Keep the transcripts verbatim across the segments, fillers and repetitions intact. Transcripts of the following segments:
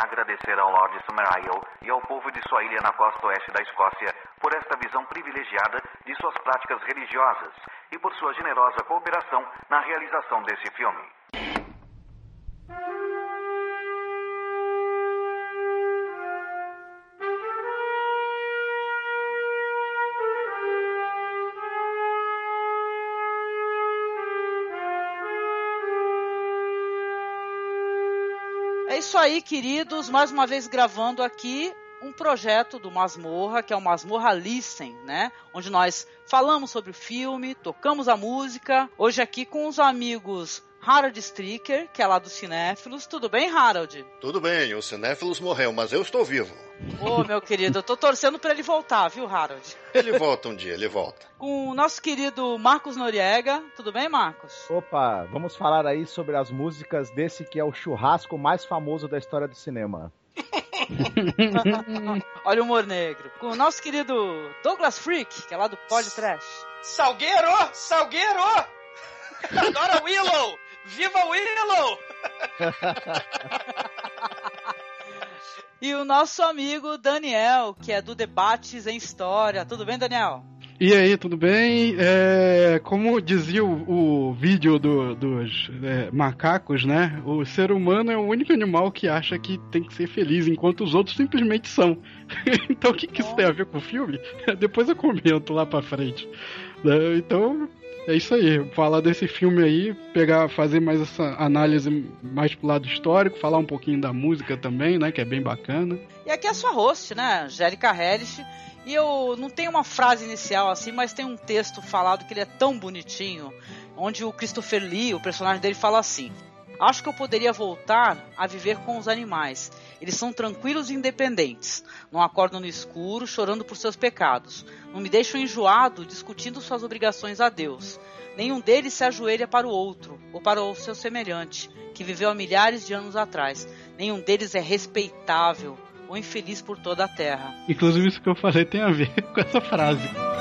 agradecer ao Lord Summerisle e ao povo de sua ilha na costa oeste da Escócia por esta visão privilegiada de suas práticas religiosas e por sua generosa cooperação na realização desse filme. É isso aí, queridos, mais uma vez gravando aqui um projeto do Masmorra, que é o Masmorra Listen, né? Onde nós falamos sobre o filme, tocamos a música, hoje aqui com os amigos Harold Stricker, que é lá do Cinéfilos. Tudo bem, Harold? Tudo bem, o Cinéfilos morreu, mas eu estou vivo. Ô, meu querido, eu tô torcendo pra ele voltar, viu, Harold? Ele volta um dia, ele volta. Com o nosso querido Marcos Noriega. Tudo bem, Marcos? Opa, vamos falar aí sobre as músicas desse que é o churrasco mais famoso da história do cinema. Olha o humor negro. Com o nosso querido Douglas Freak, que é lá do Pod Trash. Salgueiro! Salgueiro! Adora Willow! Viva Willow! E o nosso amigo Daniel, que é do Debates em História. Tudo bem, Daniel? E aí, tudo bem? É, como dizia o, o vídeo do, dos é, macacos, né? O ser humano é o único animal que acha que tem que ser feliz, enquanto os outros simplesmente são. Então, o que, que isso tem a ver com o filme? Depois eu comento lá pra frente. Então, é isso aí. Falar desse filme aí, pegar, fazer mais essa análise mais pro lado histórico, falar um pouquinho da música também, né? Que é bem bacana. E aqui é a sua host, né? Angélica Hellish. E eu não tenho uma frase inicial assim, mas tem um texto falado que ele é tão bonitinho, onde o Christopher Lee, o personagem dele, fala assim: acho que eu poderia voltar a viver com os animais. Eles são tranquilos e independentes. Não acordam no escuro, chorando por seus pecados. Não me deixam enjoado, discutindo suas obrigações a Deus. Nenhum deles se ajoelha para o outro, ou para o seu semelhante, que viveu há milhares de anos atrás. Nenhum deles é respeitável ou infeliz por toda a terra. Inclusive isso que eu falei tem a ver com essa frase.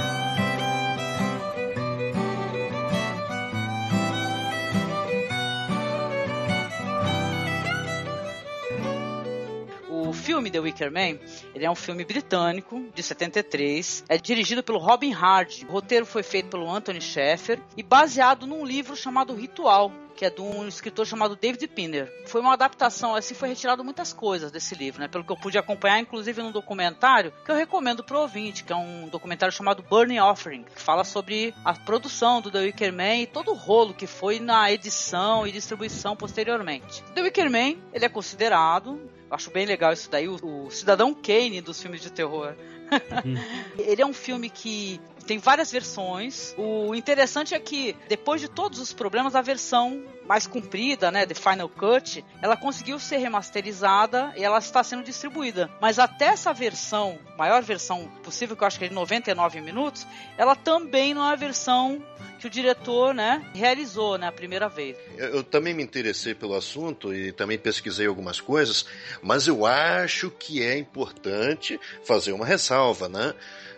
O filme The Wicker Man, ele é um filme britânico, de setenta e três, é dirigido pelo Robin Hardy, o roteiro foi feito pelo Anthony Sheffer e baseado num livro chamado Ritual, que é de um escritor chamado David Pinner. Foi uma adaptação, assim, foi retirado muitas coisas desse livro, né? Pelo que eu pude acompanhar, inclusive num documentário que eu recomendo pro ouvinte, que é um documentário chamado Burning Offering, que fala sobre a produção do The Wicker Man e todo o rolo que foi na edição e distribuição posteriormente. The Wicker Man, ele é considerado, eu acho bem legal isso daí, o, o Cidadão Kane dos filmes de terror. Uhum. Ele é um filme que tem várias versões. O interessante é que, depois de todos os problemas, a versão mais comprida, né, The Final Cut, ela conseguiu ser remasterizada e ela está sendo distribuída. Mas até essa versão, maior versão possível, que eu acho que é de noventa e nove minutos, ela também não é a versão que o diretor, né, realizou, né, a primeira vez. Eu, eu também me interessei pelo assunto e também pesquisei algumas coisas, mas eu acho que é importante fazer uma ressalva, né?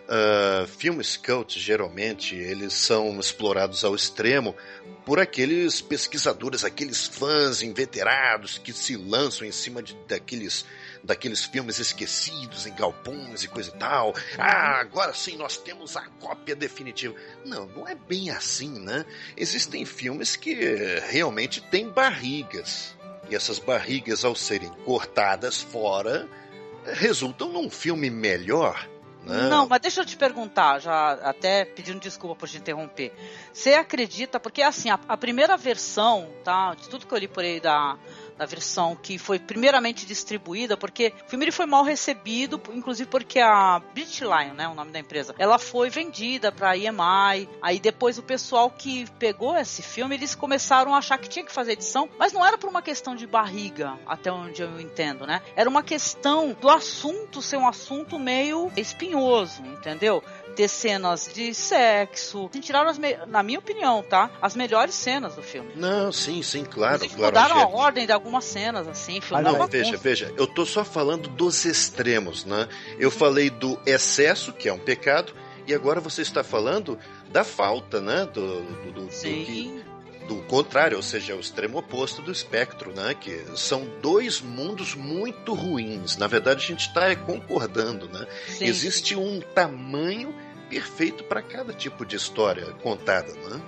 Uh, filmes cult, geralmente, eles são explorados ao extremo por aqueles pesquisadores, aqueles fãs inveterados que se lançam em cima de, daqueles, daqueles filmes esquecidos em galpões e coisa e tal. Ah, agora sim nós temos a cópia definitiva. Não, não é bem assim, né? Existem filmes que realmente têm barrigas. E essas barrigas, ao serem cortadas fora, resultam num filme melhor. Não. Não, mas deixa eu te perguntar, já até pedindo desculpa por te interromper. Você acredita, porque assim, a, a primeira versão, tá, de tudo que eu li por aí da, da versão que foi primeiramente distribuída, porque o filme ele foi mal recebido, inclusive porque a British Lion, né, o nome da empresa, ela foi vendida pra E M I, aí depois o pessoal que pegou esse filme, eles começaram a achar que tinha que fazer edição, mas não era por uma questão de barriga, até onde eu entendo, né, era uma questão do assunto ser um assunto meio espinhoso, entendeu? Ter cenas de sexo. Tiraram, as me... na minha opinião, tá? As melhores cenas do filme. Não, sim, sim, claro. Eles claro, mudaram Angélica. a ordem de algumas cenas, assim. Ah, não, veja, veja, eu tô só falando dos extremos, né? Eu falei do excesso, que é um pecado, e agora você está falando da falta, né? Do, do, do, sim. do que... do contrário, ou seja, é o extremo oposto do espectro, né? Que são dois mundos muito ruins. Na verdade, a gente está concordando, né? Sim, Existe sim. um tamanho perfeito para cada tipo de história contada, né?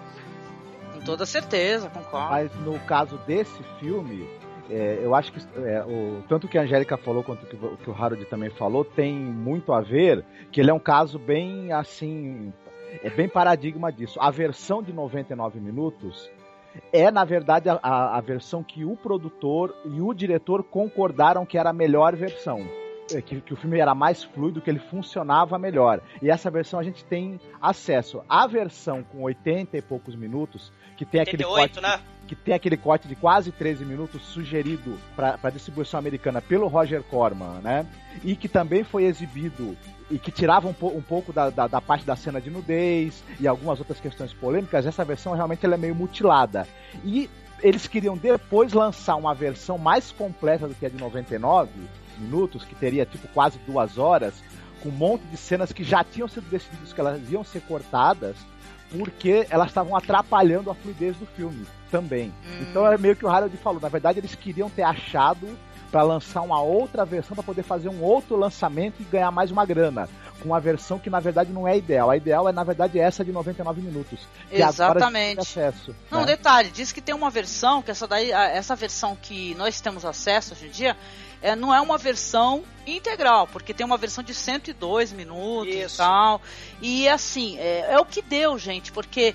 Com toda certeza, concordo. Mas no caso desse filme, é, eu acho que é, o, tanto que a Angélica falou quanto que, o que o Harold também falou tem muito a ver, que ele é um caso bem assim, é bem paradigma disso. A versão de noventa e nove minutos é, na verdade, a, a, a versão que o produtor e o diretor concordaram que era a melhor versão. Que, que o filme era mais fluido, que ele funcionava melhor. E essa versão a gente tem acesso. A versão com oitenta e poucos minutos, que tem aquele oitenta e oito, corte, né? que tem aquele corte de quase treze minutos sugerido para a distribuição americana pelo Roger Corman, né? E que também foi exibido e que tirava um, po- um pouco da, da, da parte da cena de nudez e algumas outras questões polêmicas. Essa versão realmente ela é meio mutilada. E eles queriam depois lançar uma versão mais completa do que a de noventa e nove minutos, que teria tipo quase duas horas, com um monte de cenas que já tinham sido decididas que elas iam ser cortadas, porque elas estavam atrapalhando a fluidez do filme também. Hum. Então é meio que o Harold falou, na verdade eles queriam ter achado para lançar uma outra versão, para poder fazer um outro lançamento e ganhar mais uma grana, com uma versão que na verdade não é ideal. A ideal é na verdade essa de noventa e nove minutos. Que Exatamente. Agora a gente tem acesso, Não, né? detalhe, diz que tem uma versão, que essa daí, a- essa versão que nós temos acesso hoje em dia, é, não é uma versão integral, porque tem uma versão de cento e dois minutos Isso. e tal. E assim, é, é o que deu, gente, porque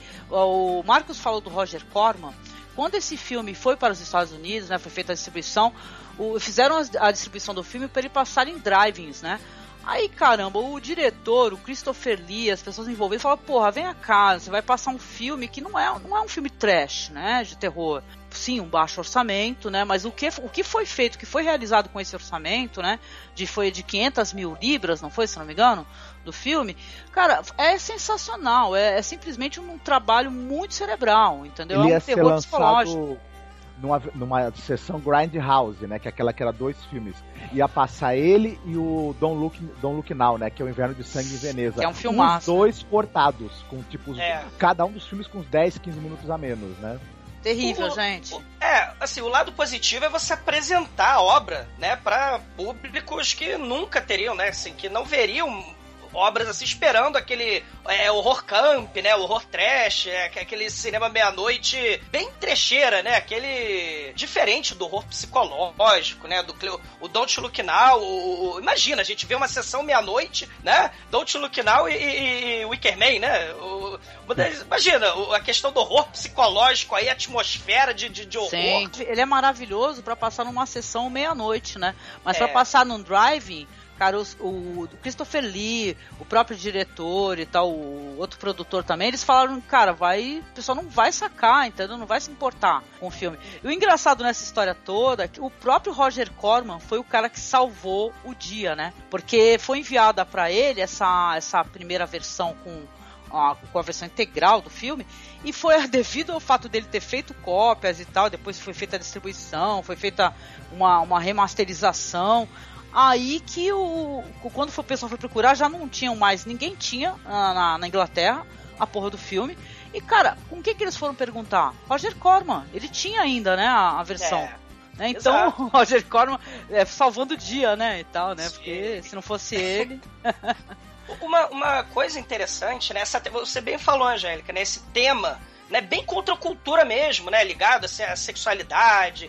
o Marcos falou do Roger Corman. Quando esse filme foi para os Estados Unidos, né, foi feita a distribuição, o, fizeram a, a distribuição do filme para ele passar em drive-ins, né? Aí, caramba, o diretor, o Christopher Lee, as pessoas envolvidas falaram, porra, vem cá, você vai passar um filme que não é, não é um filme trash, né, de terror. Sim, um baixo orçamento, né, mas o que, o que foi feito, o que foi realizado com esse orçamento, né, de, foi de quinhentas mil libras, não foi, se não me engano, do filme, cara, é sensacional, é, é simplesmente um trabalho muito cerebral, entendeu? Ele É ia um ser terror psicológico. lançado numa, numa sessão Grindhouse, né? Que é aquela que era dois filmes. Ia passar ele e o Don't Look, Don't Look Now, né? Que é o Inverno de Sangue em Veneza. Que é um filmaço. Os dois cortados, com tipo, os- É. cada um dos filmes com uns dez, quinze minutos a menos, né? Terrível, O- gente. o- É, assim, o lado positivo é você apresentar a obra, né, pra públicos que nunca teriam, né, assim, que não veriam obras assim, esperando aquele é, horror camp, né, horror trash, é, aquele cinema meia-noite bem trecheira, né, aquele diferente do horror psicológico, né, do o Don't Look Now, o, o, imagina, a gente vê uma sessão meia-noite, né, Don't Look Now e, e, e Wicker Man, né, o, imagina, a questão do horror psicológico aí, a atmosfera de, de, de horror. Sim, ele é maravilhoso pra passar numa sessão meia-noite, né? Mas É. pra passar num drive-in, cara, os- o, o Christopher Lee, o próprio diretor e tal, o outro produtor também, eles falaram, cara, vai, o pessoal não vai sacar, entendeu? Não vai se importar com o filme. E o engraçado nessa história toda é que o próprio Roger Corman foi o cara que salvou o dia, né? Porque foi enviada pra ele essa, essa primeira versão com a, com a versão integral do filme, e foi devido ao fato dele ter feito cópias e tal, depois foi feita a distribuição, foi feita uma, uma remasterização, aí que o quando o pessoal foi procurar, já não tinham mais, ninguém tinha na, na, na Inglaterra a porra do filme, e cara, com quem que eles foram perguntar? Roger Corman, ele tinha ainda, né, a, a versão. É. Né? Então, Exato. o Roger Corman é, salvando o dia, né, e tal, né, Sim. porque se não fosse ele... Uma, uma coisa interessante, né? Essa, você bem falou, Angélica, né? Esse tema, né? Bem contra a cultura mesmo, né? Ligado assim, à sexualidade,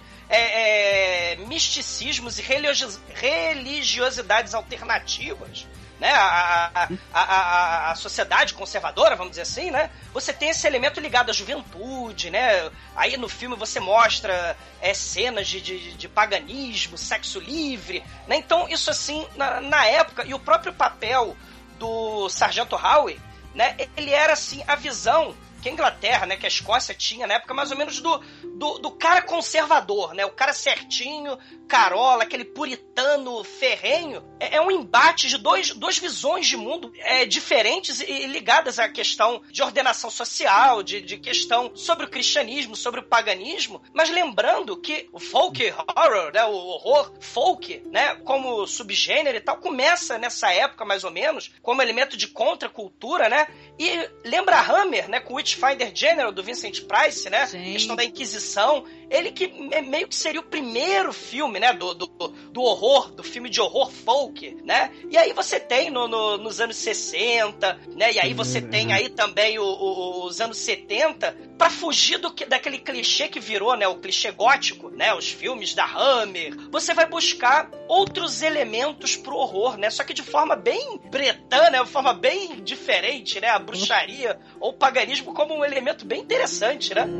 é, é, misticismos e religio- religiosidades alternativas, né? A, a, a, a, a sociedade conservadora, vamos dizer assim, né? Você tem esse elemento ligado à juventude, né? Aí no filme você mostra é, cenas de, de, de paganismo, sexo livre, né? Então isso assim, na, na época, e o próprio papel do Sargento Howe, né, ele era assim a visão que a Inglaterra, né, que a Escócia tinha na época, mais ou menos do, do, do cara conservador, né, o cara certinho, carola, aquele puritano ferrenho. É, é um embate de dois, duas visões de mundo é, diferentes e, e ligadas à questão de ordenação social, de, de questão sobre o cristianismo, sobre o paganismo, mas lembrando que o folk horror, né, o horror folk, né, como subgênero e tal, começa nessa época mais ou menos, como elemento de contracultura, né, e lembra Hammer, né, com Witch Pathfinder General, do Vincent Price, né? Sim. Questão da Inquisição. Ele que meio que seria o primeiro filme, né? Do, do, do horror, do filme de horror folk, né? E aí você tem no, no, nos anos sessenta, né? E aí você Uhum. tem aí também o, o, os anos setenta, pra fugir do que, daquele clichê que virou, né? O clichê gótico, né? Os filmes da Hammer. Você vai buscar outros elementos pro horror, né? Só que de forma bem bretã, né? De forma bem diferente, né? A bruxaria ou o paganismo como um elemento bem interessante, né?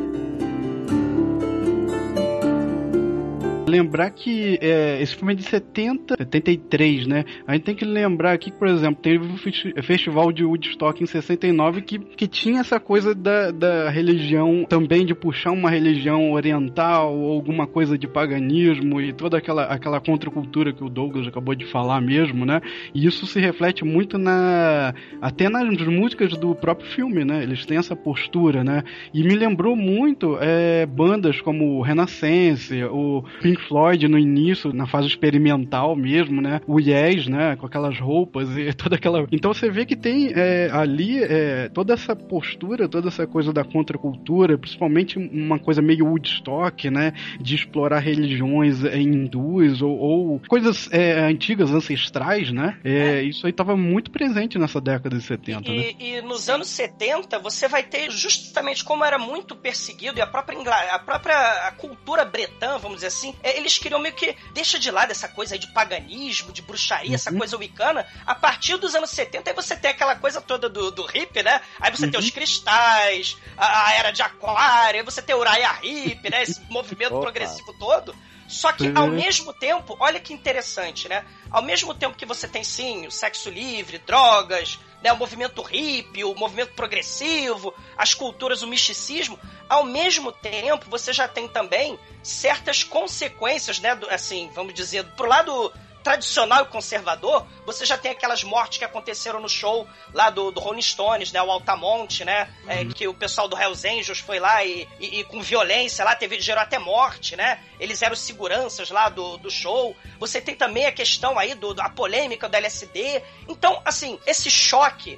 Lembrar que é, esse filme é de setenta, setenta e três, né? A gente tem que lembrar aqui que, por exemplo, teve o festi- festival de Woodstock em sessenta e nove que, que tinha essa coisa da, da religião, também de puxar uma religião oriental ou alguma coisa de paganismo e toda aquela, aquela contracultura que o Douglas acabou de falar mesmo, né? E isso se reflete muito na até nas músicas do próprio filme, né? Eles têm essa postura, né? E me lembrou muito é, bandas como o Renaissance, o Pink Floyd no início, na fase experimental mesmo, né? O Yes, né? Com aquelas roupas e toda aquela... Então você vê que tem é, ali é, toda essa postura, toda essa coisa da contracultura, principalmente uma coisa meio Woodstock, né? De explorar religiões é, hindus ou, ou coisas é, antigas, ancestrais, né? É, isso aí estava muito presente nessa década de setenta, E, né? e nos anos setenta, você vai ter justamente como era muito perseguido, e a própria, Ingl... a própria a cultura bretã, vamos dizer assim, eles queriam meio que deixa de lado essa coisa aí de paganismo, de bruxaria, uhum. essa coisa wicana. A partir dos anos setenta, aí você tem aquela coisa toda do, do hippie, né? Aí você uhum. tem os cristais, a, a era de aquário, aí você tem o Uriah Heep, né? Esse movimento progressivo todo. Só que, ao mesmo tempo, olha que interessante, né? Ao mesmo tempo que você tem, sim, o sexo livre, drogas, né, o movimento hippie, o movimento progressivo, as culturas, o misticismo, ao mesmo tempo, você já tem também certas consequências, né? Do, assim, vamos dizer, pro lado tradicional e conservador, você já tem aquelas mortes que aconteceram no show lá do, do Rolling Stones, né, o Altamonte, né, uhum. é, que o pessoal do Hells Angels foi lá e, e, e com violência lá, teve, gerou até morte, né, eles eram seguranças lá do, do show. Você tem também a questão aí, do, a polêmica do L S D. Então, assim, esse choque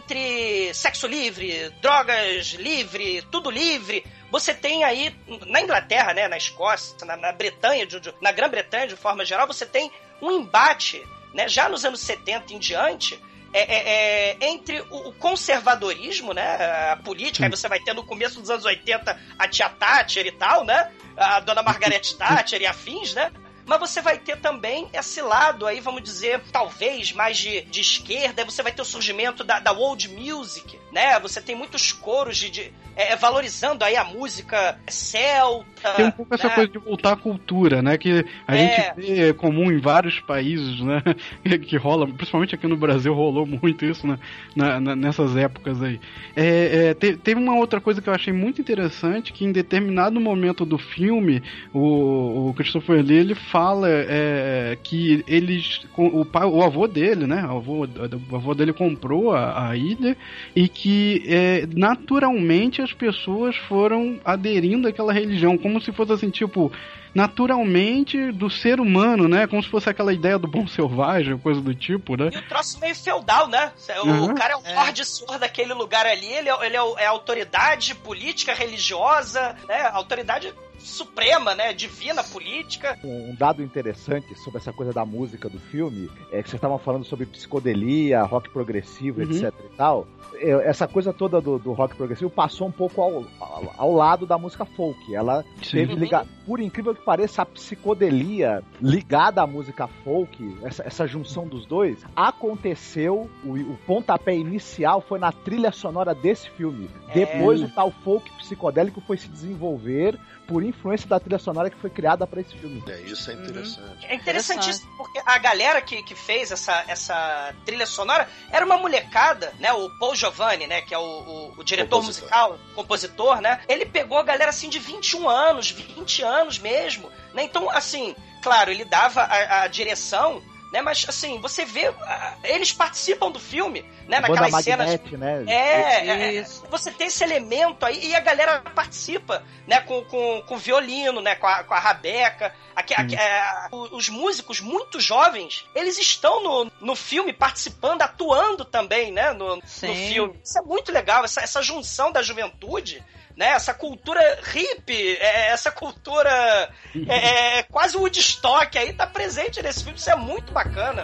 entre sexo livre, drogas livre, tudo livre. Você tem aí, na Inglaterra, né, na Escócia, na, na Bretanha, de, de, na Grã-Bretanha, de forma geral, você tem um embate, né, já nos anos setenta em diante, é, é, é, entre o, o conservadorismo, né, a política, aí você vai ter no começo dos anos oitenta a tia Thatcher e tal, né, a dona Margaret Thatcher e afins, né, mas você vai ter também esse lado aí, vamos dizer, talvez mais de, de esquerda, aí você vai ter o surgimento da, da world music, né? Você tem muitos coros de, de é, valorizando aí a música celta. Tem um pouco né? essa coisa de voltar à cultura, né? Que a é. gente vê comum em vários países, né? Que rola, principalmente aqui no Brasil rolou muito isso, né? Na, na, nessas épocas aí. É, é, te, teve uma outra coisa que eu achei muito interessante, que em determinado momento do filme, o, o Christopher Lee, ele fala é, que eles, o, pai, o avô dele, né? O avô, o avô dele comprou a, a ilha e que é, naturalmente as pessoas foram aderindo àquela religião, como se fosse assim, tipo, naturalmente do ser humano, né? Como se fosse aquela ideia do bom selvagem, coisa do tipo, né? E o troço meio feudal, né? O uhum. cara é o lorde senhor daquele lugar ali, ele, é, ele é, é autoridade política, religiosa, né? Autoridade suprema, né? Divina, política. Um dado interessante sobre essa coisa da música do filme é que vocês estavam falando sobre psicodelia, rock progressivo, uhum. etc e tal. Essa coisa toda do, do rock progressivo passou um pouco ao, ao, ao lado da música folk. Ela Sim. teve ligado, por incrível que pareça, a psicodelia ligada à música folk, essa, essa junção dos dois, aconteceu, o, o pontapé inicial foi na trilha sonora desse filme. É. Depois o tal folk psicodélico foi se desenvolver por influência da trilha sonora que foi criada para esse filme. É, isso é interessante. É interessantíssimo, porque a galera que, que fez essa, essa trilha sonora era uma molecada, né? O Paul Giovanni, né? Que é o, o, o diretor compositor. musical, compositor, né? Ele pegou a galera, assim, de vinte e um anos, vinte anos mesmo, né? Então, assim, claro, ele dava a, a direção, né? Mas, assim, você vê... Uh, eles participam do filme, né? Banda Naquelas Magnete, cenas... né? É, é, você tem esse elemento aí e a galera participa, né? Com, com, com violino, né? Com a, com a rabeca. Aqui, aqui, é, os músicos muito jovens, eles estão no, no filme participando, atuando também, né? No, no filme. Isso é muito legal, essa, essa junção da juventude, né? Essa cultura hippie, é, essa cultura é, é, quase Woodstock aí tá presente nesse filme, isso é muito bacana.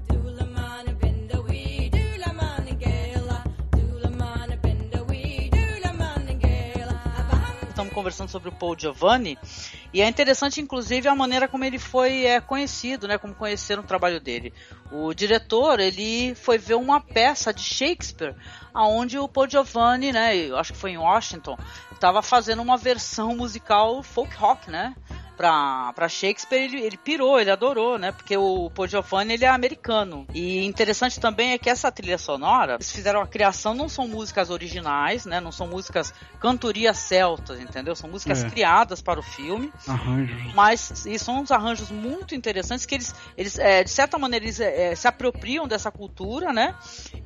Estamos conversando sobre o Paul Giovanni e é interessante, inclusive, a maneira como ele foi é, conhecido, né, como conheceram o trabalho dele. O diretor, ele foi ver uma peça de Shakespeare, aonde o Paul Giovanni, né, eu acho que foi em Washington, estava fazendo uma versão musical folk rock, né? Pra, pra Shakespeare, ele, ele pirou, ele adorou, né? Porque o Paul Giovanni, ele é americano. E interessante também é que essa trilha sonora, eles fizeram a criação, não são músicas originais, né? Não são músicas cantorias celtas, entendeu? São músicas é. criadas para o filme. Arranjos. Mas e são uns arranjos muito interessantes que eles, eles é, de certa maneira, eles é, se apropriam dessa cultura, né?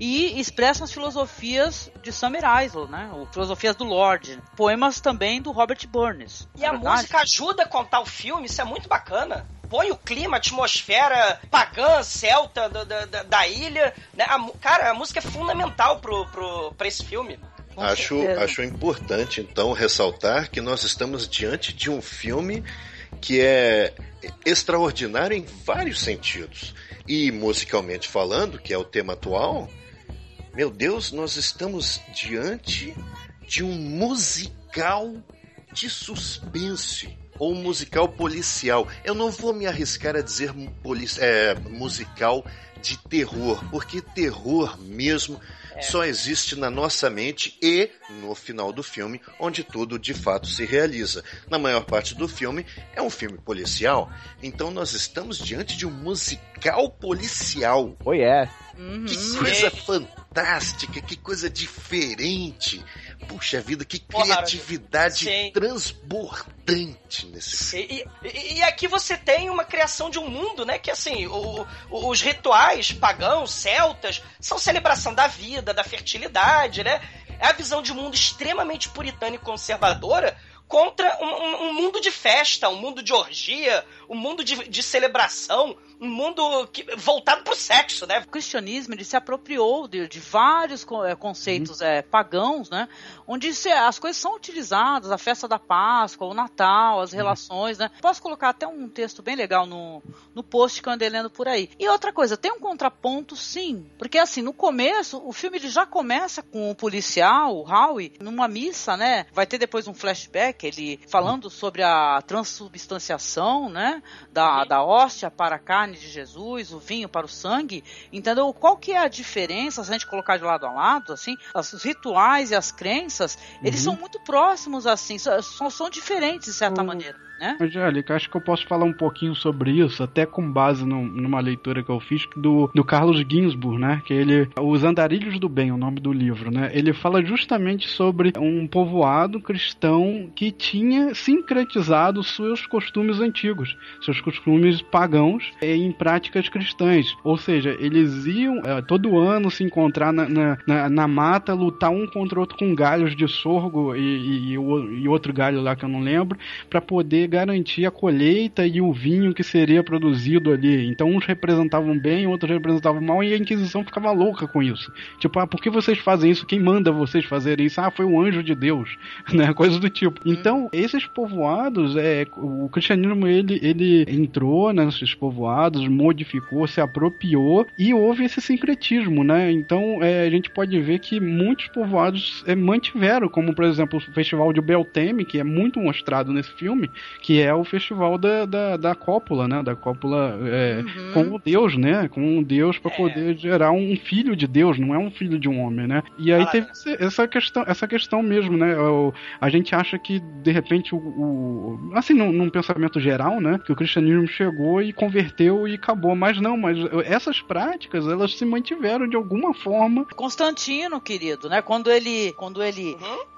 E expressam as filosofias de Summer Isle, né? Ou filosofias do Lorde. Poemas também do Robert Burns. E a verdade? música ajuda a contar o filme, isso é muito bacana. Põe o clima, a atmosfera pagã, celta da, da, da ilha, né? A, cara, a música é fundamental pro, pro, pra esse filme. Acho, acho importante, então, ressaltar que nós estamos diante de um filme que é extraordinário em vários sentidos. E, musicalmente falando, que é o tema atual, meu Deus, nós estamos diante de um musical de suspense. Ou um musical policial. Eu não vou me arriscar a dizer polici- é, musical de terror, porque terror mesmo é. só existe na nossa mente e no final do filme, onde tudo de fato se realiza. Na maior parte do filme, é um filme policial, então nós estamos diante de um musical policial. Oh, yeah. Uhum. Que coisa fantástica, que coisa diferente. Puxa vida, que criatividade Sim. transbordante nesse filme. E, e, e aqui você tem uma criação de um mundo, né? Que assim, o, o, os rituais pagãos, celtas, são celebração da vida, da fertilidade, né? É a visão de um mundo extremamente puritana e conservadora contra um, um, um mundo de festa, um mundo de orgia, um mundo de, de celebração, um mundo que, voltado pro sexo, né? O cristianismo, ele se apropriou de, de vários é, conceitos uhum. é, pagãos, né? Onde se, as coisas são utilizadas, a festa da Páscoa, o Natal, as relações, né? Posso colocar até um texto bem legal no, no post que eu andei lendo por aí. E outra coisa, tem um contraponto, sim, porque assim, no começo, o filme ele já começa com o policial, o Howie, numa missa, né? Vai ter depois um flashback, ele falando sobre a transubstanciação, né? Da, da hóstia para a carne de Jesus, o vinho para o sangue, entendeu? Qual que é a diferença, se a gente colocar de lado a lado, assim, os rituais e as crenças, eles uhum. são muito próximos, assim, só, só são diferentes de certa uhum. maneira. Né? Angélica, acho que eu posso falar um pouquinho sobre isso, até com base no, numa leitura que eu fiz do, do Carlos Ginzburg, né? Que ele, Os Andarilhos do Bem, o nome do livro, né? Ele fala justamente sobre um povoado cristão que tinha sincretizado seus costumes antigos, seus costumes pagãos em práticas cristãs. Ou seja, eles iam é, todo ano se encontrar na, na, na, na mata, lutar um contra o outro com galhos de sorgo e, e, e outro galho lá que eu não lembro, para poder garantir a colheita e o vinho que seria produzido ali. Então uns representavam bem, outros representavam mal, e a Inquisição ficava louca com isso. Tipo, ah, por que vocês fazem isso? Quem manda vocês fazerem isso? Ah, foi um anjo de Deus, né? Coisa do tipo. Então, esses povoados, é, o cristianismo, ele, ele entrou nesses povoados, modificou, se apropriou, e houve esse sincretismo, né? Então, é, a gente pode ver que muitos povoados é, mantiveram, como, por exemplo, o festival de Belteme, que é muito mostrado nesse filme, que é o festival da, da, da cópula, né? Da cópula é, uhum. com o Deus, né? Com o Deus para é. poder gerar um filho de Deus, não é um filho de um homem, né? E aí ah, teve é. essa questão, essa questão mesmo, né? O, a gente acha que, de repente, o, o assim, num, num pensamento geral, né? Que o cristianismo chegou e converteu e acabou. Mas não, mas essas práticas, elas se mantiveram de alguma forma. Constantino, querido, né? Quando ele, quando ele uhum.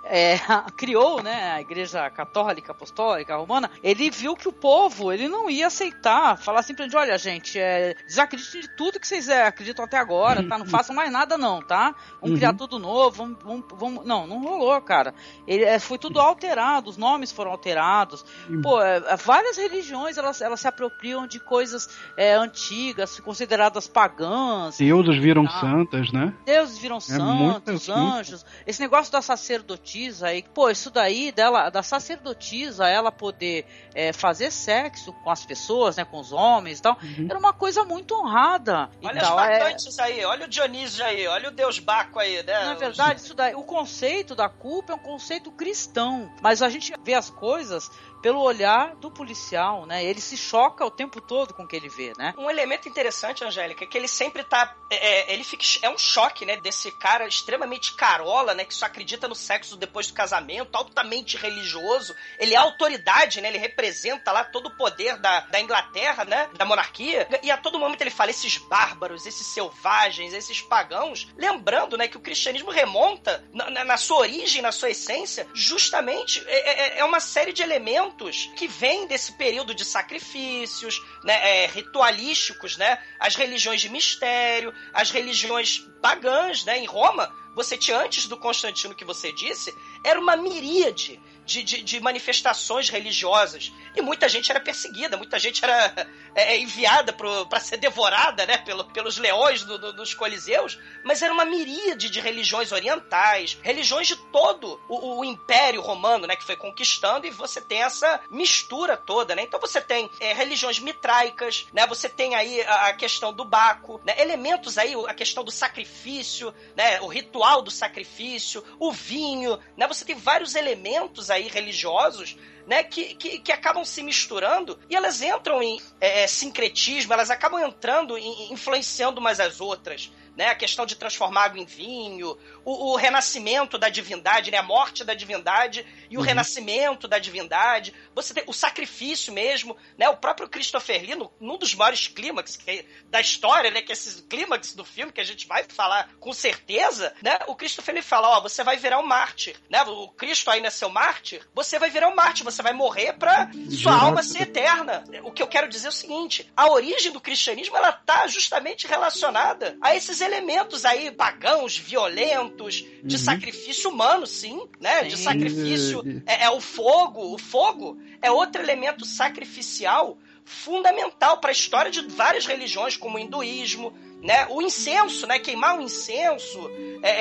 é, criou, né, a Igreja Católica, Apostólica, Romana, ele viu que o povo, ele não ia aceitar, falar simplesmente, olha, gente, é, desacreditem de tudo que vocês é, acreditam até agora, tá? Não façam mais nada não, tá? Vamos uhum. criar tudo novo, vamos, vamos, vamos... Não, não rolou, cara. Ele, é, foi tudo alterado, os nomes foram alterados. Uhum. Pô, é, várias religiões, elas, elas se apropriam de coisas é, antigas, consideradas pagãs. Deuses viram tá? santas, né? Deuses viram é santos, muito, anjos. Muito. Esse negócio da sacerdotisa aí, pô, isso daí dela, da sacerdotisa, ela poder é, fazer sexo com as pessoas, né, com os homens e tal, uhum. era uma coisa muito honrada. Olha os bacantes é... aí, olha o Dionísio aí, olha o Deus Baco aí, né? Na verdade, isso daí, o conceito da culpa é um conceito cristão, mas a gente vê as coisas pelo olhar do policial, né? Ele se choca o tempo todo com o que ele vê, né? Um elemento interessante, Angélica, é que ele sempre tá... É, ele fica, é um choque, né? Desse cara extremamente carola, né? Que só acredita no sexo depois do casamento, altamente religioso. Ele é autoridade, né? Ele representa lá todo o poder da, da Inglaterra, né? Da monarquia. E a todo momento ele fala esses bárbaros, esses selvagens, esses pagãos. Lembrando, né? Que o cristianismo remonta na, na, na sua origem, na sua essência, justamente é, é, é uma série de elementos que vem desse período de sacrifícios, né, é, ritualísticos, né, as religiões de mistério, as religiões pagãs, né, em Roma, você tinha, antes do Constantino que você disse, era uma miríade de, de, de manifestações religiosas, e muita gente era perseguida, muita gente era é, enviada para ser devorada, né, pelo, pelos leões do, do, dos coliseus, mas era uma miríade de religiões orientais, religiões de todo o, o Império Romano, né, que foi conquistando, e você tem essa mistura toda, né, então você tem é, religiões mitraicas, né, você tem aí a, a questão do Baco, né, elementos aí, a questão do sacrifício, né, o ritual do sacrifício, o vinho, né, você tem vários elementos aí religiosos, né, que, que, que acabam se misturando e elas entram em é, sincretismo, elas acabam entrando, em, influenciando umas às outras. Né, a questão de transformar água em vinho, o, o renascimento da divindade, né, a morte da divindade e o uhum. renascimento da divindade. Você tem o sacrifício mesmo, né, o próprio Christopher Lee, no, num dos maiores clímax que, da história, né, que é esse clímax do filme que a gente vai falar com certeza, né, o Christopher Lee fala, ó, você vai virar um mártir, né, o Cristo ainda é seu mártir, você vai virar um mártir, você vai morrer pra sua Gerard... alma ser eterna. O que eu quero dizer é o seguinte, a origem do cristianismo, ela tá justamente relacionada a esses elementos aí pagãos, violentos, de uhum. sacrifício humano, sim, né? Sim. De sacrifício. É, é o fogo. O fogo é outro elemento sacrificial fundamental para a história de várias religiões, como o hinduísmo, né? O incenso, né? Queimar o incenso,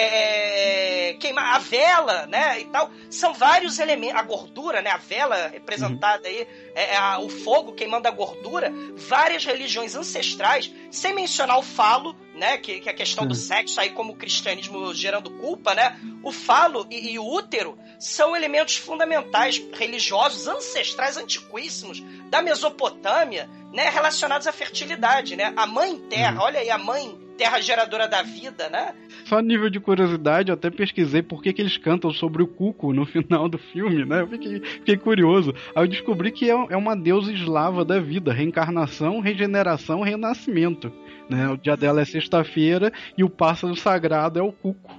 é, é, queimar a vela, né? E tal. São vários elementos. A gordura, né? A vela representada aí, é, é, o fogo queimando a gordura. Várias religiões ancestrais, sem mencionar o falo, né? Que, que é a questão do sexo aí, como o cristianismo gerando culpa, né? O falo e, e o útero são elementos fundamentais, religiosos, ancestrais, antiquíssimos, da Mesopotâmia, né? Relacionados à fertilidade, né? A mãe terra, olha aí, a mãe terra geradora da vida, né? Só nível de curiosidade, eu até pesquisei por que, que eles cantam sobre o cuco no final do filme, né? Eu fiquei, fiquei curioso. Aí eu descobri que é, é uma deusa eslava da vida, reencarnação, regeneração, renascimento, né? O dia dela é sexta-feira e o pássaro sagrado é o cuco.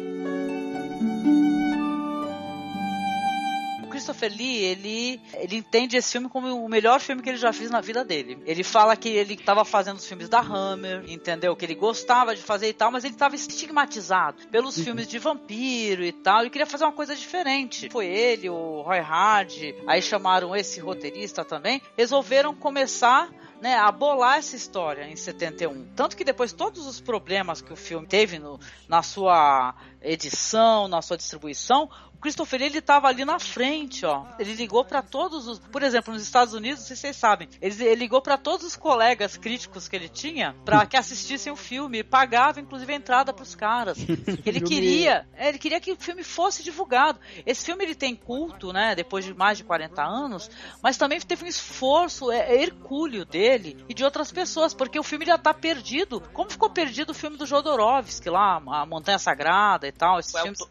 Christopher Lee, ele, ele entende esse filme como o melhor filme que ele já fez na vida dele. Ele fala que ele estava fazendo os filmes da Hammer, entendeu? Que ele gostava de fazer e tal, mas ele estava estigmatizado pelos uhum. filmes de vampiro e tal. Ele queria fazer uma coisa diferente. Foi ele, o Roy Hardy, aí chamaram esse roteirista também, resolveram começar, né, a bolar essa história em setenta e um. Tanto que depois todos os problemas que o filme teve no, na sua edição, na sua distribuição, o Christopher Lee, ele estava ali na frente, ó. Ele ligou para todos os... Por exemplo, nos Estados Unidos, não sei se vocês sabem, ele, ele ligou para todos os colegas críticos que ele tinha para que assistissem o filme e pagava, inclusive, a entrada pros caras. Ele queria... É, ele queria que o filme fosse divulgado. Esse filme, ele tem culto, né, depois de mais de quarenta anos, mas também teve um esforço é, hercúleo dele e de outras pessoas, porque o filme já tá perdido. Como ficou perdido o filme do Jodorowsky lá, a Montanha Sagrada e tal, esses é, filmes... É.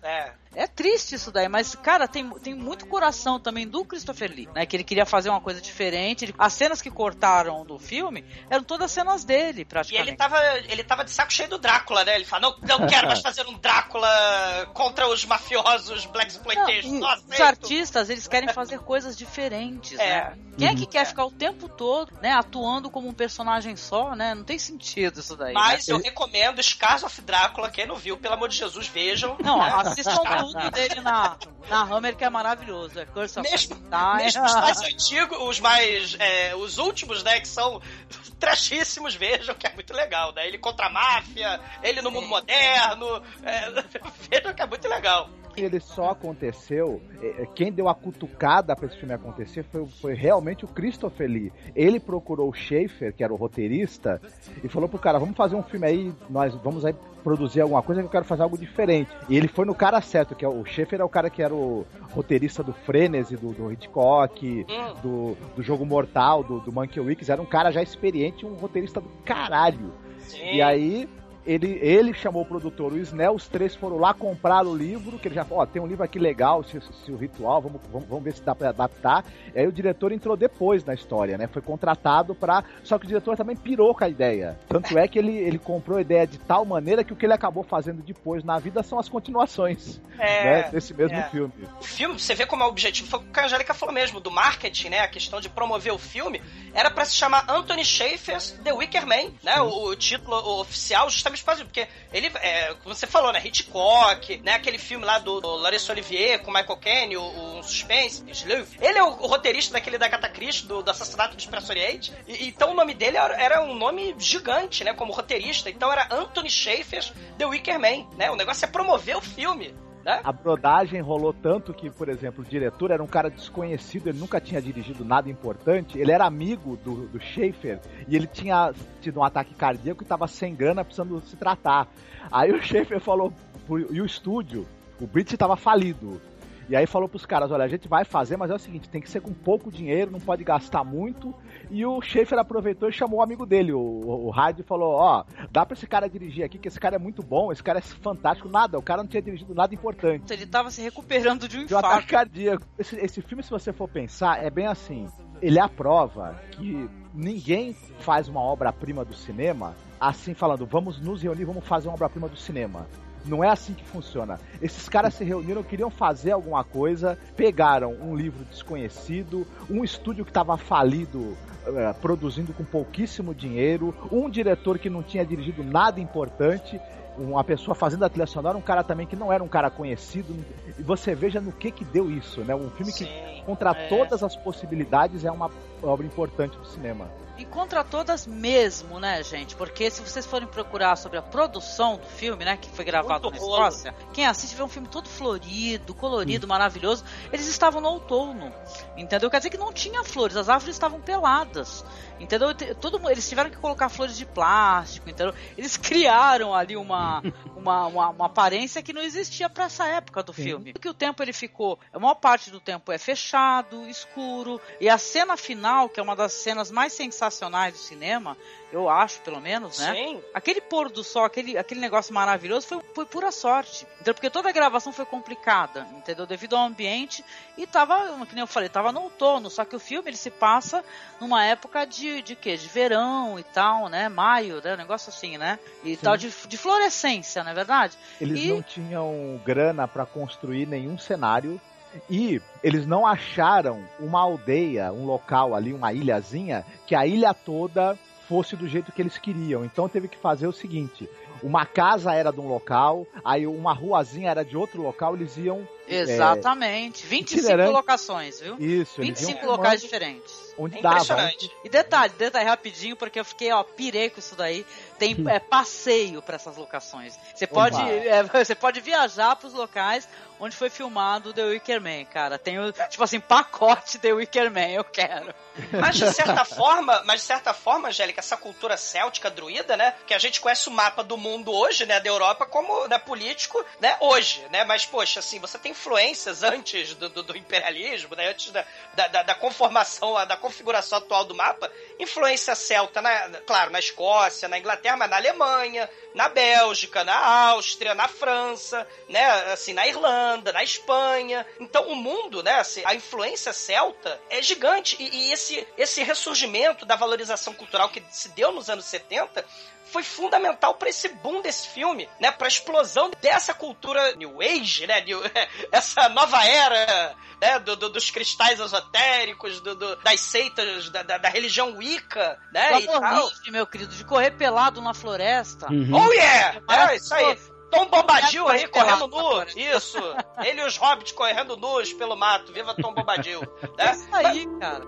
É triste isso daí, mas, cara, tem, tem muito coração também do Christopher Lee, né? Que ele queria fazer uma coisa diferente. Ele, as cenas que cortaram do filme eram todas cenas dele, praticamente. E ele tava, ele tava de saco cheio do Drácula, né? Ele fala, não, não quero mais fazer um Drácula contra os mafiosos Black Exploitation. Não, os artistas, eles querem fazer coisas diferentes, é. né? Quem é que quer ficar o tempo todo, né, atuando como um personagem só, né? Não tem sentido isso daí. Mas né? eu recomendo Scars of Drácula, quem não viu, pelo amor de Jesus, vejam. Não, assistam tudo dele na, na Hammer, que é maravilhoso. É Curse of mesmo, Time. Mesmo os mais antigos, os mais, é, os últimos, né, que são trashíssimos, vejam, que é muito legal, né? Ele contra a máfia, ele no mundo moderno, é, vejam que é muito legal. Ele só aconteceu, quem deu a cutucada pra esse filme acontecer foi, foi realmente o Christopher Lee. Ele procurou o Schaefer, que era o roteirista, e falou pro cara, vamos fazer um filme aí, nós vamos aí produzir alguma coisa que eu quero fazer algo diferente. E ele foi no cara certo, que é o Schaefer é o cara que era o roteirista do Frenesi, do, do Hitchcock, hum. do, do Jogo Mortal, do, do Monkey Wicks, era um cara já experiente, um roteirista do caralho. Sim. E aí... Ele, ele chamou o produtor, o Snell, os três foram lá comprar o livro, que ele já falou, ó, tem um livro aqui legal, se, se o ritual, vamos, vamos, vamos ver se dá pra adaptar. E aí o diretor entrou depois na história, né? Foi contratado pra... Só que o diretor também pirou com a ideia. Tanto é que ele, ele comprou a ideia de tal maneira que o que ele acabou fazendo depois na vida são as continuações, é, né? Desse mesmo é. filme. O filme, você vê como é o objetivo, foi o que a Angélica falou mesmo, do marketing, né? A questão de promover o filme, era pra se chamar Anthony Schaefer's The Wicker Man, né? O, o título oficial, justamente por porque ele, é, como você falou, né, Hitchcock, né, aquele filme lá do, do Laurence Olivier com Michael Caine, o, o Suspense, ele é o, o roteirista daquele da Agatha Christie, do, do assassinato de Express Oriente, e, então o nome dele era, era um nome gigante, né, como roteirista, então era Anthony Schaefer's The Wicker Man, né, o negócio é promover o filme. Né? A brodagem rolou tanto que, por exemplo, o diretor era um cara desconhecido, ele nunca tinha dirigido nada importante, ele era amigo do, do Schaefer e ele tinha tido um ataque cardíaco e estava sem grana, precisando se tratar. Aí o Schaefer falou, e o estúdio, o British estava falido. E aí falou pros caras, olha, a gente vai fazer, mas é o seguinte, tem que ser com pouco dinheiro, não pode gastar muito. E o Schaefer aproveitou e chamou o amigo dele, o, o Hard, e falou, ó, dá pra esse cara dirigir aqui, que esse cara é muito bom, esse cara é fantástico. Nada, o cara não tinha dirigido nada importante. Ele tava se recuperando de um infarto. De um ataque cardíaco. Esse, esse filme, se você for pensar, é bem assim, ele é a prova que ninguém faz uma obra-prima do cinema assim falando, vamos nos reunir, vamos fazer uma obra-prima do cinema. Não é assim que funciona. Esses caras se reuniram, queriam fazer alguma coisa, pegaram um livro desconhecido, um estúdio que estava falido, uh, produzindo com pouquíssimo dinheiro, um diretor que não tinha dirigido nada importante, uma pessoa fazendo a trilha sonora, um cara também que não era um cara conhecido, e você veja no que que deu isso, né? Um filme Sim, que, contra é. todas as possibilidades, é uma obra importante do cinema. E contra todas mesmo, né, gente? Porque se vocês forem procurar sobre a produção do filme, né, que foi gravado Muito na Escócia, rolo. Quem assiste vê um filme todo florido, colorido, hum. maravilhoso. Eles estavam no outono, entendeu? Quer dizer que não tinha flores, as árvores estavam peladas, entendeu? Todo, eles tiveram que colocar flores de plástico, entendeu? Eles criaram ali uma, uma, uma, uma aparência que não existia para essa época do Sim. filme. Porque o tempo ele ficou, a maior parte do tempo é fechado, escuro, e a cena final, que é uma das cenas mais sensacionais do cinema, eu acho, pelo menos, né? Sim. Aquele pôr do sol, aquele, aquele negócio maravilhoso foi, foi pura sorte. Então, porque toda a gravação foi complicada, entendeu? Devido ao ambiente, e tava, que nem eu falei, tava no outono, só que o filme, ele se passa numa época de, de quê? De verão e tal, né? Maio, né? Um negócio assim, né? E Sim. tal, de, de florescência, não é verdade? Eles e... não tinham grana pra construir nenhum cenário. E eles não acharam uma aldeia, um local ali, uma ilhazinha, que a ilha toda fosse do jeito que eles queriam. Então teve que fazer o seguinte, uma casa era de um local, aí uma ruazinha era de outro local, eles iam... Exatamente, é, vinte e cinco locações, viu? Isso. vinte e cinco locais diferentes. Onde é dava. Impressionante. E detalhe, detalhe rapidinho, porque eu fiquei, ó, pirei com isso daí. Tem é, passeio para essas locações. Você pode, é, você pode viajar para os locais onde foi filmado The Wicker Man, cara. Tem o, tipo assim, pacote The Wicker Man, eu quero. Mas de certa forma, mas de certa forma, Angélica, essa cultura céltica druida, né? Que a gente conhece o mapa do mundo hoje, né, da Europa, como, né, político, né, hoje, né? Mas, poxa, assim, você tem influências antes do, do, do imperialismo, né? Antes da, da, da conformação, da configuração atual do mapa, influência celta, na, claro, na Escócia, na Inglaterra, mas na Alemanha, na Bélgica, na Áustria, na França, né? Assim, na Irlanda. Irlanda, na Espanha. Então o mundo, né, assim, a influência celta é gigante. E, e esse, esse ressurgimento da valorização cultural que se deu nos anos setenta foi fundamental para esse boom desse filme, né, para a explosão dessa cultura New Age, né, new, essa nova era, né, do, do, dos cristais esotéricos, do, do, das seitas, da, da, da religião Wicca, né, e tal. Meu querido, de correr pelado na floresta. Uhum. Oh yeah! É, isso aí. Tom Bombadil aí, correndo nu. Isso. Ele e os hobbits correndo nus pelo mato. Viva Tom Bombadil. Né? É isso aí, cara.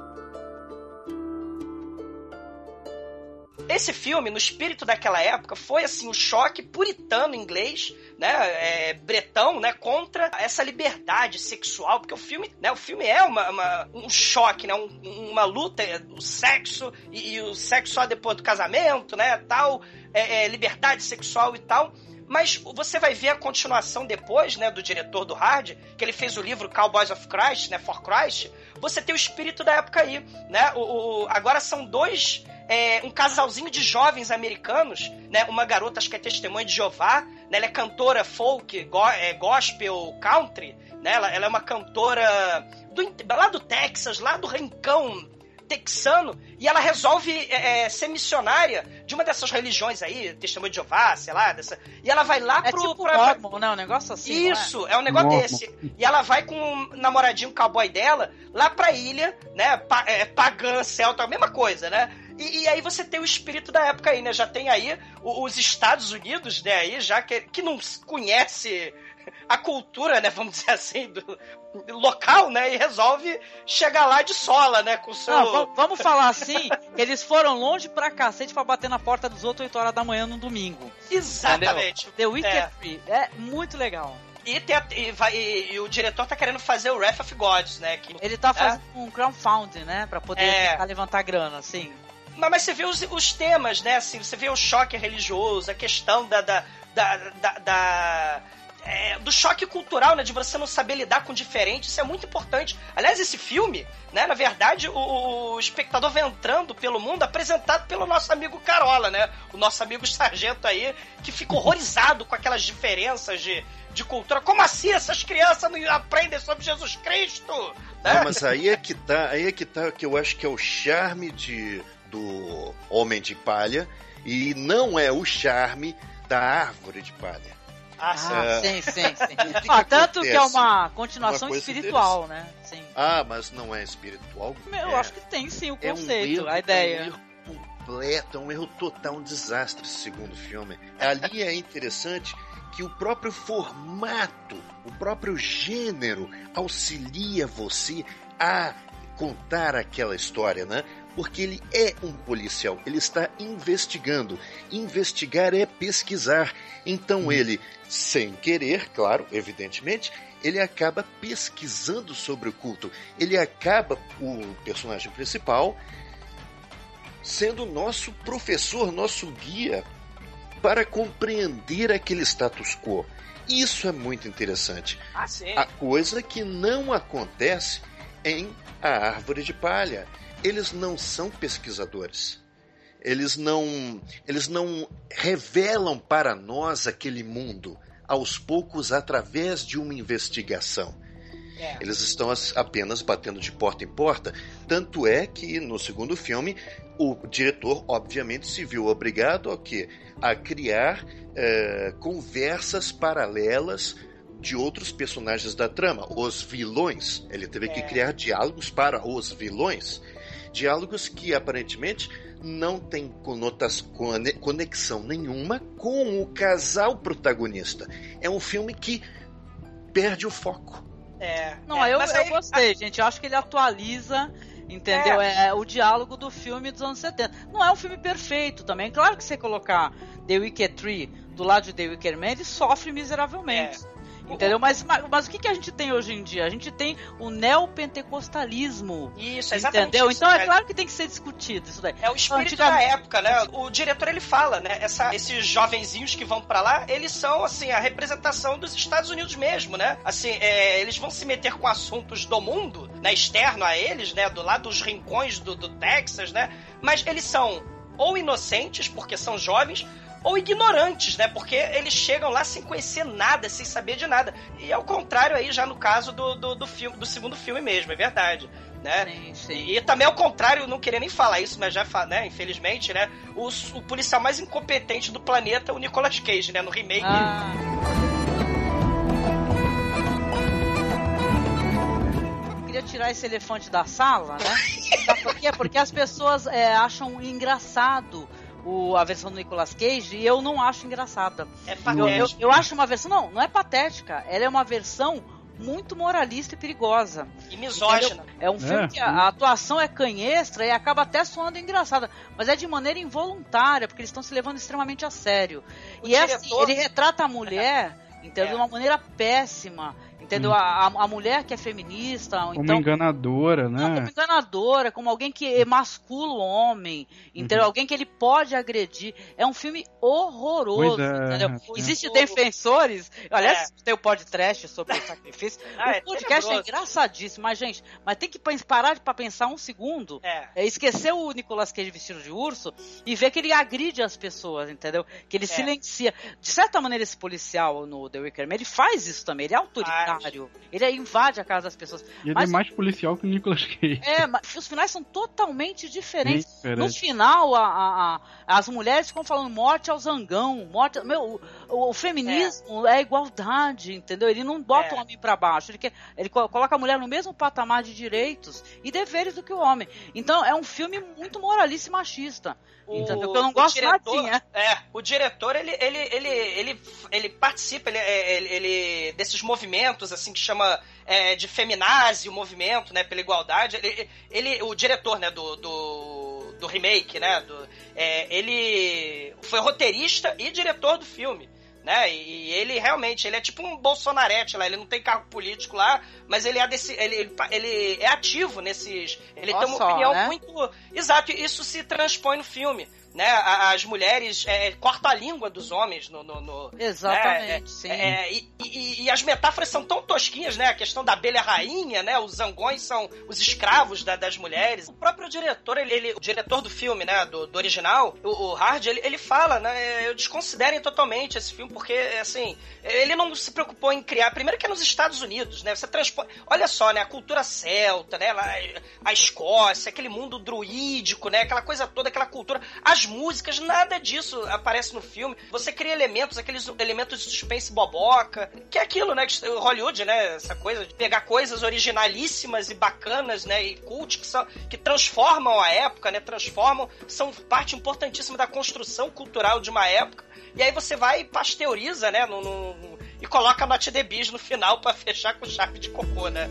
Esse filme, no espírito daquela época, foi assim, o choque puritano inglês, né, é, bretão, né, contra essa liberdade sexual, porque o filme, né, o filme é uma, uma, um choque, né, um, uma luta, o sexo e, e o sexo só depois do casamento, né, tal, é, é, liberdade sexual e tal. Mas você vai ver a continuação depois, né, do diretor do Hard, que ele fez o livro Cowboys of Christ, né, For Christ. Você tem o espírito da época aí, né? O, o, agora são dois, é, um casalzinho de jovens americanos, né? Uma garota, acho que é testemunha de Jeová, né? Ela é cantora folk, go, é, gospel, country, né? Ela, ela é uma cantora do, lá do Texas, lá do rincão texano, e ela resolve é, ser missionária de uma dessas religiões aí, Testemunho de Jeová, sei lá, dessa, e ela vai lá é pro... tipo pra... Mormon, né? Um negócio assim, Isso, é? é um negócio Mormon. desse. E ela vai com um namoradinho cowboy dela lá pra ilha, né, pa, é, pagã, celta, a mesma coisa, né? E, e aí você tem o espírito da época aí, né? Já tem aí os Estados Unidos, né, aí, já que, que não conhece a cultura, né, vamos dizer assim, do local, né, e resolve chegar lá de sola, né, com o seu... Não, vamos falar assim, eles foram longe pra cacete pra bater na porta dos outros oito horas da manhã num domingo. Exatamente. Entendeu? The Wicked é. Tree é muito legal. E, tem, e, vai, e, e o diretor tá querendo fazer o Wrath of Gods, né? Que, ele tá fazendo é? um crowdfunding, né, pra poder É. levantar grana, assim. Mas, mas você vê os, os temas, né, assim, você vê o choque religioso, a questão da... da, da, da, da É, do choque cultural, né, de você não saber lidar com o diferente, isso é muito importante. Aliás, esse filme, né, na verdade, o, o espectador vai entrando pelo mundo apresentado pelo nosso amigo Carola, né, o nosso amigo sargento aí, que fica horrorizado com aquelas diferenças de, de cultura. Como assim essas crianças não aprendem sobre Jesus Cristo? Né? Ah, mas aí é que tá, aí é que tá, que eu acho que é o charme de, do Homem de Palha, e não é o charme da Árvore de Palha. Ah, sim. Ah, sim, sim, sim. O que que Ah, tanto acontece? que é uma continuação Uma coisa espiritual, né? Sim. Ah, mas não é espiritual? Eu é, acho que tem sim o é um conceito, erro, a ideia. É um erro completo, é um erro total, um desastre esse segundo filme. Ali é interessante que o próprio formato, o próprio gênero auxilia você a contar aquela história, né? Porque ele é um policial, ele está investigando. Investigar é pesquisar. Então ele, sem querer, claro, evidentemente, ele acaba pesquisando sobre o culto. Ele acaba, o personagem principal, sendo nosso professor, nosso guia, para compreender aquele status quo. Isso é muito interessante. Ah, sim. A coisa que não acontece em A Árvore de Palha. Eles não são pesquisadores. Eles não, eles não revelam para nós aquele mundo aos poucos através de uma investigação. É. Eles estão apenas batendo de porta em porta. Tanto é que no segundo filme o diretor obviamente se viu obrigado a quê? A criar é, conversas paralelas de outros personagens da trama, os vilões. Ele teve é. que criar diálogos para os vilões. Diálogos que aparentemente não têm conexão nenhuma com o casal protagonista. É um filme que perde o foco. É, não, é, eu, mas eu aí, gostei, a... gente. Eu acho que ele atualiza, entendeu? É. é o diálogo do filme dos anos setenta. Não é um filme perfeito também. Claro que você colocar The Wicked Tree do lado de The Wicker Man, ele sofre miseravelmente. É. Entendeu? Mas, mas, mas o que, que a gente tem hoje em dia? A gente tem o neopentecostalismo. Isso, exatamente. Entendeu? Isso, então é né? claro que tem que ser discutido isso daí. É o espírito Antigamente... da época, né? O diretor, ele fala, né? Essa, esses jovenzinhos que vão pra lá, eles são, assim, a representação dos Estados Unidos mesmo, né? Assim, é, eles vão se meter com assuntos do mundo, né? Externo a eles, né? Do lado dos rincões do, do Texas, né? Mas eles são ou inocentes, porque são jovens, ou ignorantes, né? Porque eles chegam lá sem conhecer nada, sem saber de nada. E ao contrário aí, já no caso do, do, do, filme, do segundo filme mesmo, é verdade. Né? Sim, sim. E, e também ao contrário, não queria nem falar isso, mas já, né, infelizmente, né, o, o policial mais incompetente do planeta, o Nicolas Cage, né, no remake. Ah. Queria tirar esse elefante da sala, né? Sabe por quê? Porque as pessoas é, acham engraçado o, a versão do Nicolas Cage e eu não acho engraçada. É patética. Eu, eu, eu acho uma versão, não, não é patética, ela é uma versão muito moralista e perigosa. E misógina. Entendeu? É um filme é, que a, a atuação é canhestra e acaba até soando engraçada, mas é de maneira involuntária, porque eles estão se levando extremamente a sério. O e é diretor... assim, ele retrata a mulher, entendeu? É. De uma maneira péssima. Entendeu? Hum. A, a mulher que é feminista, Como então, enganadora, né? não, como enganadora, como alguém que emascula o homem, entendeu? Uhum. Alguém que ele pode agredir. É um filme horroroso, Pois é, entendeu? é. Existem defensores. Aliás, É. tem o podcast sobre o sacrifício. Ah, é o podcast é tenebroso. engraçadíssimo, mas, gente, mas tem que parar pra pensar um segundo. É. É esquecer o Nicolas Cage vestido de urso e ver que ele agride as pessoas, entendeu? Que ele É. silencia. De certa maneira, esse policial no The Wicker Man, ele faz isso também. Ele é autoritário. Ele é invade a casa das pessoas. E ele mas, é mais policial que o Nicolas Cage. é, mas os finais são totalmente diferentes. Sim, No final, a, a, a, as mulheres ficam falando morte ao zangão, morte... Meu, o, o feminismo é. é igualdade, entendeu? Ele não bota É. o homem pra baixo. Ele, quer, ele coloca a mulher no mesmo patamar de direitos e deveres do que o homem. Então, é um filme muito moralista e machista. O, entendeu? Que eu não o gosto diretor, nadinha. É, o diretor, ele, ele, ele, ele, ele participa ele, ele, ele, desses movimentos, assim, que chama é, de feminazi, o movimento, né, pela igualdade. Ele, ele, o diretor, né, do, do, do remake, né, do, é, ele foi roteirista e diretor do filme. Né? E ele realmente, ele é tipo um bolsonarete lá, ele não tem cargo político lá, mas ele é, desse, ele, ele, ele é ativo nesses... Ele Olha tem uma só, opinião né? muito... Exato, isso se transpõe no filme. Né? As mulheres é, cortam a língua dos homens no... no, no Exatamente, né? sim. É, e, e, e as metáforas são tão tosquinhas, né? A questão da abelha rainha, né? Os zangões são os escravos da, das mulheres. O próprio diretor, ele, ele, o diretor do filme, né? Do, do original, o, o Hard, ele, ele fala, né? Desconsiderem totalmente esse filme, porque, assim, ele não se preocupou em criar... Primeiro que é nos Estados Unidos, né? Você transporta... Olha só, né? A cultura celta, né? A Escócia, aquele mundo druídico, né? Aquela coisa toda, aquela cultura... As músicas, nada disso aparece no filme. Você cria elementos, aqueles elementos de suspense boboca, que é aquilo, né? Que Hollywood, né? Essa coisa de pegar coisas originalíssimas e bacanas, né? E cult, que, são, que transformam a época, né? Transformam, são parte importantíssima da construção cultural de uma época. E aí você vai e pasteuriza, né? No, no, e coloca a Not the Beast no final pra fechar com chave de cocô, né?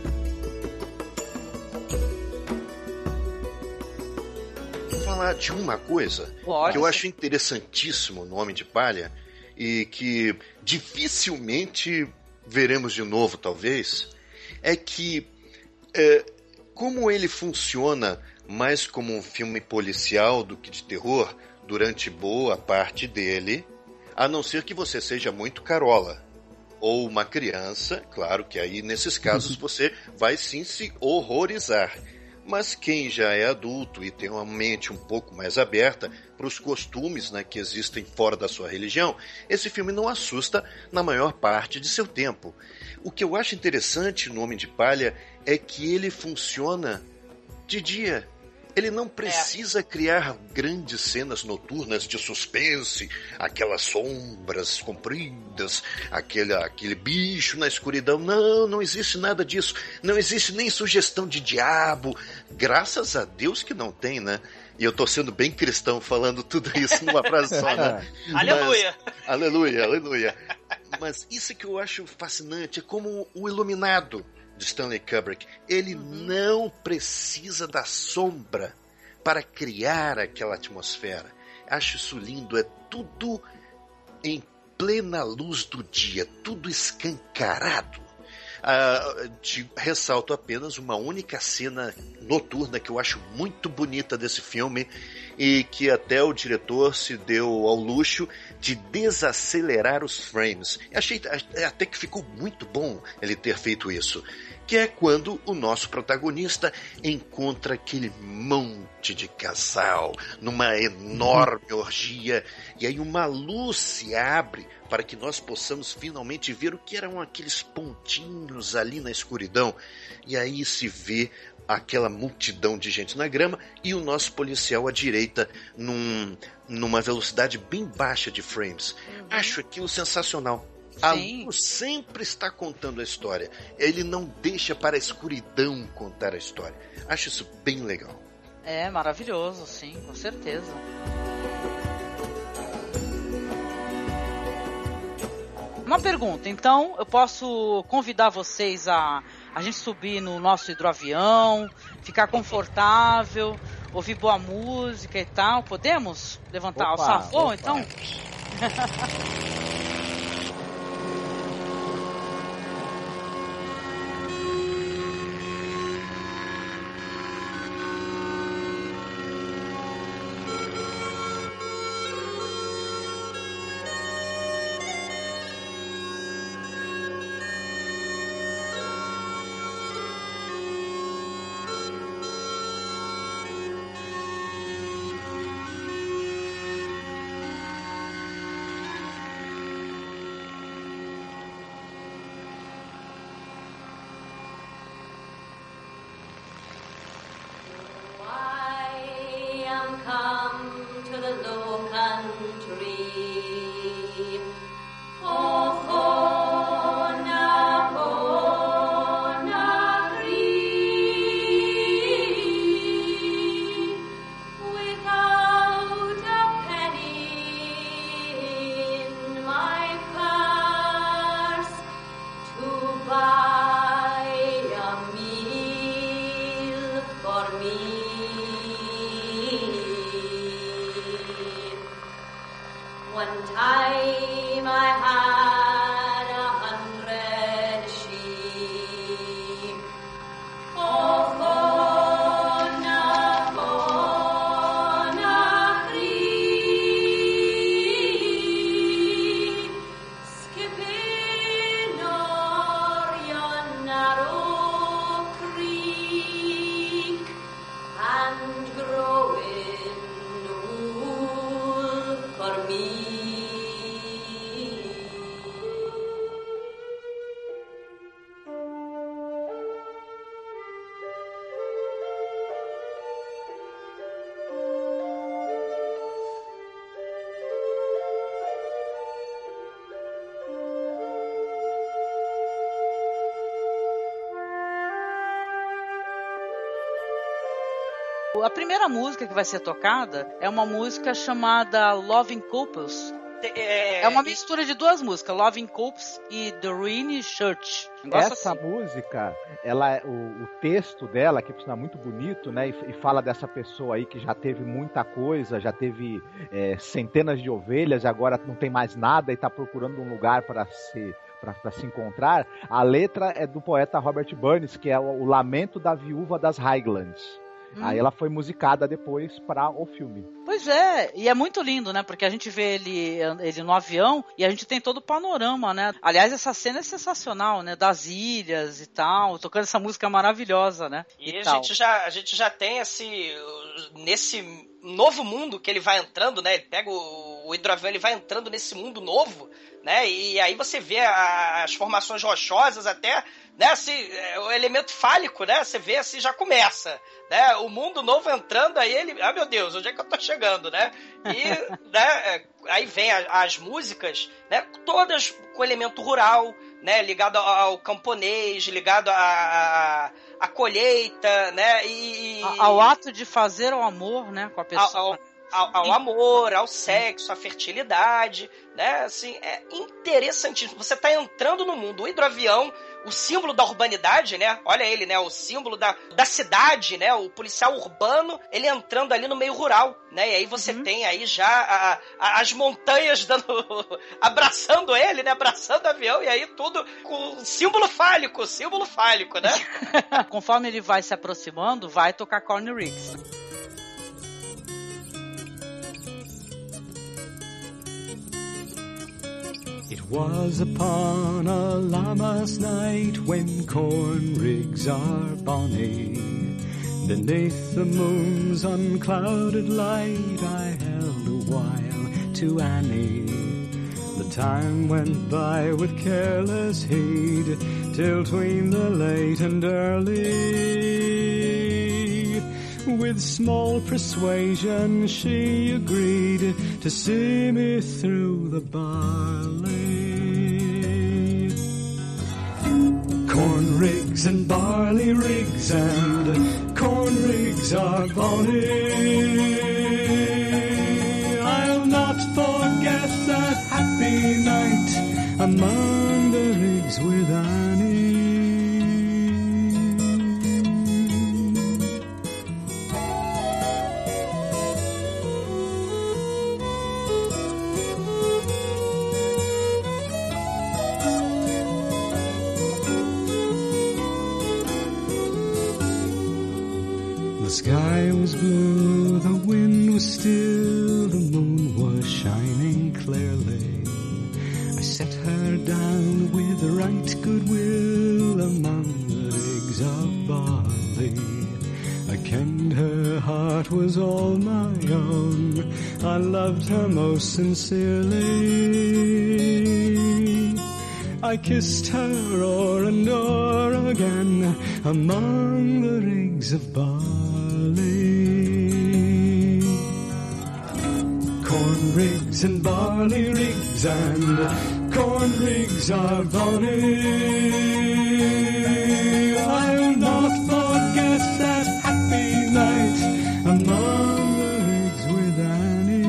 Falar de uma coisa Pode. que eu acho interessantíssimo no Homem de Palha e que dificilmente veremos de novo, talvez, é que é, como ele funciona mais como um filme policial do que de terror durante boa parte dele, a não ser que você seja muito carola ou uma criança, claro que aí nesses casos você vai sim se horrorizar. Mas quem já é adulto e tem uma mente um pouco mais aberta para os costumes, né, que existem fora da sua religião, esse filme não assusta na maior parte de seu tempo. O que eu acho interessante no Homem de Palha é que ele funciona de dia. Ele não precisa é. criar grandes cenas noturnas de suspense, aquelas sombras compridas, aquele, aquele bicho na escuridão. Não, não existe nada disso. Não existe nem sugestão de diabo. Graças a Deus que não tem, né? E eu tô sendo bem cristão falando tudo isso numa frase só, né? Mas, aleluia! Aleluia, aleluia. Mas isso que eu acho fascinante, é como o Iluminado de Stanley Kubrick. Ele não precisa da sombra para criar aquela atmosfera. Acho isso lindo, é tudo em plena luz do dia, tudo escancarado. Ah, te ressalto apenas uma única cena noturna que eu acho muito bonita desse filme e que até o diretor se deu ao luxo de desacelerar os frames. Achei até que ficou muito bom ele ter feito isso. que é quando o nosso protagonista encontra aquele monte de casal numa enorme orgia, e aí uma luz se abre para que nós possamos finalmente ver o que eram aqueles pontinhos ali na escuridão, e aí se vê aquela multidão de gente na grama e o nosso policial à direita num, numa velocidade bem baixa de frames. Uhum. Acho aquilo sensacional. A luz sempre está contando a história. Ele não deixa para a escuridão contar a história. Acho isso bem legal. É maravilhoso, sim, com certeza. Uma pergunta, então eu posso convidar vocês a a gente subir no nosso hidroavião, ficar confortável, ouvir boa música e tal. Podemos levantar o safão, então? A primeira música que vai ser tocada é uma música chamada Loving Couples. É, é uma mistura de duas músicas, Loving Couples e The Ruin Church. Essa assim. música, ela, o, o texto dela, que é muito bonito, né? E, e fala dessa pessoa aí que já teve muita coisa, já teve é, centenas de ovelhas, e agora não tem mais nada e está procurando um lugar para se... para se encontrar. A letra é do poeta Robert Burns, que é o, o Lamento da Viúva das Highlands. Hum. Aí ela foi musicada depois para o filme. Pois é, e é muito lindo, né? Porque a gente vê ele, ele no avião e a gente tem todo o panorama, né? Aliás, essa cena é sensacional, né? Das ilhas e tal, tocando essa música maravilhosa, né? E, e a, tal. Gente já, a gente já tem esse... Nesse novo mundo que ele vai entrando, né? Ele pega o, o hidroavião, ele vai entrando nesse mundo novo, né? E aí você vê a, as formações rochosas até... Né, assim, o elemento fálico, né? Você vê assim, já começa, né? O mundo novo entrando, aí ele, ah, meu Deus, onde é que eu tô chegando, né? E, né, aí vem a, as músicas, né? Todas com elemento rural, né? Ligado ao, ao camponês, ligado à, à colheita, né? E, ao ato de fazer o amor, né? Com a pessoa. Ao, ao, ao amor, ao sexo, à fertilidade, né? Assim, é interessantíssimo. Você tá entrando no mundo, o hidroavião, o símbolo da urbanidade, né? Olha ele, né? O símbolo da, da cidade, né? O policial urbano, ele entrando ali no meio rural, né? E aí você uhum. tem aí já a, a, as montanhas dando, abraçando ele, né? Abraçando o avião, e aí tudo com símbolo fálico, símbolo fálico, né? Conforme ele vai se aproximando, vai tocar Connie Riggs. It was upon a Lammas night when corn rigs are bonny. Beneath the moon's unclouded light I held a while to Annie. The time went by with careless heed till tween the late and early. With small persuasion she agreed to see me through the barley. Corn rigs and barley rigs and corn rigs are bonny. I'll not forget that happy night among the rigs with Annie. The sky was blue, the wind was still, the moon was shining clearly. I set her down with right goodwill among the rigs of barley. I kenned her heart was all my own, I loved her most sincerely. I kissed her o'er and o'er again among the rigs of barley. Corn rigs and barley rigs and corn rigs are bonny. I'll not forget that happy night among the rigs with Annie.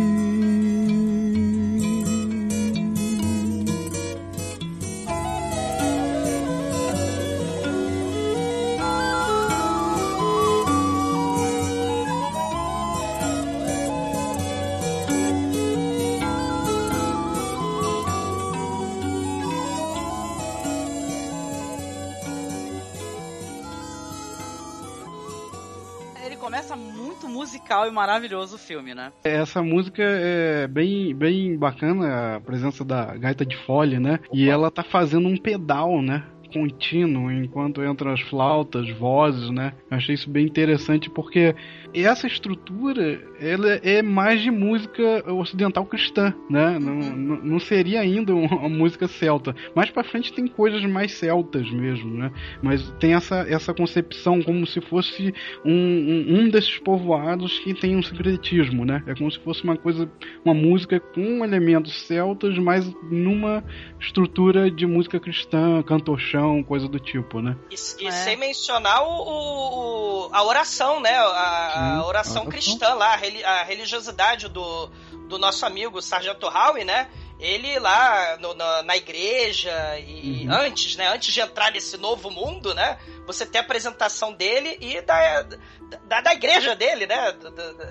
Começa muito musical e maravilhoso o filme, né? Essa música é bem, bem bacana, a presença da gaita de fole, né? E ela tá fazendo um pedal, né? Contínuo, enquanto entram as flautas, vozes, né? Eu achei isso bem interessante porque essa estrutura, ela é mais de música ocidental cristã, né? Não, não, não seria ainda uma música celta. Mais pra frente tem coisas mais celtas mesmo, né? Mas tem essa, essa concepção como se fosse um, um, um desses povoados que tem um secretismo, né? É como se fosse uma coisa, uma música com elementos celtas, mas numa estrutura de música cristã, cantochão, coisa do tipo, né? E, e é. sem mencionar o, o, a oração, né? A, a oração a cristã lá, a religiosidade do, do nosso amigo Sargento Howe, né? Ele lá no, na, na igreja e uhum. antes, né? Antes de entrar nesse novo mundo, né? Você tem a apresentação dele e da, da, da igreja dele, né? Da, da, da,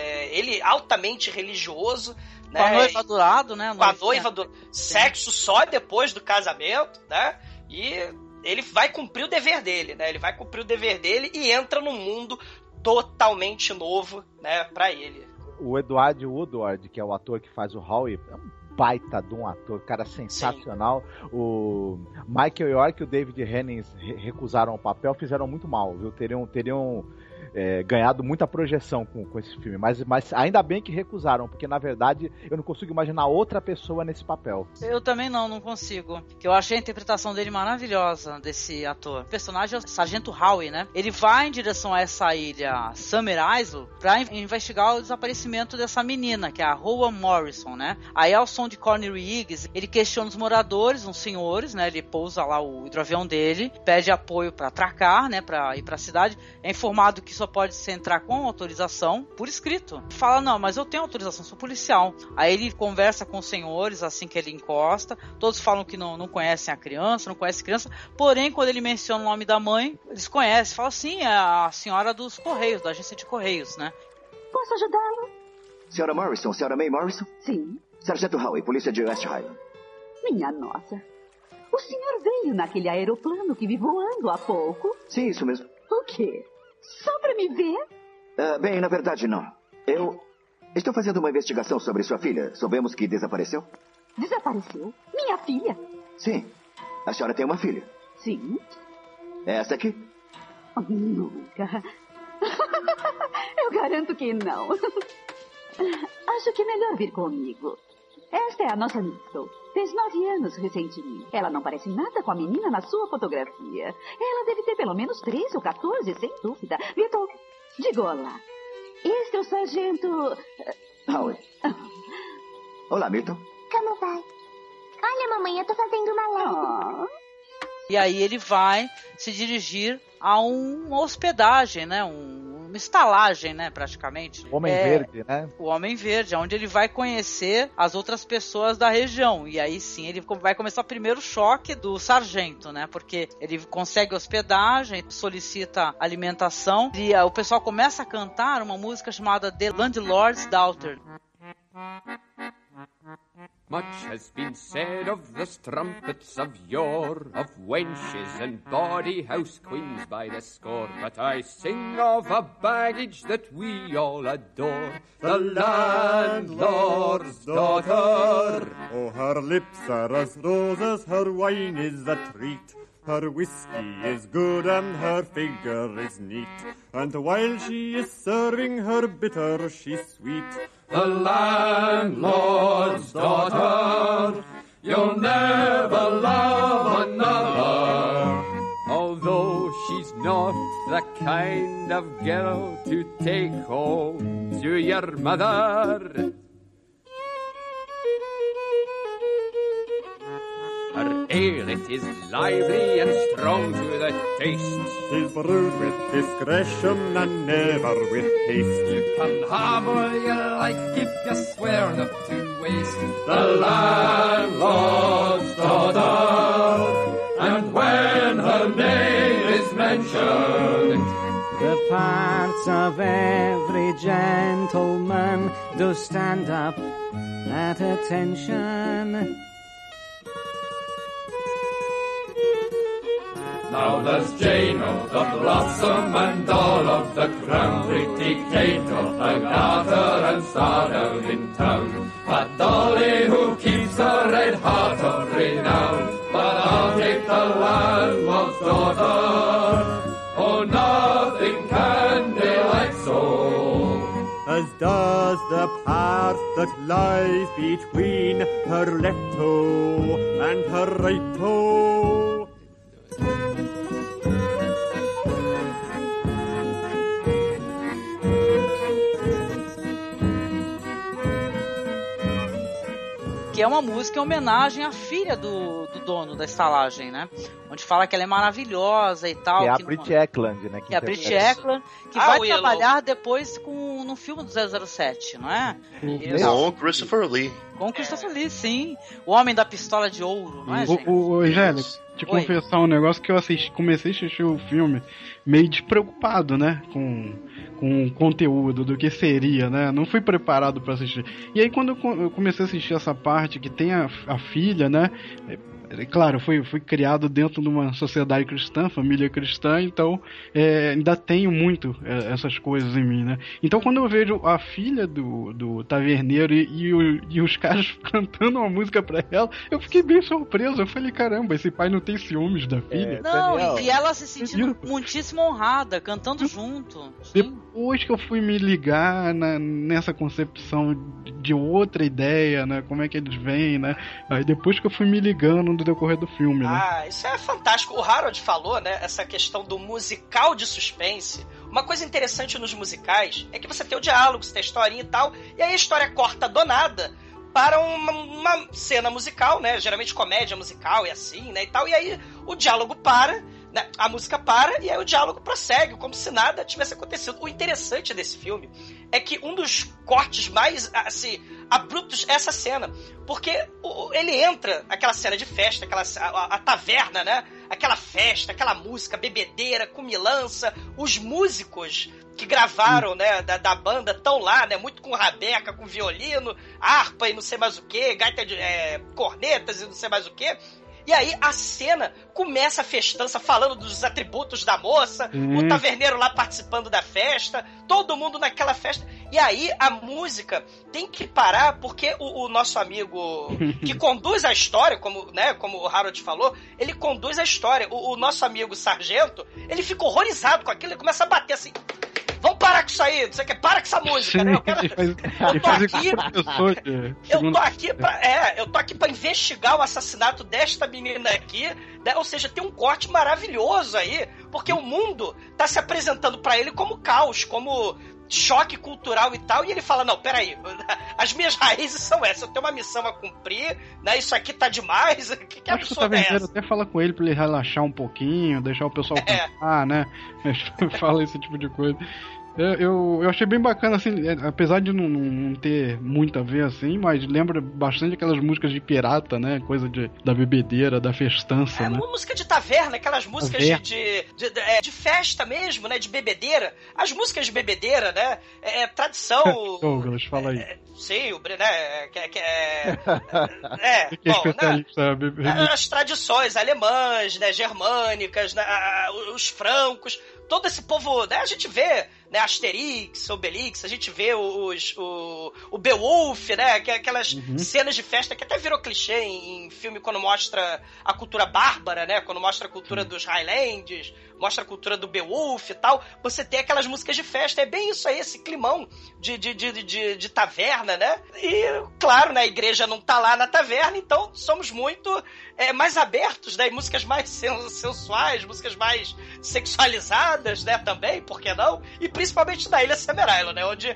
ele altamente religioso, né? Com a noiva do lado, né? Com a noiva do sexo só depois do casamento, né? E ele vai cumprir o dever dele, né? Ele vai cumprir o dever dele e entra num mundo totalmente novo, né, pra ele. O Edward Woodward, que é o ator que faz o Howie, é um baita de um ator, cara sensacional. Sim. O Michael York e o David Hennings recusaram o papel, fizeram muito mal, viu? Teriam, teriam é, ganhado muita projeção com, com esse filme, mas, mas ainda bem que recusaram, porque na verdade eu não consigo imaginar outra pessoa nesse papel. Eu também não, não consigo. Que eu achei a interpretação dele maravilhosa, desse ator. O personagem é o Sargento Howe, né? Ele vai em direção a essa ilha Summer Isle pra investigar o desaparecimento dessa menina, que é a Rowan Morrison, né? Aí ao som de Connie Riggs, ele questiona os moradores, uns senhores, né? Ele pousa lá o hidroavião dele, pede apoio pra atracar, né? Pra ir pra cidade. É informado que só pode se entrar com autorização por escrito. Fala, não, mas eu tenho autorização, sou policial. Aí ele conversa com os senhores assim que ele encosta. Todos falam que não, não conhecem a criança, não conhecem a criança. Porém, quando ele menciona o nome da mãe, eles conhecem. Fala, sim, é a senhora dos Correios, da agência de Correios, né? Posso ajudá-lo? Senhora Morrison, senhora May Morrison? Sim. Sargento Howe, polícia de West Highland. Minha nossa. O senhor veio naquele aeroplano que vi voando há pouco? Sim, isso mesmo. O quê? Só pra me ver? Uh, bem, na verdade, não. Eu estou fazendo uma investigação sobre sua filha. Soubemos que desapareceu? Desapareceu? Minha filha? Sim. A senhora tem uma filha? Sim. É essa aqui? Nunca. Eu garanto que não. Acho que é melhor vir comigo. Esta é a nossa Myrtle. Fez nove anos recentemente. Ela não parece nada com a menina na sua fotografia. Ela deve ter pelo menos treze ou quatorze, sem dúvida. Myrtle, diga olá. Este é o sargento... Howard. Olá, Myrtle. Como vai? Olha, mamãe, eu tô fazendo uma lágrima. Oh. E aí ele vai se dirigir a um, uma hospedagem, né? Um, uma estalagem, né? Praticamente. O Homem é, Verde, né? O Homem Verde, onde ele vai conhecer as outras pessoas da região. E aí sim, ele vai começar o primeiro choque do sargento, né? Porque ele consegue hospedagem, solicita alimentação. E o pessoal começa a cantar uma música chamada The Landlord's Daughter. Much has been said of the strumpets of yore, of wenches and bawdy house queens by the score, but I sing of a baggage that we all adore, the landlord's daughter. Oh, her lips are as roses, her wine is a treat. Her whiskey is good and her figure is neat, and while she is serving her bitter, she's sweet. The landlord's daughter, you'll never love another, although she's not the kind of girl to take home to your mother. Her ale, it is lively and strong to the taste. She's brewed with discretion and never with haste. You can have all you like if you swear not to waste. The landlord's daughter, and when her name is mentioned, the parts of every gentleman do stand up at attention. Now there's Jane of the Blossom and all of the crown, pretty Kate of the Garter and star down in town, but Dolly who keeps her red heart of renown. But I'll take the landlord's daughter, oh nothing can delight so, as does the part that lies between her left toe and her right toe. Que é uma música em homenagem à filha do, do dono da estalagem, né? Onde fala que ela é maravilhosa e tal. Que é a que Brit não... Eklund, né? Que, que é a Brit Eklund, que ah, vai trabalhar depois com, no filme do zero zero sete, não é? Com o Christopher Lee. Com o Christopher Lee, sim. O Homem da Pistola de Ouro, não é, gente? O, o, Angélico, te Oi. confessar um negócio que eu assisti, comecei a assistir o filme meio despreocupado, né? Com... com o conteúdo do que seria, né? Não fui preparado para assistir. E aí quando eu comecei a assistir essa parte que tem a, a filha, né? É, claro, fui, fui criado dentro de uma sociedade cristã, família cristã, então é, ainda tenho muito é, essas coisas em mim, né? Então quando eu vejo a filha do, do taverneiro e, e, o, e os caras cantando uma música pra ela, eu fiquei bem surpreso. Eu falei, caramba, esse pai não tem ciúmes da filha? É, não, Daniel, e ela se sentindo muitíssimo honrada, cantando junto. Depois que eu fui me ligar na, nessa concepção de outra ideia, né? Como é que eles vêm, né? Aí depois que eu fui me ligando no decorrer do filme, né? Ah, isso é fantástico. O Harold falou, né? Essa questão do musical de suspense. Uma coisa interessante nos musicais é que você tem o diálogo, você tem a historinha e tal, e aí a história corta do nada para uma, uma cena musical, né? Geralmente comédia musical e assim, né? E tal, e aí o diálogo para, né? A música para e aí o diálogo prossegue, como se nada tivesse acontecido. O interessante desse filme é que um dos cortes mais, assim, abruptos é essa cena, porque ele entra, aquela cena de festa, aquela, a, a taverna, né? Aquela festa, aquela música, bebedeira, cumilança, os músicos que gravaram, né, da, da banda estão lá, né, muito com rabeca, com violino, harpa e não sei mais o que, gaita de é, cornetas e não sei mais o que. E aí a cena começa a festança falando dos atributos da moça, hum. o taverneiro lá participando da festa, todo mundo naquela festa. E aí a música tem que parar porque o, o nosso amigo que conduz a história, como, né, como o Harold falou, ele conduz a história. O, o nosso amigo Sargento, ele fica horrorizado com aquilo, ele começa a bater assim... Vamos parar com isso aí, não sei o que, para com essa música, Sim, né? Eu, quero... faz, eu tô aqui. Eu tô aqui pra. É, eu tô aqui pra investigar o assassinato desta menina aqui, né? Ou seja, tem um corte maravilhoso aí, porque o mundo tá se apresentando pra ele como caos, como choque cultural e tal, e ele fala, não, peraí, as minhas raízes são essas, eu tenho uma missão a cumprir, né, isso aqui tá demais, que, que Acho que o taverneiro até fala com ele pra ele relaxar um pouquinho, deixar o pessoal é. cantar, né, fala esse tipo de coisa. Eu, eu, eu achei bem bacana, assim, apesar de não, não ter muito a ver, assim, mas lembra bastante aquelas músicas de pirata, né, coisa de, da bebedeira, da festança, é, né. Música de taverna, aquelas músicas de, de, de, de, de festa mesmo, né, de bebedeira. As músicas de bebedeira, né, é, é tradição... Douglas, fala aí. É, sim, o né, que, que é... É, que é bom, especialista, né, as tradições alemãs, né, germânicas, né, os francos... Todo esse povo, né, a gente vê, né, Asterix, Obelix, a gente vê os, o, o Beowulf, né, aquelas uhum. cenas de festa que até virou clichê em, em filme quando mostra a cultura bárbara, né, quando mostra a cultura dos Highlands, mostra a cultura do Beowulf e tal, você tem aquelas músicas de festa, é bem isso aí, esse climão de, de, de, de, de taverna, né, e claro, né, a igreja não tá lá na taverna, então somos muito é, mais abertos, né, e músicas mais sensuais, músicas mais sexualizadas, né, também, por que não? E principalmente na Ilha Semerai, né, onde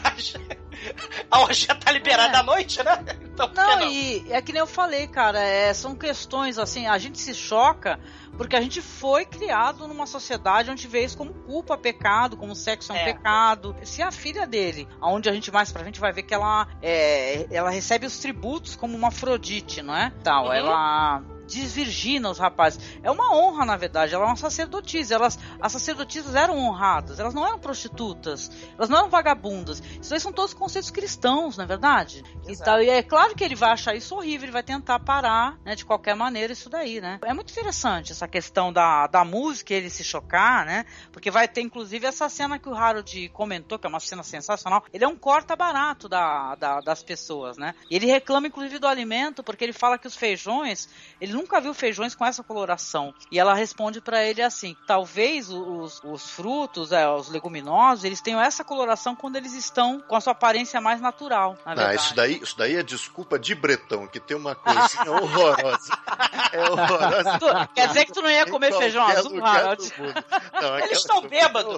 a, a orgia tá liberada é. à noite, né? Então, não, não, e é que nem eu falei, cara, é, são questões, assim, a gente se choca porque a gente foi criado numa sociedade onde vê isso como culpa, pecado, como sexo é um é. pecado. Se a filha dele, aonde a gente mais pra frente vai ver que ela, é, ela recebe os tributos como uma Afrodite, não é? Tal, uhum. ela... desvirgina os rapazes. É uma honra, na verdade. Ela é uma sacerdotisa. Elas, as sacerdotisas eram honradas. Elas não eram prostitutas. Elas não eram vagabundas. Isso aí são todos conceitos cristãos, não é verdade? Então, e é claro que ele vai achar isso horrível. Ele vai tentar parar, né, de qualquer maneira isso daí, né? É muito interessante essa questão da, da música, ele se chocar, né? Porque vai ter, inclusive, essa cena que o Harold comentou, que é uma cena sensacional. Ele é um corta barato da, da, das pessoas, né? E ele reclama, inclusive, do alimento, porque ele fala que os feijões... Ele nunca viu feijões com essa coloração. E ela responde pra ele assim, talvez os, os frutos, é, os leguminosos, eles tenham essa coloração quando eles estão com a sua aparência mais natural, na verdade. Ah, isso daí, isso daí é desculpa de bretão, que tem uma coisinha horrorosa. É horrorosa. Tu, quer dizer que tu não ia comer feijão azul, Harold? Não, eles estão bêbados.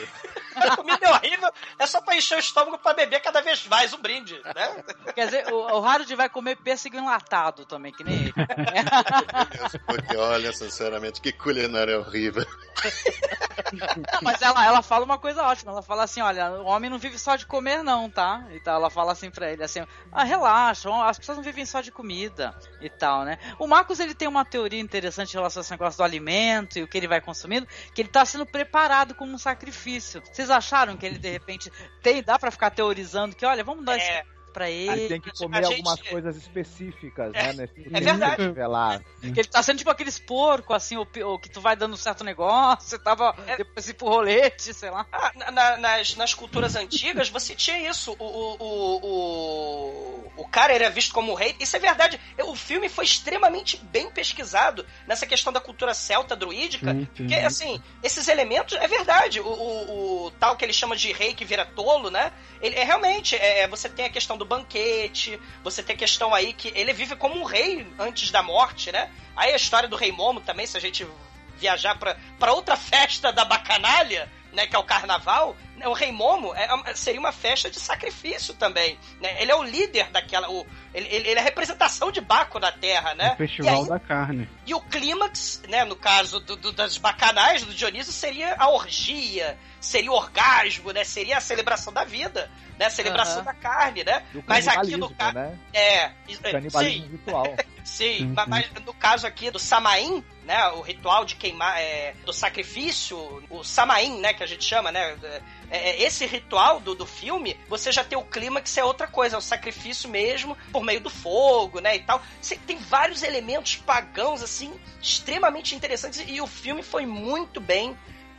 A comida é horrível, é só pra encher o estômago pra beber cada vez mais, um brinde, né? Quer dizer, o, o Harold vai comer pêssego enlatado também, que nem ele. Porque, olha, sinceramente, que culinária horrível. Não, mas ela, ela fala uma coisa ótima, ela fala assim, olha, o homem não vive só de comer não, tá? E tal, ela fala assim pra ele, assim, ah, relaxa, as pessoas não vivem só de comida e tal, né? O Marcos, ele tem uma teoria interessante em relação a esse negócio do alimento e o que ele vai consumindo, que ele tá sendo preparado como um sacrifício. Vocês acharam que ele, de repente, tem, dá pra ficar teorizando que, olha, vamos dar é. esse... pra ele. Ele tem que comer gente... algumas coisas específicas, é, né? Nesse é verdade. Revelar. Que ele tá sendo tipo aqueles porcos, assim, o, o que tu vai dando um certo negócio, você tava é. depois ir pro rolete, sei lá. Ah, na, nas, nas culturas antigas, você tinha isso. O, o, o, o, o cara era visto como rei. Isso é verdade. O filme foi extremamente bem pesquisado nessa questão da cultura celta, druídica. Sim, sim. Porque, assim, esses elementos, é verdade. O, o, o tal que ele chama de rei que vira tolo, né? Ele, é realmente, é, você tem a questão do banquete, você tem a questão aí que ele vive como um rei antes da morte, né? Aí a história do Rei Momo também, se a gente viajar pra, pra outra festa da bacanalha, né, que é o carnaval, né, o Rei Momo é, seria uma festa de sacrifício também, né? Ele é o líder daquela... O, ele, ele é a representação de Baco na Terra, né? O festival aí, da carne. E o clímax, né, no caso do, do, das bacanais do Dionísio, seria a orgia, seria o orgasmo, né? Seria a celebração da vida, né? A celebração uhum. da carne, né? Mas aqui no caso... Né? É... Canibalismo sim. ritual. Sim, sim, mas no caso aqui do Samaim, né, o ritual de queimar, é, do sacrifício, o Samaim, né, que a gente chama, né, é, esse ritual do, do filme, você já tem o clímax, é outra coisa, é o sacrifício mesmo, por meio do fogo, né, e tal. Você tem vários elementos pagãos, assim, extremamente interessantes, e o filme foi muito bem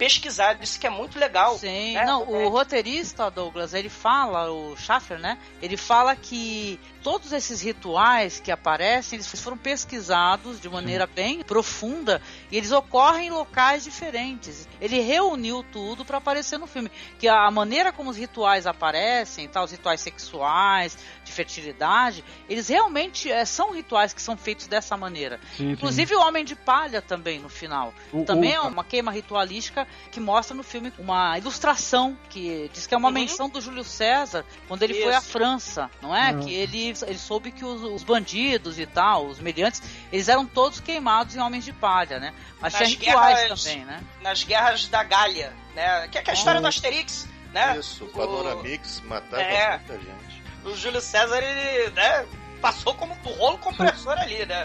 pesquisado, isso que é muito legal. Sim, né? não, é. o roteirista, Douglas, ele fala, o Schaffer, né? Ele fala que todos esses rituais que aparecem, eles foram pesquisados de maneira bem profunda e eles ocorrem em locais diferentes. Ele reuniu tudo para aparecer no filme. Que a maneira como os rituais aparecem, tá, os rituais sexuais, de fertilidade, eles realmente é, são rituais que são feitos dessa maneira. Sim, inclusive sim. O Homem de Palha também, no final. O, também o... é uma queima ritualística que mostra no filme uma ilustração que diz que é uma uhum. menção do Júlio César quando ele Isso. foi à França, não é? Uhum. Que ele, ele soube que os, os bandidos e tal, os meliantes, eles eram todos queimados em Homens de Palha, né? Mas nas tinha rituais guerras, também, né? Nas guerras da Gália, né? Que é, que é a história oh. do Asterix, né? Isso, o Panoramix matava é, muita gente. O Júlio César, ele, né, passou como um rolo compressor ali, né?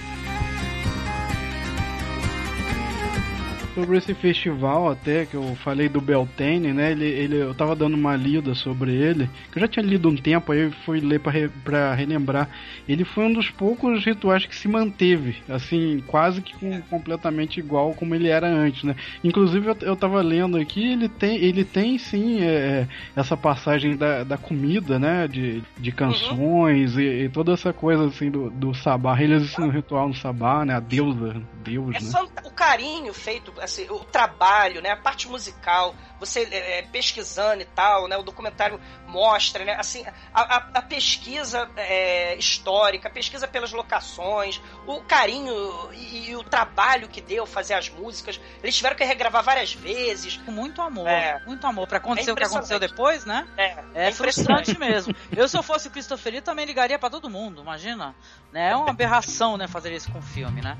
Sobre esse festival até, que eu falei do Beltane, né, ele, ele, eu tava dando uma lida sobre ele, que eu já tinha lido um tempo, aí eu fui ler pra, re, pra relembrar. Ele foi um dos poucos rituais que se manteve, assim, quase que com, completamente igual como ele era antes, né. Inclusive, eu, eu tava lendo aqui, ele tem, ele tem sim, é, essa passagem da, da comida, né, de, de canções uhum. e, e toda essa coisa, assim, do, do sabá. Eles ensinam o ritual no sabá, né, a deusa, Deus, é né. Fant- o carinho feito... Assim, o trabalho, né, a parte musical, você é, pesquisando e tal, né, o documentário mostra, né, assim, a, a, a pesquisa é, histórica, a pesquisa pelas locações, o carinho e, e o trabalho que deu fazer as músicas. Eles tiveram que regravar várias vezes. Com muito amor, é. muito amor. Pra acontecer é o que aconteceu depois, né? É, é, é frustrante mesmo. Eu, se eu fosse o Christopher Lee, também ligaria pra todo mundo, imagina. Né? É uma aberração, né, fazer isso com o filme, né?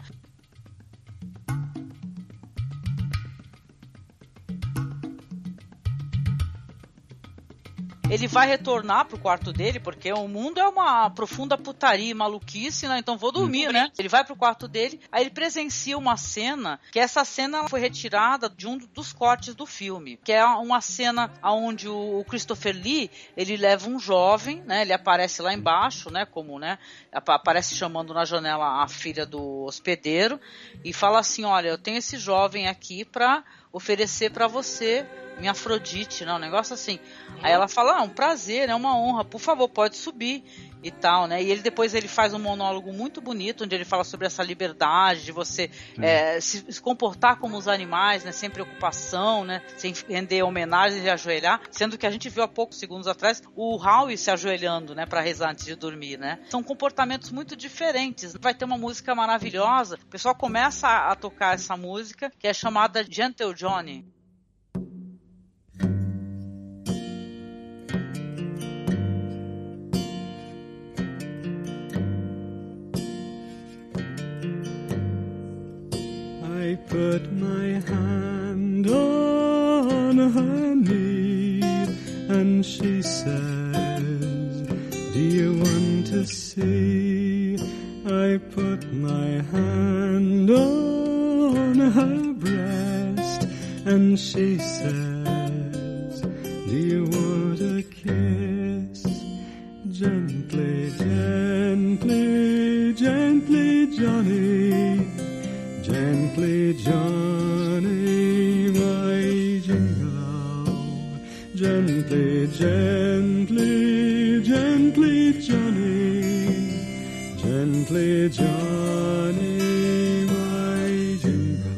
Ele vai retornar pro quarto dele, porque o mundo é uma profunda putaria e maluquice, né? Então vou dormir, né? Ele vai pro quarto dele, aí ele presencia uma cena, que essa cena foi retirada de um dos cortes do filme, que é uma cena onde o Christopher Lee, ele leva um jovem, né? Ele aparece lá embaixo, né? Como, né? Aparece chamando na janela a filha do hospedeiro e fala assim, olha, eu tenho esse jovem aqui pra oferecer pra você minha Afrodite, né? Um negócio assim. Uhum. Aí ela fala, ah, um prazer, é uma honra, por favor, pode subir e tal, né? E ele depois ele faz um monólogo muito bonito, onde ele fala sobre essa liberdade de você uhum. é, se, se comportar como os animais, né? Sem preocupação, né? Sem render homenagens e ajoelhar, sendo que a gente viu há poucos segundos atrás o Howie se ajoelhando, né? Pra rezar antes de dormir, né? São comportamentos muito diferentes. Vai ter uma música maravilhosa, o pessoal começa a, a tocar essa música, que é chamada Gentle Johnny. I put my hand on her knee and she says, do you want to see? I put my hand on her breast and she says, do you want a kiss? Gently, gently, gently, Johnny. Gently, Johnny, my jingle. Gently, gently, gently, Johnny. Gently, Johnny, my jingle.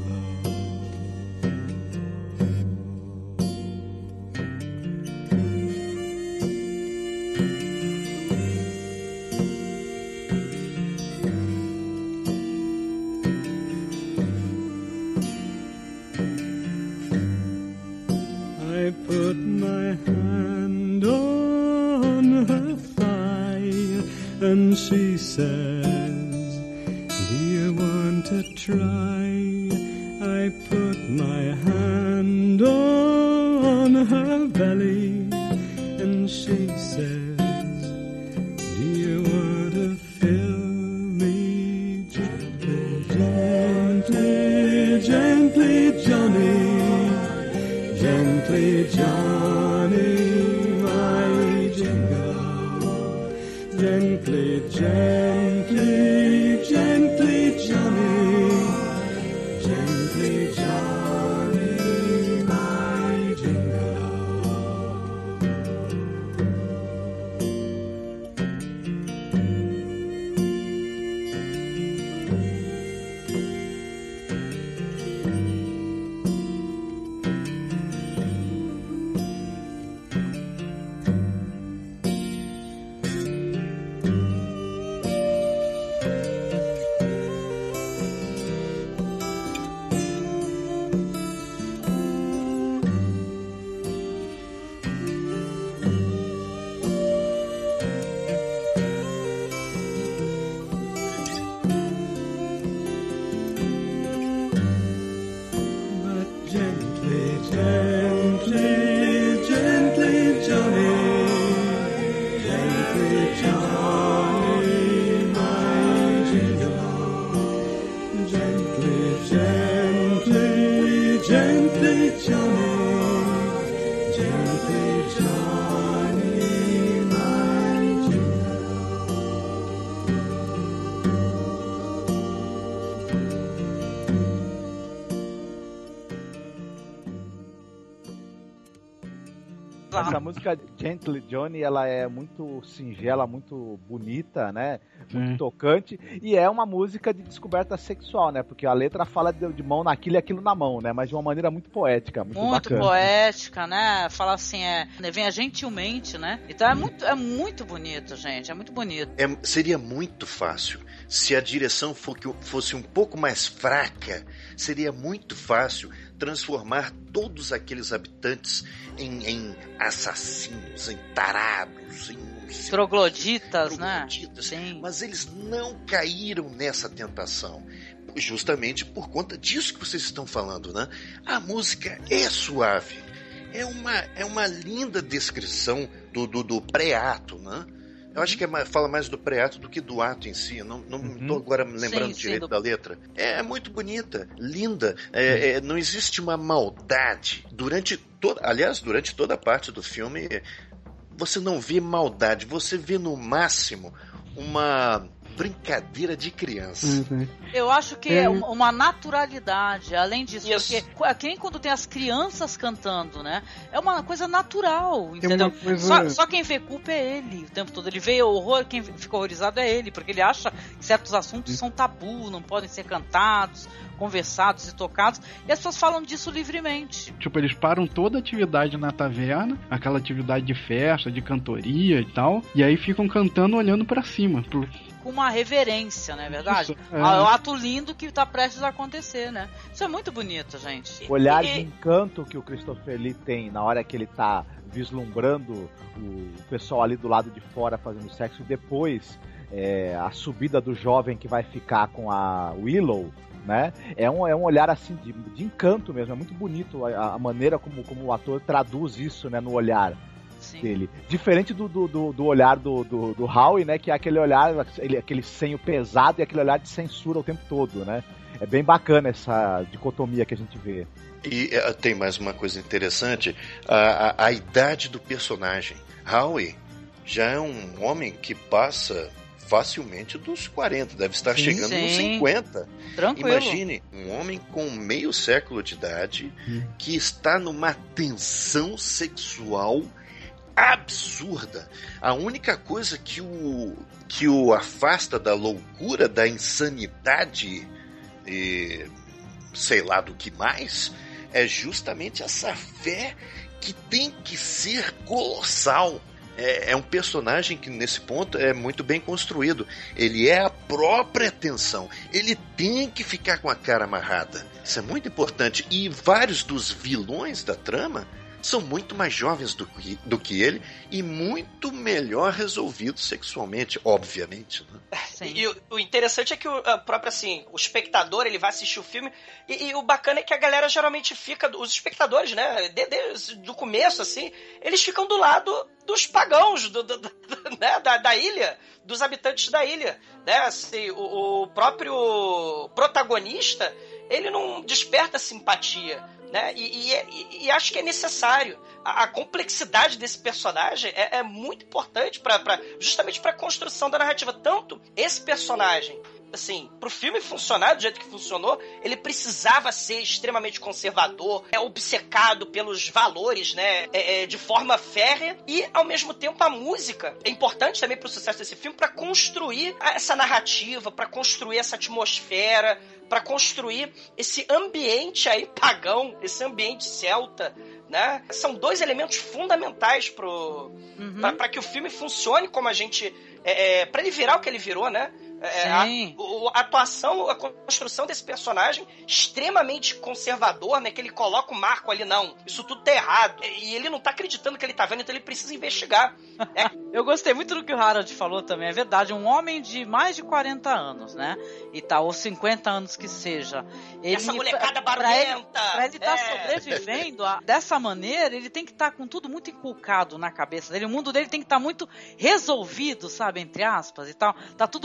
I put my hand on her thigh and she says, do you want to try? I put my hand on her belly and she says, do you want to fill me gently, gently, gently, Johnny? Gently, Johnny, my jingle. Gently, gently, gently, Johnny. Gently, Johnny, Essa música Gently Johnny, ela é muito singela, muito bonita, né? Muito hum. tocante. E é uma música de descoberta sexual, né? Porque a letra fala de, de mão naquilo e aquilo na mão, né? Mas de uma maneira muito poética, muito, muito bacana. poética, né? Fala assim, é, venha gentilmente, né? Então é muito, é muito bonito, gente. É muito bonito. É, seria muito fácil. Se a direção fosse um pouco mais fraca, seria muito fácil transformar todos aqueles habitantes em, em assassinos, em tarados, em trogloditas, trogloditas, né? Sim. Mas eles não caíram nessa tentação. Justamente por conta disso que vocês estão falando, né? A música é suave. É uma, é uma linda descrição do, do, do pré-ato, né? Eu acho que é, fala mais do pré-ato do que do ato em si. Eu não estou uhum. agora me lembrando sim, direito sim, do... da letra. É muito bonita, linda. É, é, não existe uma maldade. Durante toda, aliás, durante toda a parte do filme, você não vê maldade. Você vê, no máximo, uma brincadeira de criança. Uhum. Eu acho que é uma naturalidade, além disso, Isso. porque que nem quando tem as crianças cantando, né? É uma coisa natural, entendeu? Coisa... Só, só quem vê culpa é ele o tempo todo. Ele vê horror, quem fica horrorizado é ele, porque ele acha que certos assuntos são tabu, não podem ser cantados, conversados e tocados, e as pessoas falam disso livremente. Tipo, eles param toda a atividade na taverna, aquela atividade de festa, de cantoria e tal, e aí ficam cantando olhando pra cima, pro... com uma reverência, não é verdade? Isso, é. é um ato lindo que está prestes a acontecer, né? Isso é muito bonito, gente. O olhar e... de encanto que o Christopher Lee tem na hora que ele tá vislumbrando o pessoal ali do lado de fora fazendo sexo, e depois é, a subida do jovem que vai ficar com a Willow, né? É um, é um olhar assim de, de encanto mesmo, é muito bonito a, a maneira como, como o ator traduz isso, né, no olhar. Sim. Dele. Diferente do, do, do, do olhar do, do, do Howie, né? Que é aquele olhar, aquele senho pesado e aquele olhar de censura o tempo todo, né? É bem bacana essa dicotomia que a gente vê. E uh, tem mais uma coisa interessante, a, a, a idade do personagem. Howie já é um homem que passa facilmente dos quarenta, deve estar sim, chegando sim. nos cinquenta. Tranquilo. Imagine um homem com meio século de idade hum. que está numa tensão sexual absurda. A única coisa que o, que o afasta da loucura, da insanidade e sei lá do que mais, é justamente essa fé que tem que ser colossal. É, é um personagem que nesse ponto é muito bem construído. Ele é a própria tensão. Ele tem que ficar com a cara amarrada. Isso é muito importante. E vários dos vilões da trama são muito mais jovens do que, do que ele e muito melhor resolvidos sexualmente, obviamente. Né? Sim. E o, o interessante é que o a próprio, assim, o espectador ele vai assistir o filme e, e o bacana é que a galera geralmente fica, os espectadores, né, desde do começo, assim, eles ficam do lado dos pagãos do, do, do, né, da, da ilha, dos habitantes da ilha. Né? Assim, o, o próprio protagonista, ele não desperta simpatia. Né? E, e, e acho que é necessário. A, a complexidade desse personagem é, é muito importante pra, pra, justamente para a construção da narrativa. Tanto esse personagem, assim, pro filme funcionar do jeito que funcionou, ele precisava ser extremamente conservador, é obcecado pelos valores, né, é, é, de forma férrea, e ao mesmo tempo a música é importante também pro sucesso desse filme para construir essa narrativa, para construir essa atmosfera, para construir esse ambiente aí pagão, esse ambiente celta, né? São dois elementos fundamentais pro, uhum. para que o filme funcione como a gente... É, é, para ele virar o que ele virou, né? É, a, a atuação, a construção desse personagem extremamente conservador, né? Que ele coloca o marco ali, não, isso tudo tá errado. E ele não tá acreditando que ele tá vendo, então ele precisa investigar. É. Eu gostei muito do que o Harold falou também, é verdade. Um homem de mais de quarenta anos, né? E tá, ou cinquenta anos que seja. Ele, Essa molecada pra, barulhenta. Pra ele estar é. tá sobrevivendo a, dessa maneira, ele tem que estar tá com tudo muito inculcado na cabeça dele. O mundo dele tem que estar tá muito resolvido, sabe? Entre aspas e tal. Tá tudo muito sério.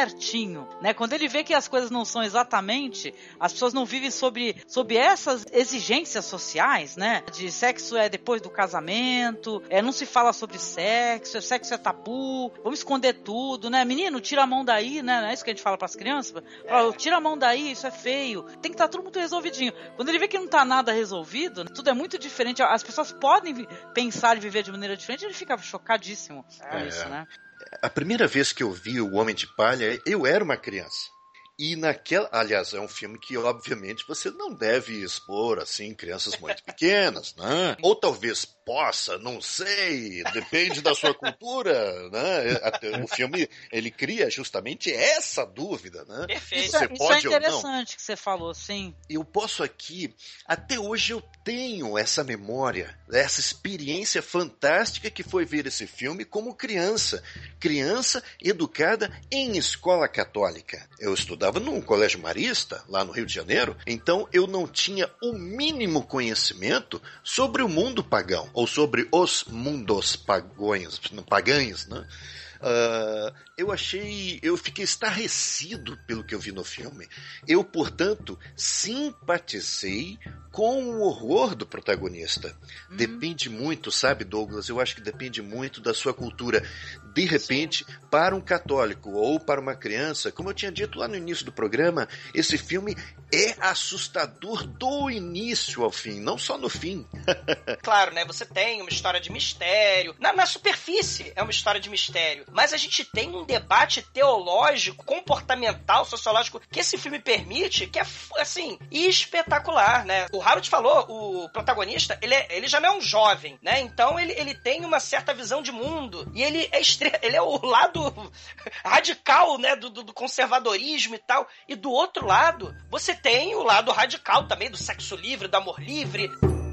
certinho, né? Quando ele vê que as coisas não são exatamente, as pessoas não vivem sobre, sobre essas exigências sociais, né? De sexo é depois do casamento, é, não se fala sobre sexo, sexo é tabu, vamos esconder tudo, né? Menino, tira a mão daí, né? Não é isso que a gente fala pras crianças? Fala, tira a mão daí, isso é feio. Tem que estar tudo muito resolvidinho. Quando ele vê que não tá nada resolvido, tudo é muito diferente, as pessoas podem pensar e viver de maneira diferente, ele fica chocadíssimo com É. isso, né? A primeira vez que eu vi O Homem de Palha, eu era uma criança. E naquela... Aliás, é um filme que, obviamente, você não deve expor, assim, crianças muito pequenas, né? Ou talvez possa, não sei, depende da sua cultura, né? Até o filme, ele cria justamente essa dúvida, né? Perfeito. Você Isso, pode isso é ou não. interessante que você falou, sim. Eu posso aqui, até hoje eu tenho essa memória, essa experiência fantástica que foi ver esse filme como criança. Criança educada em escola católica. Eu estudava num colégio marista, lá no Rio de Janeiro, então eu não tinha o mínimo conhecimento sobre o mundo pagão, ou sobre os mundos pagões, pagães, né? Uh, eu achei, eu fiquei estarrecido pelo que eu vi no filme. Eu, portanto, simpatizei com o horror do protagonista. Uhum. Depende muito, sabe, Douglas? Eu acho que depende muito da sua cultura. De repente, Sim. para um católico ou para uma criança, como eu tinha dito lá no início do programa, esse filme é assustador do início ao fim, não só no fim. Claro, né? Você tem uma história de mistério. Na, na superfície é uma história de mistério. Mas a gente tem um debate teológico, comportamental, sociológico que esse filme permite, que é, assim, espetacular, né? O Harold falou, o protagonista, ele, é, ele já não é um jovem, né? Então ele, ele tem uma certa visão de mundo. E ele é, estre... ele é o lado radical, né? Do, do conservadorismo e tal. E do outro lado, você tem o lado radical também do sexo livre, do amor livre.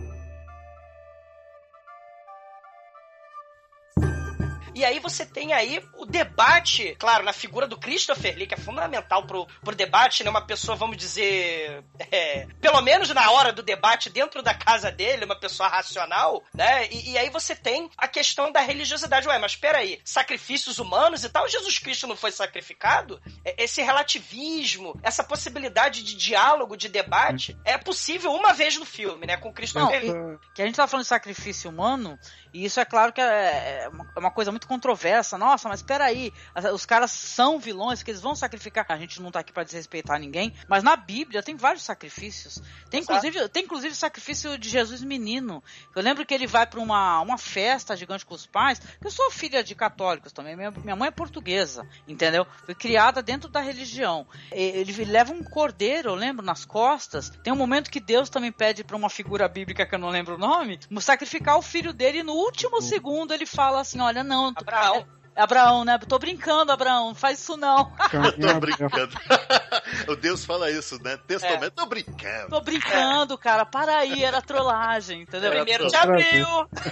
E aí você tem aí o debate, claro, na figura do Christopher Lee, que é fundamental pro, pro debate, né? Uma pessoa, vamos dizer, é, pelo menos na hora do debate, dentro da casa dele, uma pessoa racional, né? E, e aí você tem a questão da religiosidade. Ué, mas peraí, sacrifícios humanos e tal, Jesus Cristo não foi sacrificado? Esse relativismo, essa possibilidade de diálogo, de debate, é possível uma vez no filme, né? Com Christopher Lee. Que a gente tá falando de sacrifício humano, e isso é claro que é uma coisa muito controversa. Nossa, mas peraí, os caras são vilões, que eles vão sacrificar. A gente não tá aqui pra desrespeitar ninguém, mas na Bíblia tem vários sacrifícios. Tem inclusive, tem inclusive sacrifício de Jesus menino. Eu lembro que ele vai pra uma, uma festa gigante com os pais, que eu sou filha de católicos também, minha, minha mãe é portuguesa, entendeu? Foi criada dentro da religião. Ele leva um cordeiro, eu lembro, nas costas. Tem um momento que Deus também pede pra uma figura bíblica que eu não lembro o nome, sacrificar o filho dele, e no último uhum. segundo ele fala assim, olha, não... Abraão. É, Abraão, né? Tô brincando, Abraão, não faz isso não. Tô brincando. O Deus fala isso, né? Textualmente, é. tô brincando. Tô brincando, cara, para aí, era trollagem, entendeu? Primeiro de abril.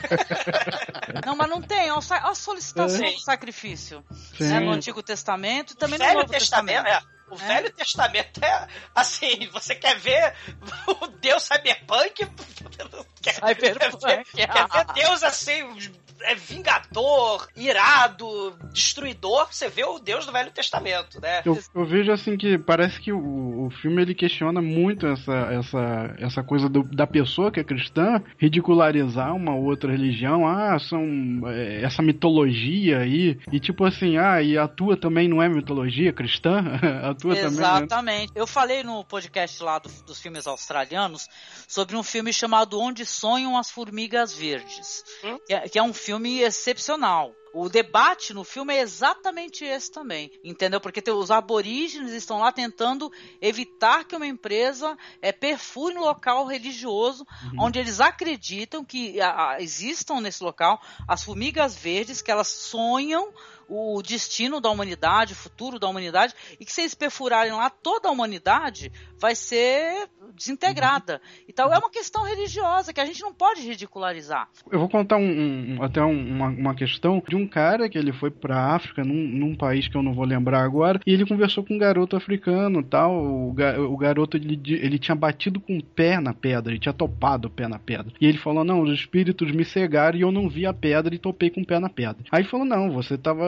Não, mas não tem, olha a solicitação é. do sacrifício. Né? No Antigo Testamento e também no Velho Novo Testamento. Testamento. É. O é. Velho Testamento é assim, você quer ver o Deus cyberpunk? Quer, cyberpunk. Quer, ver, quer ver Deus assim, é vingador, irado, destruidor? Você vê o Deus do Velho Testamento, né? Eu, eu vejo assim que parece que o, o filme ele questiona muito essa, essa, essa coisa do, da pessoa que é cristã ridicularizar uma outra religião. Ah, são é, essa mitologia aí. E tipo assim, ah, e a tua também não é mitologia cristã? A tua Exatamente. Também, né? Eu falei no podcast lá do, dos filmes australianos sobre um filme chamado Onde Sonham as Formigas Verdes, hum? que, é, que é um filme excepcional. O debate no filme é exatamente esse também, entendeu? Porque tem, os aborígenes estão lá tentando evitar que uma empresa é, perfure um local religioso, uhum. onde eles acreditam que a, a, existam nesse local as formigas verdes, que elas sonham o destino da humanidade, o futuro da humanidade, e que se eles perfurarem lá, toda a humanidade vai ser desintegrada. Então é uma questão religiosa que a gente não pode ridicularizar. Eu vou contar um, um, até um, uma, uma questão de um cara que ele foi pra África, num, num país que eu não vou lembrar agora, e ele conversou com um garoto africano, tal. O, o garoto, ele, ele tinha batido com o pé na pedra, ele tinha topado o pé na pedra. E ele falou, não, os espíritos me cegaram e eu não vi a pedra e topei com o pé na pedra. Aí ele falou, não, você tava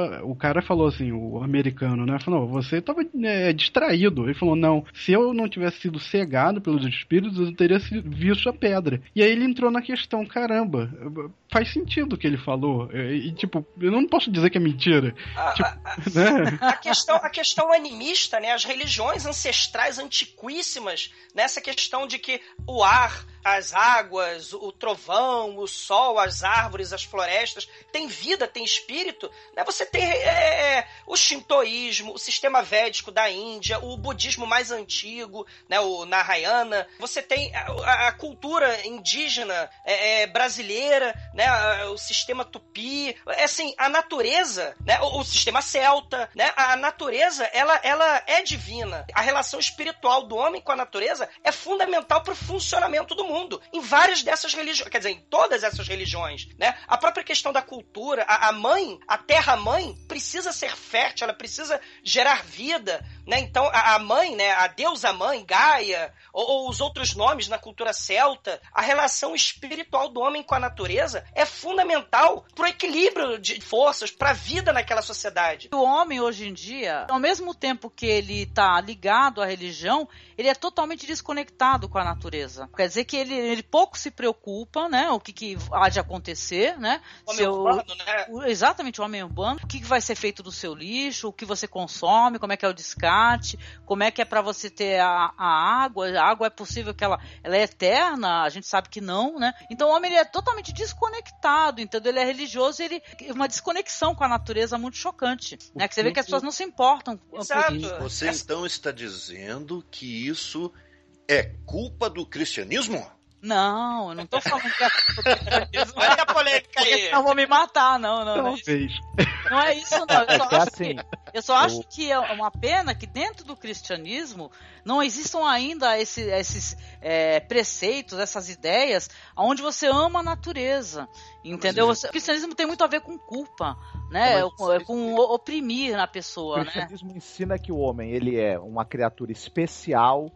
o cara falou assim, o americano, né? Falou, você tava é, distraído. Ele falou, não, se eu não tivesse sido cegado pelos espíritos, eu teria visto a pedra. E aí ele entrou na questão, caramba, faz sentido o que ele falou. E, e tipo, eu não posso dizer que é mentira. A, tipo, a, né? a, questão, a questão animista, né? As religiões ancestrais antiquíssimas, nessa questão de que o ar, as águas, o trovão, o sol, as árvores, as florestas, tem vida, tem espírito, né? Você tem é, o shintoísmo, o sistema védico da Índia, o budismo mais antigo, né? O Narayana, você tem a, a cultura indígena é, é, brasileira, né? O sistema tupi, é assim, a natureza, né? O, o sistema celta, né? A natureza, ela, ela é divina. A relação espiritual do homem com a natureza é fundamental para o funcionamento do mundo, em várias dessas religiões, quer dizer, em todas essas religiões, né? A própria questão da cultura, a, a mãe, a terra-mãe precisa ser fértil, ela precisa gerar vida, né? Então, a, a mãe, né? A deusa mãe, Gaia, ou, ou os outros nomes na cultura celta, a relação espiritual do homem com a natureza é fundamental para o equilíbrio de forças, para a vida naquela sociedade. O homem, hoje em dia, ao mesmo tempo que ele está ligado à religião, ele é totalmente desconectado com a natureza. Quer dizer que ele, ele pouco se preocupa, né? O que, que há de acontecer, né? O homem urbano, né? O, exatamente, o homem urbano. O que, que vai ser feito do seu lixo, o que você consome, como é que é o descarte, como é que é para você ter a, a água. A água é possível que ela, ela é eterna, a gente sabe que não, né? Então o homem ele é totalmente desconectado, entendeu? Ele é religioso e ele uma desconexão com a natureza muito chocante, né? Que você vê que as pessoas não se importam com isso. Você então está dizendo que isso é culpa do cristianismo? Não, eu não tô falando que é culpa do cristianismo. Olha a polêmica aí. Não vou me matar, não, não. Não, não, é isso. Não é isso, não. Eu só é acho, assim, que, eu só acho que é uma pena que dentro do cristianismo não existam ainda esse, esses é, preceitos, essas ideias, onde você ama a natureza, entendeu? Você, o cristianismo tem muito a ver com culpa, né? Com, com oprimir na pessoa, né? O cristianismo ensina que o homem ele é uma criatura especial,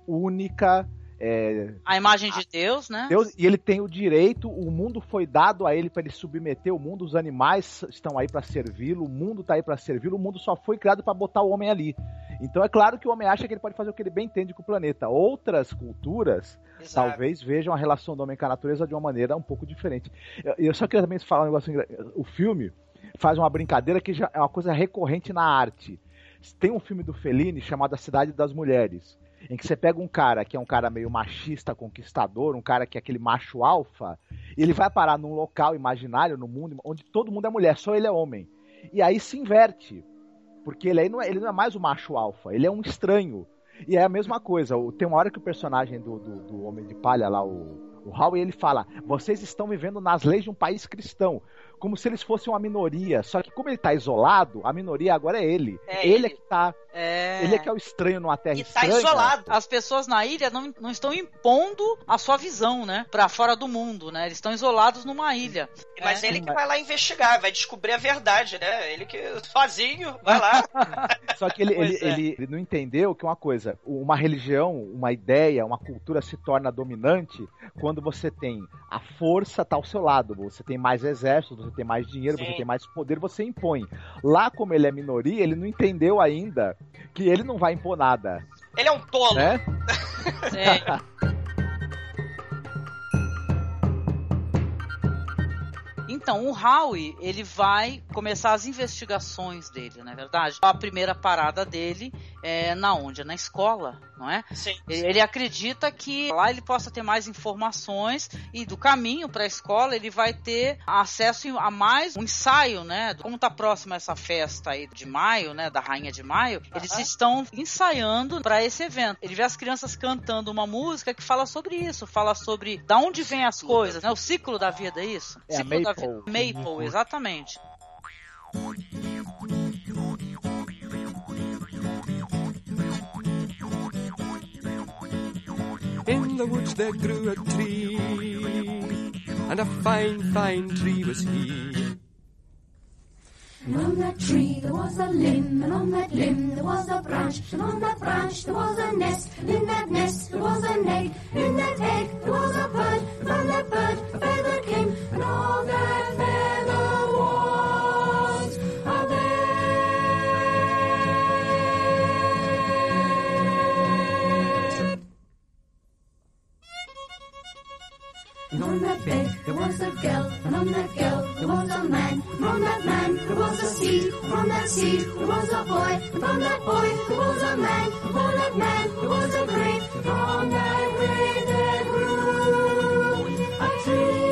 única. É, a imagem de Deus, né? Deus, e ele tem o direito, o mundo foi dado a ele para ele submeter o mundo, os animais estão aí para servi-lo, o mundo está aí para servi-lo, o mundo só foi criado para botar o homem ali. Então é claro que o homem acha que ele pode fazer o que ele bem entende com o planeta. Outras culturas, exato, talvez vejam a relação do homem com a natureza de uma maneira um pouco diferente. Eu, eu só queria também falar um negócio, o filme faz uma brincadeira que já é uma coisa recorrente na arte. Tem um filme do Fellini chamado A Cidade das Mulheres, em que você pega um cara que é um cara meio machista, conquistador, um cara que é aquele macho alfa, e ele vai parar num local imaginário no mundo onde todo mundo é mulher, só ele é homem. E aí se inverte, porque ele aí não é, ele não é mais o macho alfa, ele é um estranho. E é a mesma coisa, tem uma hora que o personagem do, do, do Homem de Palha lá, o, o Howie, ele fala, vocês estão vivendo nas leis de um país cristão, como se eles fossem uma minoria, só que como ele tá isolado, a minoria agora é ele. É ele, ele. é que tá... É... Ele é que é o estranho numa terra e estranha. Tá isolado. As pessoas na ilha não, não estão impondo a sua visão, né? Pra fora do mundo, né? Eles estão isolados numa ilha. Mas é. ele que vai lá investigar, vai descobrir a verdade, né? Ele que sozinho vai lá. Só que ele, ele, é. ele, ele não entendeu que uma coisa, uma religião, uma ideia, uma cultura se torna dominante quando você tem a força tá ao seu lado, você tem mais exército, você tem mais dinheiro, Sim. você tem mais poder, você impõe. Lá, como ele é minoria, ele não entendeu ainda que ele não vai impor nada. Ele é um tolo. Né? É. Então, o Howie, ele vai começar as investigações dele, não é verdade? A primeira parada dele é na onde? É na escola, não é? Sim, ele, sim. ele acredita que lá ele possa ter mais informações e do caminho para a escola ele vai ter acesso a mais um ensaio, né? Como tá próximo a essa festa aí de maio, né? Da Rainha de Maio, uh-huh. eles estão ensaiando para esse evento. Ele vê as crianças cantando uma música que fala sobre isso, fala sobre da onde vêm as coisas, né? O ciclo da vida, é isso? É ciclo a Maple. Da vida. Maple, exatamente. In the woods there grew a tree, and a fine, fine tree was he. And on that tree there was a limb, and on that limb there was a branch, and on that branch there was a nest, and in that nest there was an egg, in that egg there was a bird, and from that bird a feather came, and all that feather was a On that bed there was a girl, and on that girl there was a man, and on that man there was a seed, and on that seed there was a boy, and on that boy there was a man, and on that man there was a grave, and on that grave there grew a tree.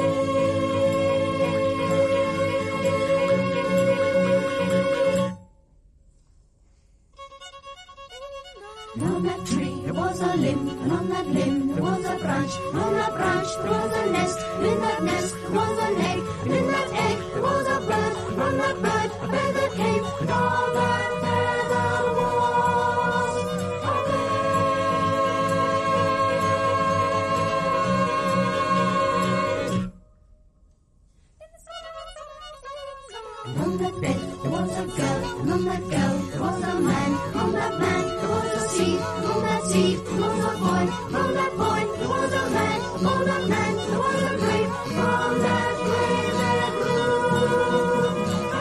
And on that tree there was a limb, and on that limb there was a branch, and on that branch there was a nest, and in that nest there was an egg, and in that egg there was a bird, and on that bird a feather came, and on that feather was a bed. And on that bed there was a girl, and on that girl there was a man, and on that man there was a seed, and on that seed there was a boy, and on that boy there was a man, and on that man there was a grave, and on that grave there grew a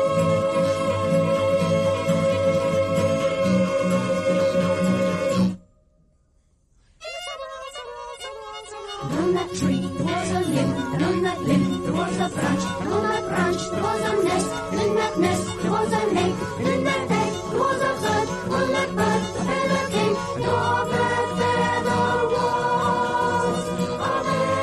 tree. And on that tree there was a limb, and on that limb there was a branch, and on that branch there was a nest, and in that nest there was an egg, and in that egg there was a bird, and on that bird a feather came, and on that feather was a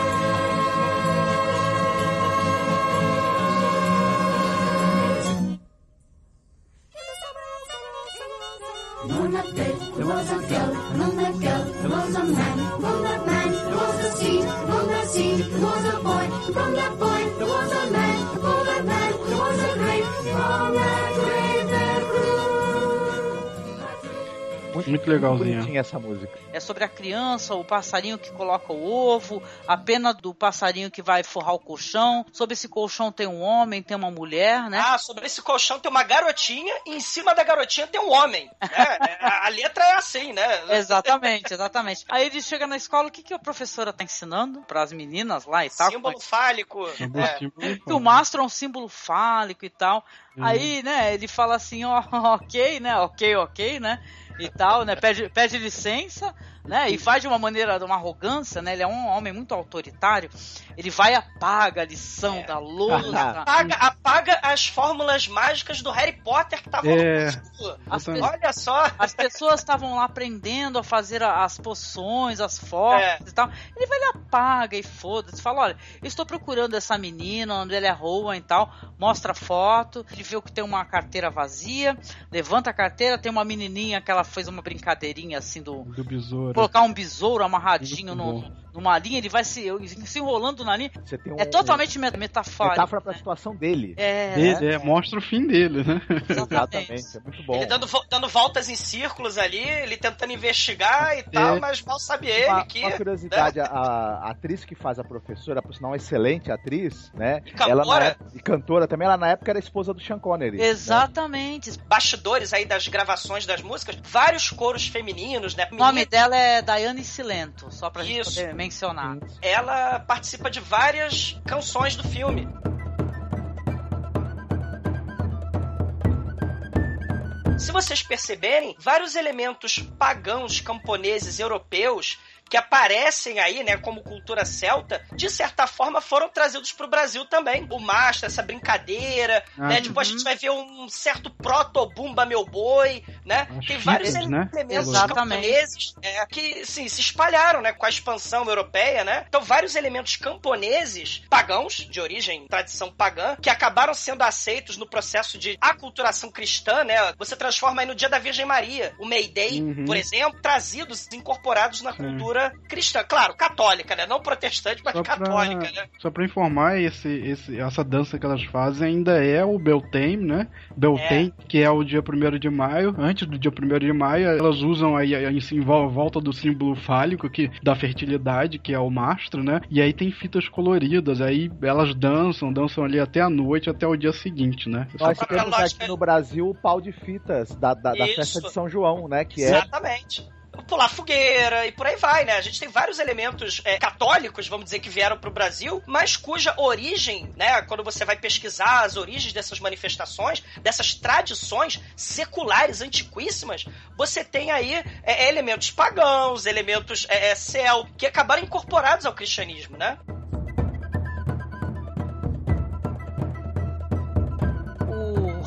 bed. And on that bed there was a girl, and on that girl there was a man, and on that man there was a seed, and on that seed there was a boy, and from that boy there was a man, and from that man there was a grave, from that grave there grew. Muito, muito legalzinha. Bonitinha essa música. É sobre a criança, o passarinho que coloca o ovo, a pena do passarinho que vai forrar o colchão. Sobre esse colchão tem um homem, tem uma mulher, né? Ah, sobre esse colchão tem uma garotinha e em cima da garotinha tem um homem. Né? a, a letra é assim, né? Exatamente, exatamente. Aí ele chega na escola, o que, que a professora tá ensinando pras meninas lá e tal? Símbolo fálico. É. Que o mastro é um símbolo fálico e tal. Uhum. Aí, né, ele fala assim, ó, ok, né, ok, ok, né? E tal, né? Pede, pede licença, né? E faz de uma maneira, de uma arrogância, né? Ele é um homem muito autoritário. Ele vai e apaga a lição é. da lousa. Apaga, apaga as fórmulas mágicas do Harry Potter que estavam é. no Olha só. As pessoas estavam lá aprendendo a fazer as poções, as fórmulas é. e tal. Ele vai e apaga e foda-se. Fala, olha, eu estou procurando essa menina, onde ela é Rowan e tal. Mostra a foto. Ele vê que tem uma carteira vazia. Levanta a carteira, tem uma menininha que ela fez uma brincadeirinha assim do... Do besouro. Colocar um besouro amarradinho no, numa linha, ele vai se, se enrolando na linha. Você tem um, é totalmente um, metafórico. Metáfora pra né? situação dele. É, Ele, é, mostra o fim dele, né? Exatamente, é muito bom. Ele dando, dando voltas em círculos ali, ele tentando investigar e tal, é. mas mal sabe ele uma, que... Uma curiosidade, né? a, a atriz que faz a professora, por sinal, uma excelente atriz, né? E cantora. Ela, na, e cantora também, ela na época era esposa do Sean Connery. Exatamente. Né? Bastidores aí das gravações das músicas, vários coros femininos, né? O nome dela é Daiane Silento, só pra Isso. gente poder mencionar. Isso. Ela participa de várias canções do filme. Se vocês perceberem, vários elementos pagãos, camponeses, europeus que aparecem aí, né, como cultura celta, de certa forma foram trazidos para o Brasil também. O mastro, essa brincadeira, ah, né, uhum. Depois a gente vai ver um certo proto-bumba meu boi, né? As Tem vários fitas, elementos né? camponeses é, que, sim, se espalharam, né, com a expansão europeia, né? Então, vários elementos camponeses, pagãos, de origem, tradição pagã, que acabaram sendo aceitos no processo de aculturação cristã, né? Você transforma aí no Dia da Virgem Maria, o May Day, uhum. por exemplo, trazidos, incorporados na cultura cristã, claro, católica, né? Não protestante, mas só católica, pra, né? Só pra informar, esse, esse, essa dança que elas fazem ainda é o Beltane, né? Beltane, é. que é o dia primeiro de maio. Antes do dia primeiro de maio, elas usam aí em volta do símbolo fálico que, da fertilidade, que é o mastro, né? E aí tem fitas coloridas, aí elas dançam, dançam ali até a noite, até o dia seguinte, né? Nós temos aqui no Brasil o pau de fitas da, da, da festa de São João, né? Que Exatamente. É... pular fogueira e por aí vai, né? A gente tem vários elementos é, católicos, vamos dizer, que vieram pro Brasil, mas cuja origem, né, quando você vai pesquisar as origens dessas manifestações, dessas tradições seculares antiquíssimas, você tem aí é, elementos pagãos, elementos é, é, cel, que acabaram incorporados ao cristianismo, né?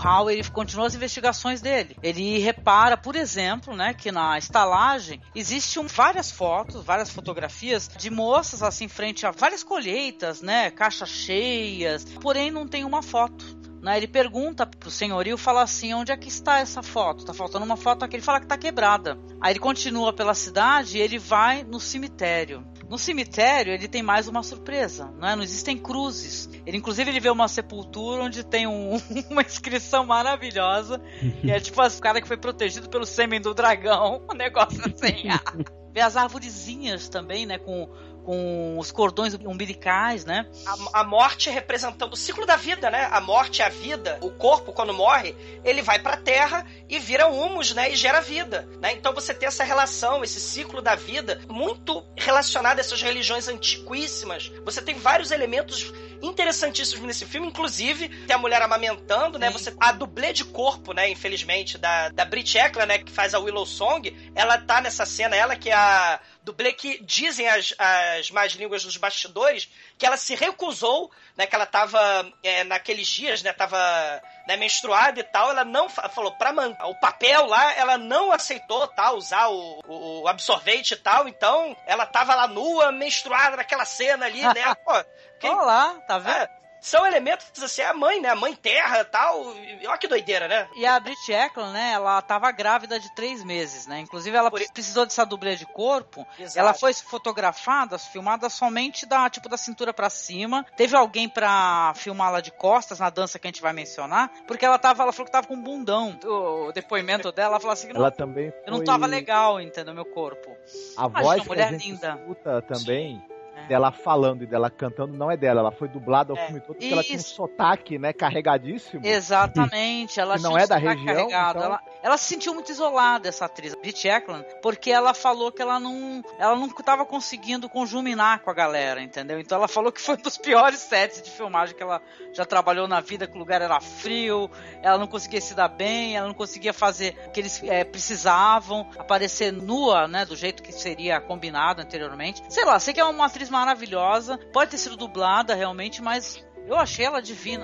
Hal, ele continua as investigações dele. Ele repara, por exemplo, né, que na estalagem existem várias fotos, várias fotografias de moças assim frente a várias colheitas, né, caixas cheias, porém não tem uma foto. Né, ele pergunta pro senhorio, fala assim, onde é que está essa foto? Tá faltando uma foto aqui, ele fala que tá quebrada. Aí ele continua pela cidade e ele vai no cemitério. No cemitério ele tem mais uma surpresa, né? Não existem cruzes. Ele inclusive ele vê uma sepultura onde tem um, uma inscrição maravilhosa, que é tipo o cara que foi protegido pelo sêmen do dragão, um negócio assim. Vê as arvorezinhas também, né, com com os cordões umbilicais, né? A, a morte representando o ciclo da vida, né? A morte é a vida. O corpo, quando morre, ele vai pra terra e vira humus, né? E gera vida, né? Então você tem essa relação, esse ciclo da vida, muito relacionado a essas religiões antiquíssimas. Você tem vários elementos interessantíssimos nesse filme, inclusive tem a mulher amamentando, né? Você, a dublê de corpo, né? Infelizmente, da, da Brit Eklund, né? Que faz a Willow Song, ela tá nessa cena, ela que é a dublê que dizem as, as más línguas dos bastidores que ela se recusou, né, que ela tava é, naqueles dias, né, tava né, menstruada e tal, ela não falou pra manter o papel lá, ela não aceitou, tá, usar o, o, o absorvente e tal, então ela tava lá nua, menstruada naquela cena ali, né, pô, quem... Olha lá, tá vendo? É. São elementos, assim, a mãe, né? A mãe terra e tal. Olha que doideira, né? E a Brit Eklund, né? Ela tava grávida de três meses, né? Inclusive, ela Por... precisou dessa dublê de corpo. Exato. Ela foi fotografada, filmada somente da, tipo, da cintura pra cima. Teve alguém pra filmá-la de costas na dança que a gente vai mencionar. Porque ela tava, ela falou que tava com um bundão. O depoimento dela, ela falou assim que não, ela também foi... eu não tava legal, entendeu? Meu corpo. A Imagina, voz que a gente linda. escuta também... Sim. Dela falando e dela cantando não é dela, ela foi dublada ao é. filme todo porque Isso. ela tinha um sotaque, né, carregadíssimo. Exatamente, ela que não é da região. Então... Ela, ela se sentiu muito isolada, essa atriz, Brit Eklund, porque ela falou que ela não, ela não estava conseguindo conjuminar com a galera, entendeu? Então ela falou que foi um dos piores sets de filmagem que ela já trabalhou na vida, que o lugar era frio, ela não conseguia se dar bem, ela não conseguia fazer o que eles é, precisavam, aparecer nua, né, do jeito que seria combinado anteriormente. Sei lá, sei que é uma atriz maravilhosa, pode ter sido dublada realmente, mas eu achei ela divina.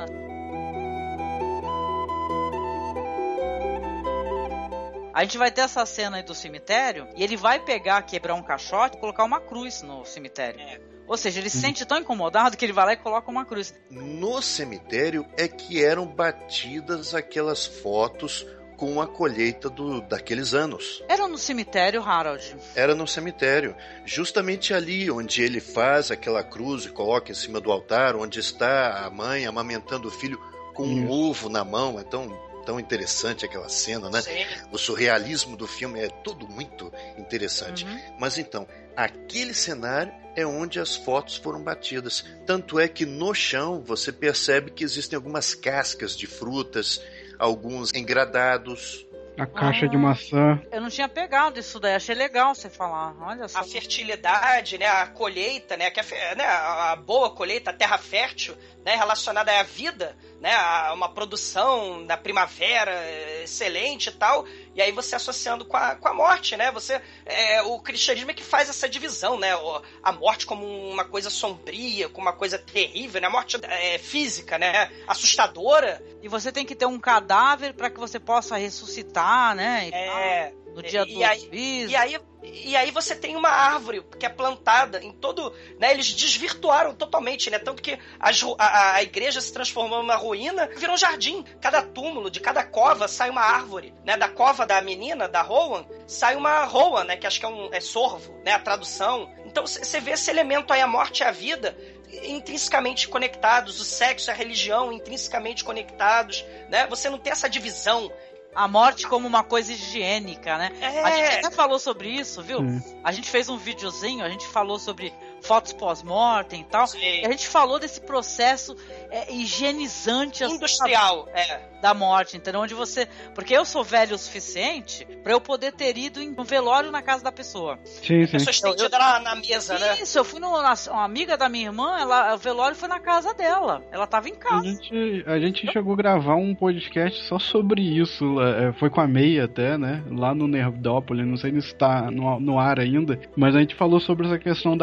A gente vai ter essa cena aí do cemitério e ele vai pegar, quebrar um caixote e colocar uma cruz no cemitério. É. Ou seja, ele se sente tão incomodado que ele vai lá e coloca uma cruz. No cemitério é que eram batidas aquelas fotos com a colheita do, daqueles anos. Era no cemitério, Harold? Era no cemitério. Justamente ali onde ele faz aquela cruz e coloca em cima do altar, onde está a mãe amamentando o filho com um ovo na mão. É tão, tão interessante aquela cena, né? Sim. O surrealismo do filme é tudo muito interessante. Uhum. Mas então, aquele cenário é onde as fotos foram batidas. Tanto é que no chão você percebe que existem algumas cascas de frutas, alguns engradados. A caixa ah, de maçã. Eu não tinha pegado isso daí, achei legal você falar. Olha só. A fertilidade, né, a colheita, né, que a, né, a boa colheita, a terra fértil, né, relacionada à vida, né, a uma produção da primavera excelente e tal. E aí você associando com a, com a morte, né? Você, é, o cristianismo é que faz essa divisão, né? A morte como uma coisa sombria, como uma coisa terrível, né? A morte é, física, né? Assustadora. E você tem que ter um cadáver para que você possa ressuscitar, né? E é. Tal, no dia e, do e aí, e aí E aí você tem uma árvore que é plantada em todo... Né, eles desvirtuaram totalmente, né? Tanto que as, a, a igreja se transformou numa ruína, virou um jardim. Cada túmulo, de cada cova, sai uma árvore. Né? Da cova da menina, da Rowan, sai uma Rowan, né? Que acho que é um é sorvo, né? A tradução. Então você vê esse elemento aí, a morte e a vida, intrinsecamente conectados. O sexo e a religião intrinsecamente conectados. Né? Você não tem essa divisão. A morte como uma coisa higiênica, né? É. A gente até falou sobre isso, viu? Hum. A gente fez um videozinho, a gente falou sobre fotos pós-mortem e tal. Sim. E a gente falou desse processo é, higienizante industrial da, é. da morte, entendeu? Onde você... Porque eu sou velho o suficiente pra eu poder ter ido em um velório na casa da pessoa. Sim, sim. A pessoa estendida na, na mesa, isso, né? Isso, eu fui numa uma amiga da minha irmã, ela, o velório foi na casa dela. Ela tava em casa. A gente, a gente chegou a gravar um podcast só sobre isso. Foi com a Meia até, né? Lá no Nerdópolis, não sei se está no, no ar ainda. Mas a gente falou sobre essa questão da morte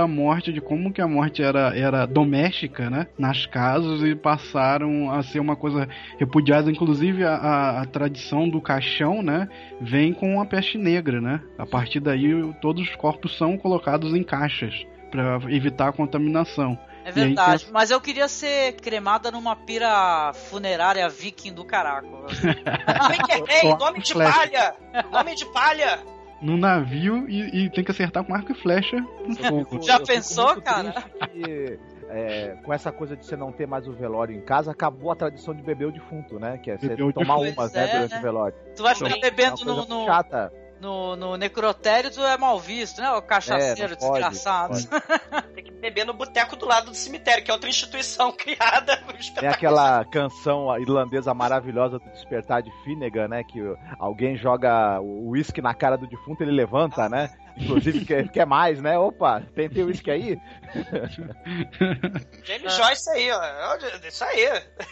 morte, de como que a morte era, era doméstica, né? Nas casas, e passaram a ser uma coisa repudiada. Inclusive a, a, a tradição do caixão, né? Vem com a peste negra, né? A partir daí todos os corpos são colocados em caixas para evitar a contaminação. É verdade, mas eu queria ser cremada numa pira funerária viking do caraco. Ei, nome de palha! Nome de palha! No navio e, e tem que acertar com arco e flecha no fogo. Já pensou, cara? Que, é, com essa coisa de você não ter mais o velório em casa, acabou a tradição de beber o defunto, né? Que é você Bebeu tomar defunto. umas, Pois né, é, durante né? o velório. Tu vai Então, ficar bebendo é uma no, coisa no, chata. no, no necrotério, tu é mal visto, né? O cachaceiro É, não pode, desgraçado. pode. Tem que beber no boteco do lado do cemitério, que é outra instituição criada. Tem aquela canção irlandesa maravilhosa do Despertar de Finnegan, né? Que alguém joga o uísque na cara do defunto, ele levanta, né? Inclusive quer, quer mais, né? Opa, tem teu uísque aí? James Joyce aí, ó. Isso aí.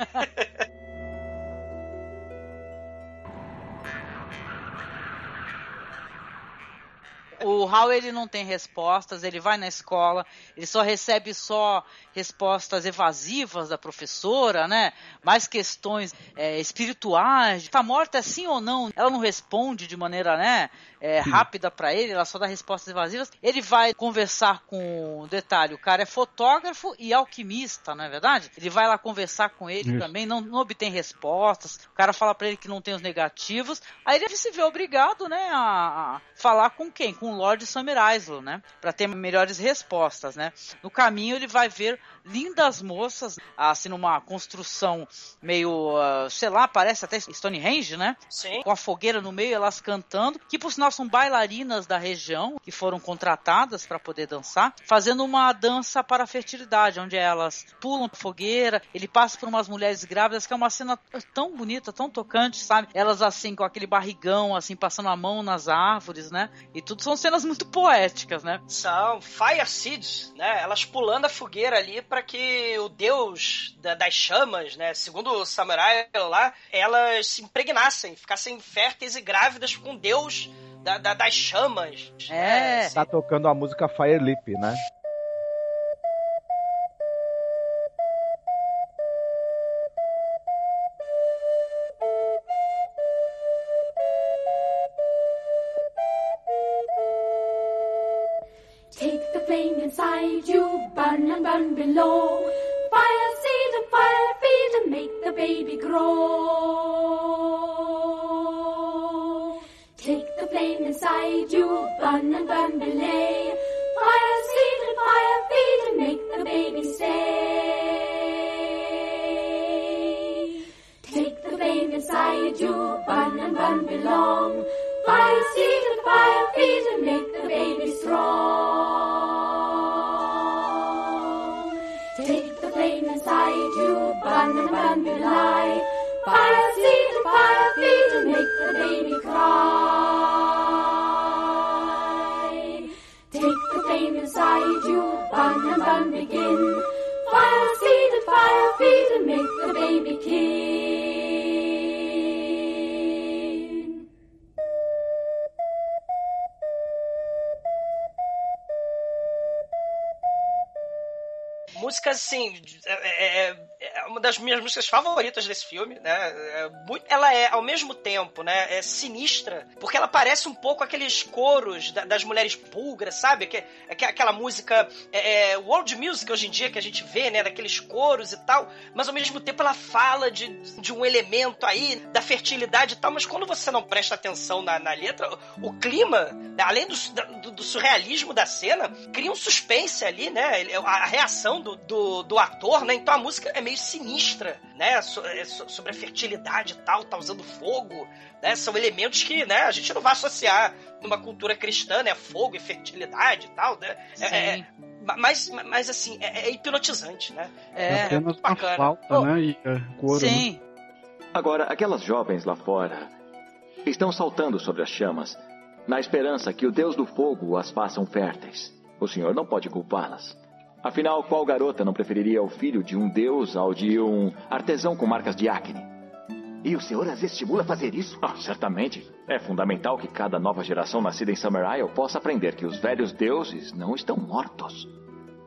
O Hal, ele não tem respostas, ele vai na escola, ele só recebe só respostas evasivas da professora, né? Mais questões é, espirituais. Tá morta sim ou não? Ela não responde de maneira, né, é, rápida pra ele, ela só dá respostas evasivas. Ele vai conversar com, detalhe, o cara é fotógrafo e alquimista, não é verdade? Ele vai lá conversar com ele Isso. também, não, não obtém respostas, o cara fala pra ele que não tem os negativos, aí ele se vê obrigado, né, a, a falar com quem? Com o Lord Summer Isle, né? Pra ter melhores respostas, né? No caminho ele vai ver lindas moças, assim, numa construção meio, uh, sei lá, parece até Stonehenge, né? Sim. Com a fogueira no meio, elas cantando, que por sinal são bailarinas da região, que foram contratadas para poder dançar, fazendo uma dança para a fertilidade, onde elas pulam fogueira, ele passa por umas mulheres grávidas, que é uma cena tão bonita, tão tocante, sabe? Elas assim, com aquele barrigão, assim, passando a mão nas árvores, né? E tudo são cenas muito poéticas, né? São Fire Seeds, né? Elas pulando a fogueira ali para que o deus da, das chamas, né? Segundo o Samurai lá, elas se impregnassem, ficassem férteis e grávidas com o deus da, da, das chamas. É. Tá tocando a música Firelip, né? Take the flame inside you, burn and burn below. Fire seed and fire feed and make the baby grow. Take the flame inside you, burn and burn below. Fire seed and fire feed and make the baby stay. Take the flame inside you, burn and burn below. Fire seed and fire feed and make the baby strong. Take the flame inside you, burn and burn below. Fire seed and fire feed and make the baby cry. Take the flame inside you, burn and burn begin. Fire seed and fire feed and make the baby king. Música, assim, é, é, é uma das minhas músicas favoritas desse filme, né? É muito, ela é, ao mesmo tempo, né, é sinistra, porque ela parece um pouco aqueles coros da, das mulheres búlgaras, sabe? Que, é, aquela música é, é, world music hoje em dia que a gente vê, né? Daqueles coros e tal, mas ao mesmo tempo ela fala de, de um elemento aí, da fertilidade e tal, mas quando você não presta atenção na, na letra, o clima, além do, do, do surrealismo da cena, cria um suspense ali, né? A, a reação do Do, do ator, né? Então a música é meio sinistra, né? So, é, so, sobre a fertilidade e tal, tá usando fogo, né? São elementos que, né, a gente não vai associar numa cultura cristã, né? Fogo e fertilidade e tal, né? É, é, mas, mas, assim, é, é hipnotizante, né? É, apenas uma falta, oh, né? E é, coro, sim. Né? Agora, aquelas jovens lá fora estão saltando sobre as chamas, na esperança que o Deus do Fogo as façam férteis. O senhor não pode culpá-las. Afinal, qual garota não preferiria o filho de um deus ao de um artesão com marcas de acne? E o senhor as estimula a fazer isso? Ah, certamente. É fundamental que cada nova geração nascida em Summer Isle possa aprender que os velhos deuses não estão mortos.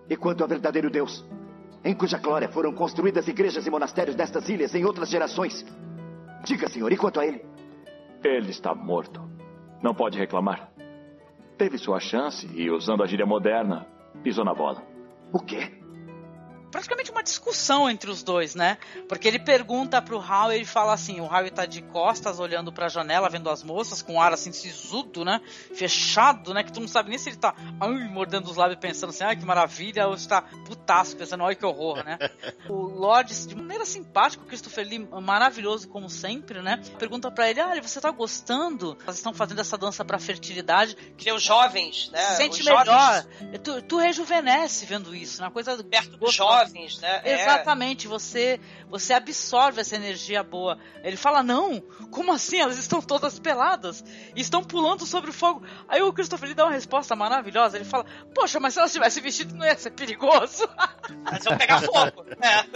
E quanto ao verdadeiro Deus, em cuja glória foram construídas igrejas e monastérios destas ilhas em outras gerações? Diga, senhor, e quanto a ele? Ele está morto. Não pode reclamar. Teve sua chance e, usando a gíria moderna, pisou na bola. O quê? Praticamente uma discussão entre os dois, né? Porque ele pergunta pro Howie, ele fala assim, o Howie tá de costas olhando pra janela, vendo as moças, com um ar assim sisudo, né? Fechado, né? Que tu não sabe nem se ele tá ai, mordendo os lábios pensando assim, ai que maravilha, ou se tá putaço pensando, ai que horror, né? O Lorde, de maneira simpática, o Christopher Lee, maravilhoso como sempre, né? Pergunta pra ele, ah, você tá gostando? Vocês estão fazendo essa dança pra fertilidade. Que os jovens, né? Se sente os melhor. Jovens... Tu, tu rejuvenesce vendo isso, né? Uma coisa perto dos jovens. Né? Exatamente, é. você, você absorve essa energia boa. Ele fala, não, como assim? Elas estão todas peladas e estão pulando sobre o fogo. Aí o Christopher Lee dá uma resposta maravilhosa. Ele fala, poxa, mas se elas tivessem vestido não ia ser perigoso. Mas iam pegar fogo.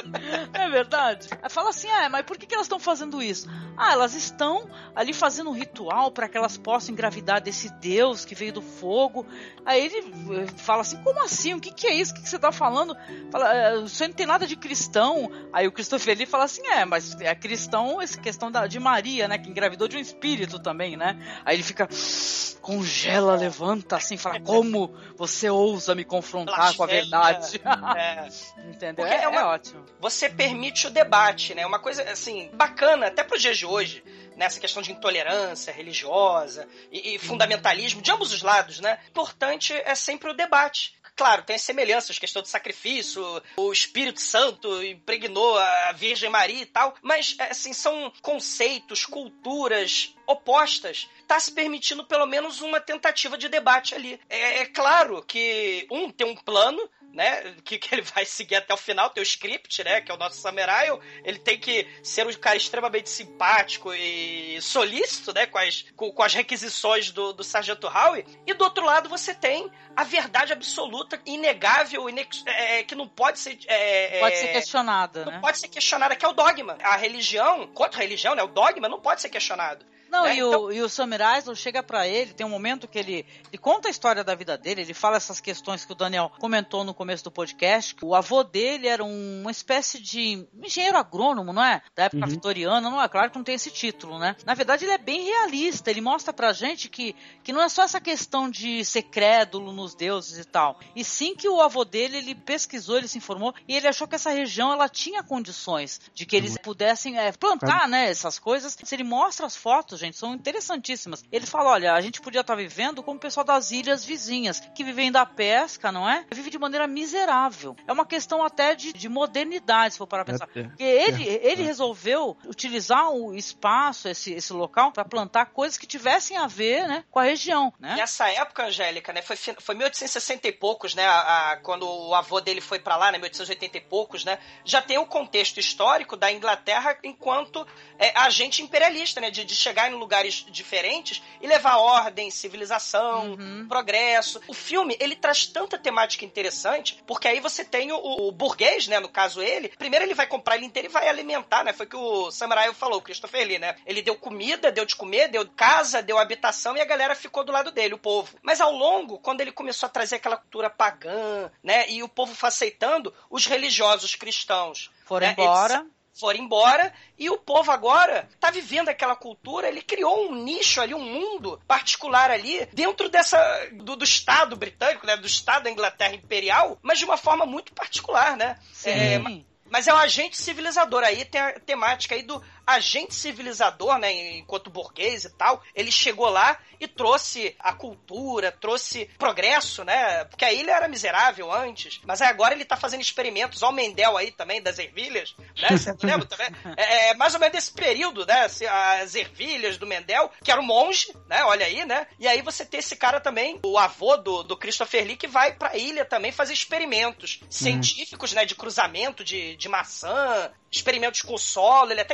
É. É verdade. Aí fala assim, é, mas por que, que elas estão fazendo isso? Ah, elas estão ali fazendo um ritual para que elas possam engravidar desse Deus que veio do fogo. Aí ele fala assim, como assim? O que, que é isso? O que, que você está falando? Fala, isso não tem nada de cristão. Aí o Christopher Lee fala assim, é, mas é cristão essa questão da, de Maria, né, que engravidou de um espírito também, né? Aí ele fica, congela, levanta assim, fala, como você ousa me confrontar com a verdade? É. Entendeu? É, é, uma, é ótimo. Você permite o debate, né? Uma coisa, assim, bacana, até pro dia de hoje, nessa questão de intolerância religiosa e, e fundamentalismo de ambos os lados, né? Importante é sempre o debate. Claro, tem as semelhanças, questão de sacrifício, o Espírito Santo impregnou a Virgem Maria e tal, mas, assim, são conceitos, culturas opostas. Tá se permitindo pelo menos uma tentativa de debate ali. É, é claro que um tem um plano, né, que, que ele vai seguir até o final, tem o script, né, que é o nosso Samurai, ele tem que ser um cara extremamente simpático e solícito, né, com as, com, com as requisições do, do Sargento Howie, e do outro lado você tem a verdade absoluta, inegável, inex, é, que não pode ser... É, pode ser questionada, não né? pode ser questionada, que é o dogma. A religião, contra a religião, né, o dogma não pode ser questionado. Não, né? e, então... o, e o Sam Isle chega pra ele, tem um momento que ele, ele conta a história da vida dele, ele fala essas questões que o Daniel comentou no começo do podcast. O avô dele era um, uma espécie de engenheiro agrônomo, não é? Da época uhum. vitoriana, não é? Claro que não tem esse título, né? Na verdade, ele é bem realista, ele mostra pra gente que, que não é só essa questão de ser crédulo nos deuses e tal, e sim que o avô dele, ele pesquisou, ele se informou, e ele achou que essa região, ela tinha condições de que eles pudessem é, plantar, né, essas coisas. Se ele mostra as fotos, gente, são interessantíssimas. Ele fala, olha, a gente podia estar vivendo como o pessoal das ilhas vizinhas, que vivem da pesca, não é? Vive de maneira miserável. É uma questão até de, de modernidade, se for parar pra pensar. Porque ele, ele resolveu utilizar o espaço, esse, esse local, para plantar coisas que tivessem a ver, né, com a região, né? Nessa época, Angélica, né, foi, foi mil oitocentos e sessenta e poucos, né, a, a, quando o avô dele foi pra lá, né, mil oitocentos e oitenta e poucos, né, já tem o contexto histórico da Inglaterra enquanto é, agente imperialista, né, de, de chegar em lugares diferentes e levar ordem, civilização, uhum. progresso. O filme, ele traz tanta temática interessante, porque aí você tem o, o burguês, né, no caso ele, primeiro ele vai comprar ele inteiro e vai alimentar, né, foi o que o Samurai falou, o Christopher Lee, né, ele deu comida, deu de comer, deu casa, deu habitação e a galera ficou do lado dele, o povo. Mas ao longo, quando ele começou a trazer aquela cultura pagã, né, e o povo foi aceitando, os religiosos cristãos foram né, embora. Eles foram embora, e o povo agora tá vivendo aquela cultura, ele criou um nicho ali, um mundo particular ali, dentro dessa, do, do Estado britânico, né, do Estado da Inglaterra Imperial, mas de uma forma muito particular, né? Sim. É, mas é um agente civilizador, aí tem a temática aí do agente civilizador, né, enquanto burguês e tal, ele chegou lá e trouxe a cultura, trouxe progresso, né, porque a ilha era miserável antes, mas agora ele tá fazendo experimentos, ó o Mendel aí também, das ervilhas, né, você lembra também? É, é mais ou menos desse período, né, as ervilhas do Mendel, que era um monge, né, olha aí, né, e aí você tem esse cara também, o avô do, do Christopher Lee, que vai pra ilha também fazer experimentos hum. científicos, né, de cruzamento de, de maçã, experimentos com solo, ele até explica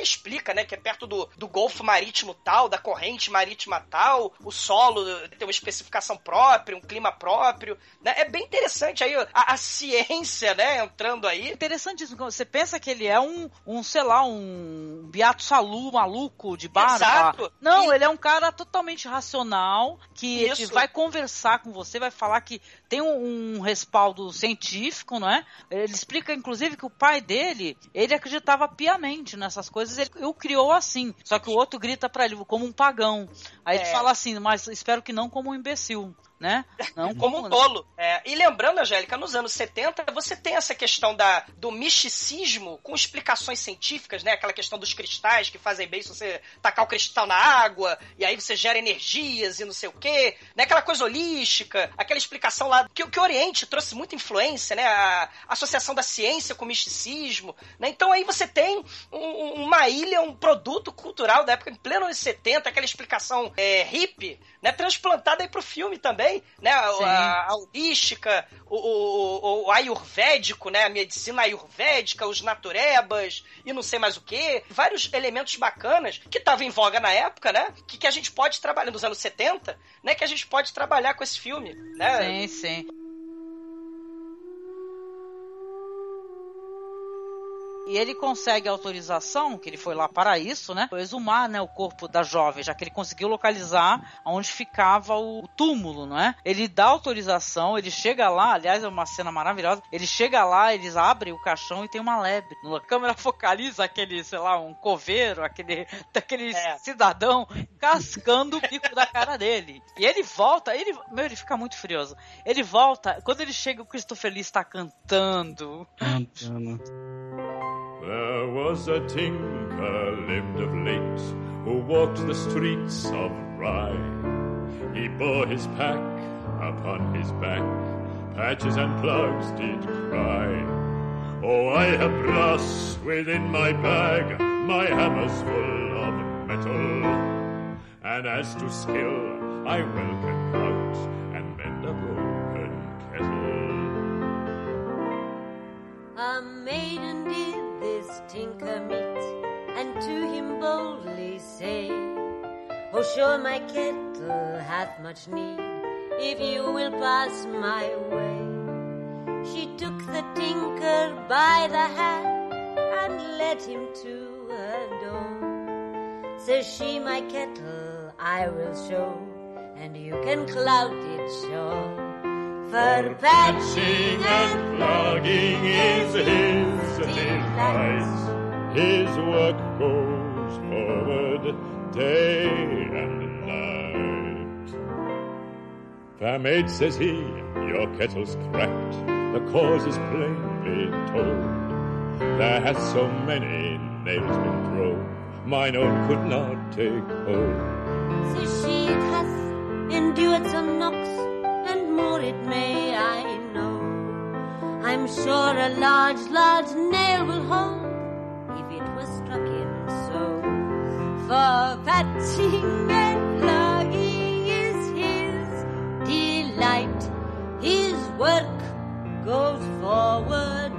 Jamaica, né, que é perto do, do Golfo Marítimo tal, da corrente marítima tal, o solo tem uma especificação própria, um clima próprio, né? É bem interessante aí a, a ciência, né, entrando aí. Interessantíssimo. Você pensa que ele é um, um sei lá, um Beato Salu maluco de barba. Exato. Não, e... ele é um cara totalmente racional, que Isso. ele vai conversar com você, vai falar que tem um, um respaldo científico, não é? Ele explica, inclusive, que o pai dele, ele acreditava piamente nessas coisas, ele o criou assim. Só que o outro grita pra ele como um pagão. Aí é. ele fala assim, mas espero que não como um imbecil. Né? Não como um tolo. É, e lembrando, Angélica, nos anos setenta, você tem essa questão da, do misticismo com explicações científicas, né? Aquela questão dos cristais que fazem bem se você tacar o cristal na água, e aí você gera energias e não sei o quê, né? Aquela coisa holística, aquela explicação lá que, que o Oriente trouxe muita influência, né? A, a associação da ciência com o misticismo, né? Então aí você tem um, uma ilha, um produto cultural da época, em pleno anos setenta, aquela explicação é, hippie, né? Transplantada aí pro filme também, né, a, a, a holística, o, o, o ayurvédico, né, a medicina ayurvédica, os naturebas e não sei mais o que, vários elementos bacanas que estavam em voga na época, né, que, que a gente pode trabalhar nos anos setenta, né, que a gente pode trabalhar com esse filme, né. Sim, sim. E ele consegue autorização, que ele foi lá para isso, né? Exumar, né, o corpo da jovem, já que ele conseguiu localizar onde ficava o túmulo, não é? Ele dá autorização, ele chega lá, aliás, é uma cena maravilhosa. Ele chega lá, eles abrem o caixão e tem uma lebre. A câmera focaliza aquele, sei lá, um coveiro, aquele, aquele é. cidadão cascando o bico da cara dele. E ele volta, ele, meu, ele fica muito furioso. Ele volta, quando ele chega, o Christopher Lee está cantando. Cantando. There was a tinker lived of late who walked the streets of Rye. He bore his pack upon his back, patches and plugs did cry. Oh, I have brass within my bag, my hammer's full of metal. And as to skill, I well can cut and mend a broken kettle. A maiden did this tinker meet, and to him boldly say, Oh, sure my kettle hath much need, if you will pass my way. She took the tinker by the hand, and led him to her door. Says she, my kettle I will show, and you can clout it sure. For patching and plugging is his delight. His work goes forward day and night. Fair maid, says he, your kettle's cracked, the cause is plainly told. There hath so many nails been drove, mine own could not take hold. Says she, it hath endured some knocks, and more it may, I know. I'm sure a large, large nail will hold, if it was struck in so. For patching and plugging is his delight. His work goes forward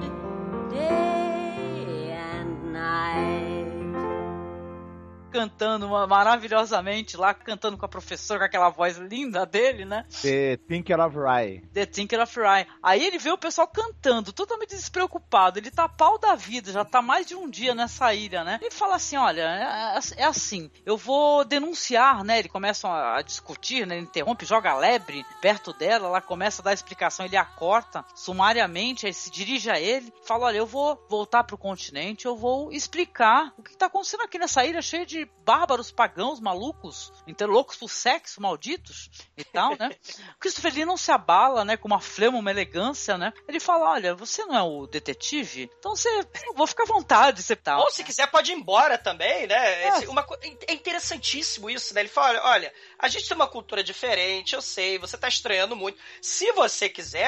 day and night. Cantando maravilhosamente lá, cantando com a professora, com aquela voz linda dele, né? The Tinker of Rye. The Tinker of Rye. Aí ele vê o pessoal cantando, totalmente despreocupado. Ele tá pau da vida, já tá mais de um dia nessa ilha, né? Ele fala assim, olha, é, é assim, eu vou denunciar, né? Ele começa a discutir, né? Ele interrompe, joga a lebre perto dela, ela começa a dar explicação, ele a corta sumariamente, aí se dirige a ele, fala, olha, eu vou voltar pro continente, eu vou explicar o que tá acontecendo aqui nessa ilha cheia de bárbaros, pagãos, malucos, então loucos por sexo, malditos e tal, né? O Christopher Lee não se abala, né, com uma flema, uma elegância, né? Ele fala, olha, você não é o detetive? Então você, eu vou ficar à vontade, você tal. Ou se quiser pode ir embora também, né? É, Esse, uma, é interessantíssimo isso, né? Ele fala, olha, olha, a gente tem uma cultura diferente, eu sei, você tá estranhando muito. Se você quiser,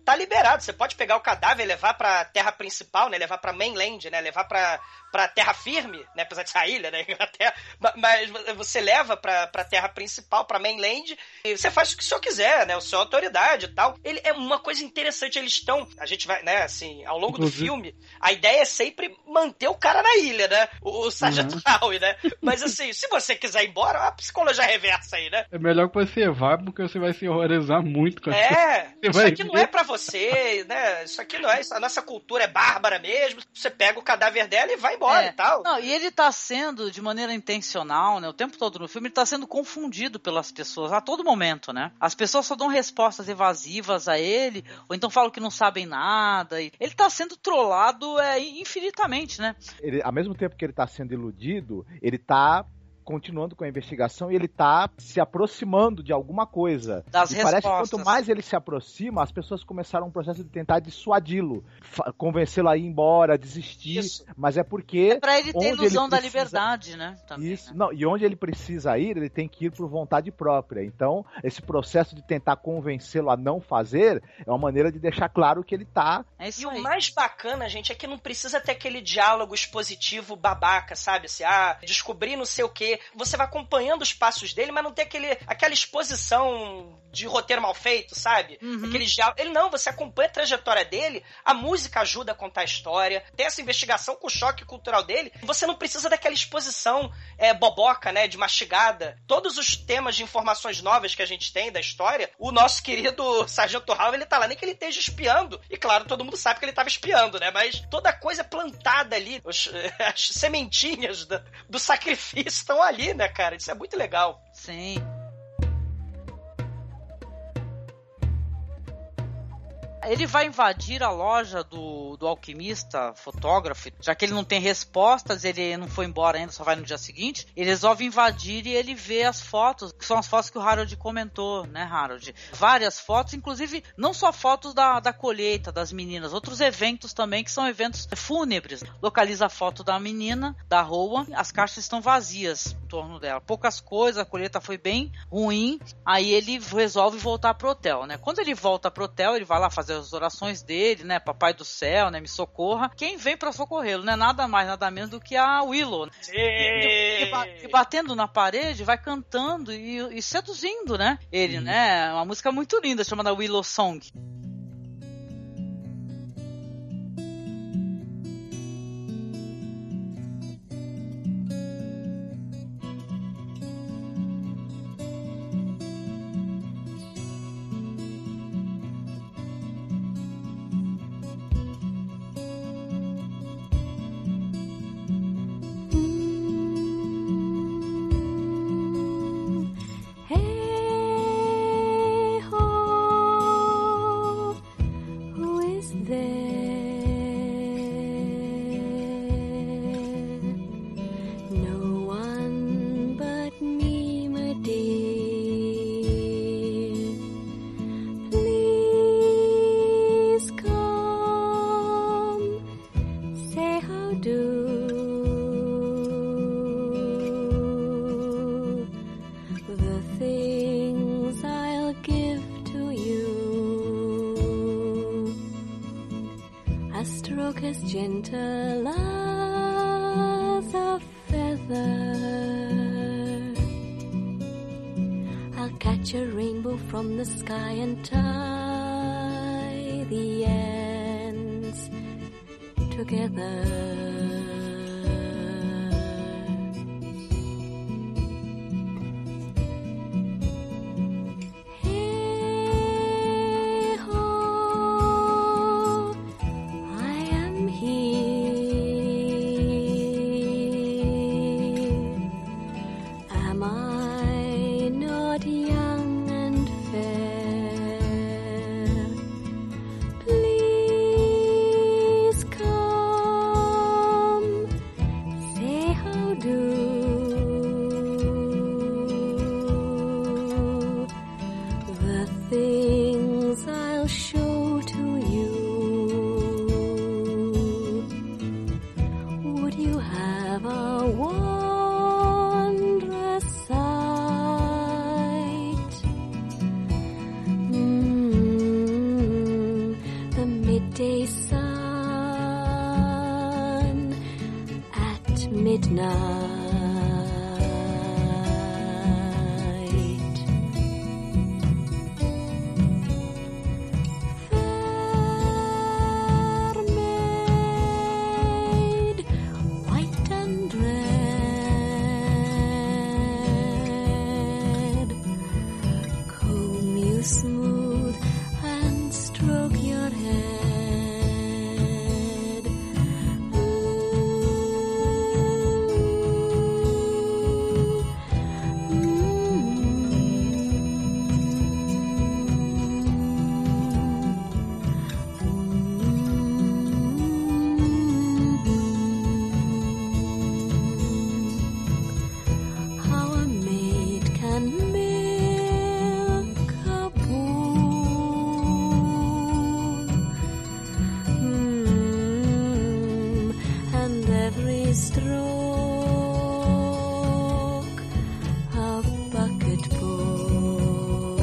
tá liberado. Você pode pegar o cadáver e levar pra terra principal, né? Levar pra mainland, né? Levar pra, pra terra firme, né? Apesar de ser a ilha, né? Mas você leva pra, pra terra principal, pra mainland, e você faz o que o senhor quiser, né? O senhor é autoridade e tal. Ele é uma coisa interessante, eles estão... A gente vai, né, assim, ao longo do filme, a ideia é sempre manter o cara na ilha, né? O, o Sargento Uhum. Howe, né? Mas assim, se você quiser ir embora, a psicologia reversa aí, né? É melhor que você vá, porque você vai se horrorizar muito com as É, coisas. Você isso vai aqui não ver. é pra você, né? Isso aqui não é, a nossa cultura é bárbara mesmo. Você pega o cadáver dela e vai embora É. e tal. Não, e ele tá sendo, de maneira intencional, né? O tempo todo no filme, ele tá sendo confundido pelas pessoas a todo momento, né? As pessoas só dão respostas evasivas a ele, ou então falam que não sabem nada. E ele tá sendo trollado é, infinitamente, né? Ele, ao mesmo tempo que ele tá sendo iludido, ele tá continuando com a investigação e ele tá se aproximando de alguma coisa. Das e parece que respostas. quanto mais ele se aproxima, as pessoas começaram um processo de tentar dissuadi-lo, fa- convencê-lo a ir embora, a desistir, Isso. mas é porque... É pra ele ter onde ilusão ele da precisa- liberdade, né? Também, Isso, né? não, e onde ele precisa ir, ele tem que ir por vontade própria. Então, esse processo de tentar convencê-lo a não fazer é uma maneira de deixar claro que ele tá... É isso E aí. o mais bacana, gente, é que não precisa ter aquele diálogo expositivo babaca, sabe? Assim, ah, descobri não sei o quê. Você vai acompanhando os passos dele, mas não tem aquele, aquela exposição de roteiro mal feito, sabe? Uhum. Aquele diálogo. Ele não, você acompanha a trajetória dele, a música ajuda a contar a história, tem essa investigação com o choque cultural dele. Você não precisa daquela exposição é, boboca, né? De mastigada. Todos os temas de informações novas que a gente tem da história, o nosso querido Sargento Howe, ele tá lá, nem que ele esteja espiando. E claro, todo mundo sabe que ele tava espiando, né? Mas toda coisa plantada ali, os, as sementinhas do, do sacrifício estão ali, né, cara? Isso é muito legal. Sim. Ele vai invadir a loja do, do alquimista, fotógrafo, já que ele não tem respostas, ele não foi embora ainda, só vai no dia seguinte. Ele resolve invadir e ele vê as fotos, que são as fotos que o Harold comentou, né, Harold? Várias fotos, inclusive não só fotos da, da colheita das meninas, outros eventos também, que são eventos fúnebres. Localiza a foto da menina, da Rowan, as caixas estão vazias em torno dela. Poucas coisas, a colheita foi bem ruim, aí ele resolve voltar pro hotel, né? Quando ele volta pro hotel, ele vai lá fazer as orações dele, né? Papai do céu, né? Me socorra. Quem vem pra socorrê-lo, né? Nada mais, nada menos do que a Willow. Né? E, e, e, e batendo na parede, vai cantando e, e seduzindo, né? Ele, hum. né? Uma música muito linda, chamada Willow Song. From the sky and tie the ends together. Please come. midday sun at midnight. Smooth and stroke your head. How a maid can make stroke a bucket bowl.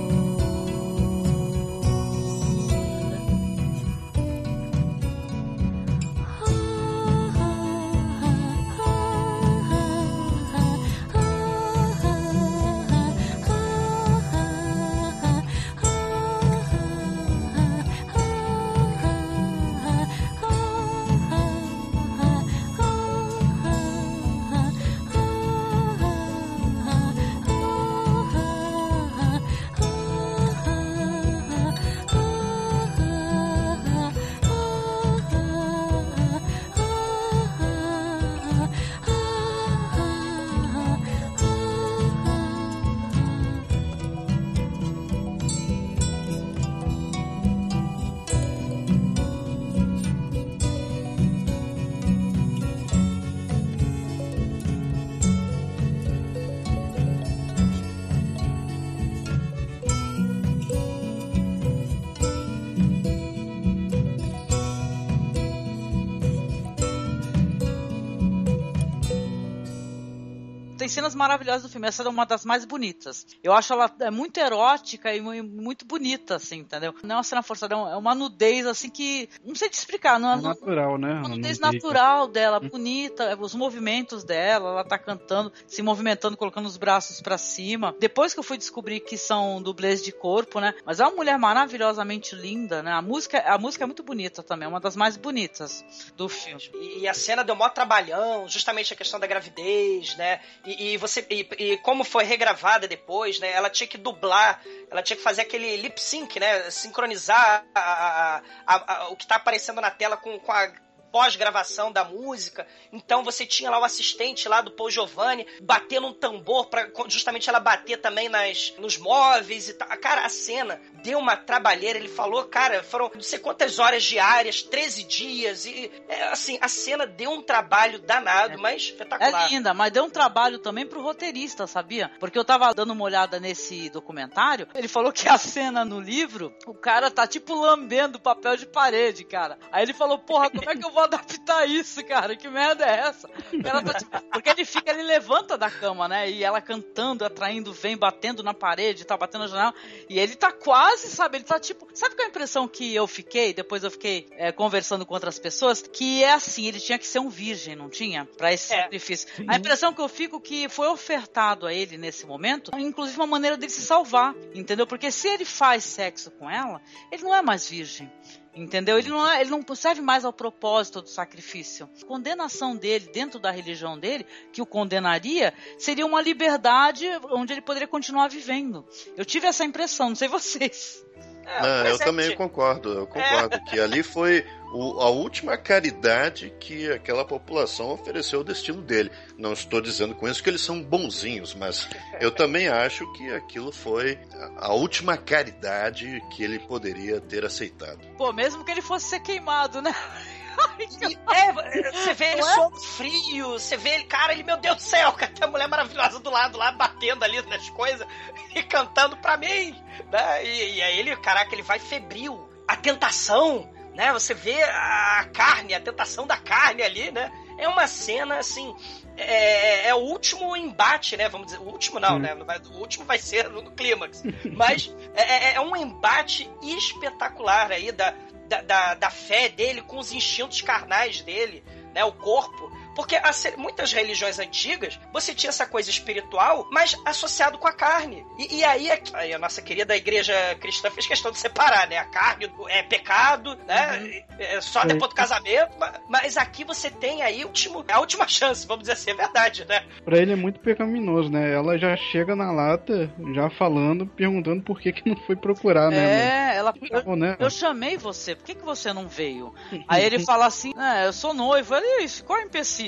Tem cenas maravilhosas do filme. Essa é uma das mais bonitas. Eu acho ela é muito erótica e muito bonita, assim, entendeu? Não é uma cena forçada, é uma nudez, assim, que... Não sei te explicar. Não é, é natural, né? Uma nudez natural dela, bonita. Os movimentos dela, ela tá cantando, se movimentando, colocando os braços pra cima. Depois que eu fui descobrir que são dublês de corpo, né? Mas é uma mulher maravilhosamente linda, né? A música, a música é muito bonita também. É uma das mais bonitas do filme. E, e a cena deu mó trabalhão, justamente a questão da gravidez, né? E, e você e, e como foi regravada depois, né? Ela tinha que dublar, ela tinha que fazer aquele lip sync, né? Sincronizar a, a, a, a, o que tá aparecendo na tela com, com a pós-gravação da música. Então você tinha lá o assistente lá do Paul Giovanni batendo um tambor pra justamente ela bater também nas, nos móveis e tal. Cara, a cena deu uma trabalheira. Ele falou, cara, foram não sei quantas horas diárias, treze dias e é, assim, a cena deu um trabalho danado, é, mas espetacular. É linda, mas deu um trabalho também pro roteirista, sabia? Porque eu tava dando uma olhada nesse documentário, ele falou que a cena no livro, o cara tá tipo lambendo papel de parede, cara. Aí ele falou, porra, como é que eu vou adaptar isso, cara? Que merda é essa? Ela tá, tipo, porque ele fica, ele levanta da cama, né? E ela cantando, atraindo, vem, batendo na parede, tá batendo na janela. E ele tá quase, sabe? Ele tá tipo... Sabe qual é a impressão que eu fiquei? Depois eu fiquei é, conversando com outras pessoas. Que é assim, ele tinha que ser um virgem, não tinha? Pra esse é. sacrifício. Sim. A impressão que eu fico que foi ofertado a ele nesse momento, inclusive uma maneira dele se salvar, entendeu? Porque se ele faz sexo com ela, ele não é mais virgem. Entendeu? Ele não, é, ele não serve mais ao propósito do sacrifício. A condenação dele, dentro da religião dele, que o condenaria, seria uma liberdade onde ele poderia continuar vivendo. Eu tive essa impressão, não sei vocês. É, não, eu também concordo, eu concordo é. que ali foi o, a última caridade que aquela população ofereceu ao destino dele. Não estou dizendo com isso que eles são bonzinhos, mas eu também acho que aquilo foi a, a última caridade que ele poderia ter aceitado. Pô, mesmo que ele fosse ser queimado, né? É, você vê ele suando frio, você vê ele, cara, ele, meu Deus do céu, cara, tem a mulher maravilhosa do lado lá, batendo ali nas coisas e cantando pra mim, né? E, e aí ele, caraca, ele vai febril. A tentação, né? Você vê a carne, a tentação da carne ali, né? É uma cena, assim, é, é o último embate, né? Vamos dizer, o último não, né? O último vai ser no, no clímax. Mas é, é um embate espetacular aí da, da, da, da fé dele com os instintos carnais dele, né? O corpo. Porque as, muitas religiões antigas, você tinha essa coisa espiritual, mas associado com a carne. E, e aí, aí a nossa querida igreja cristã fez questão de separar, né? A carne é pecado, né? Uhum. É só depois do casamento. Mas aqui você tem aí último, a última chance, vamos dizer assim, é verdade, né? Pra ele é muito pecaminoso, né? Ela já chega na lata, já falando, perguntando por que que não foi procurar, né? É, ela... Eu, né? eu chamei você, por que que você não veio? Aí ele fala assim, ah, eu sou noivo. Ele, isso, qual é o empecilho?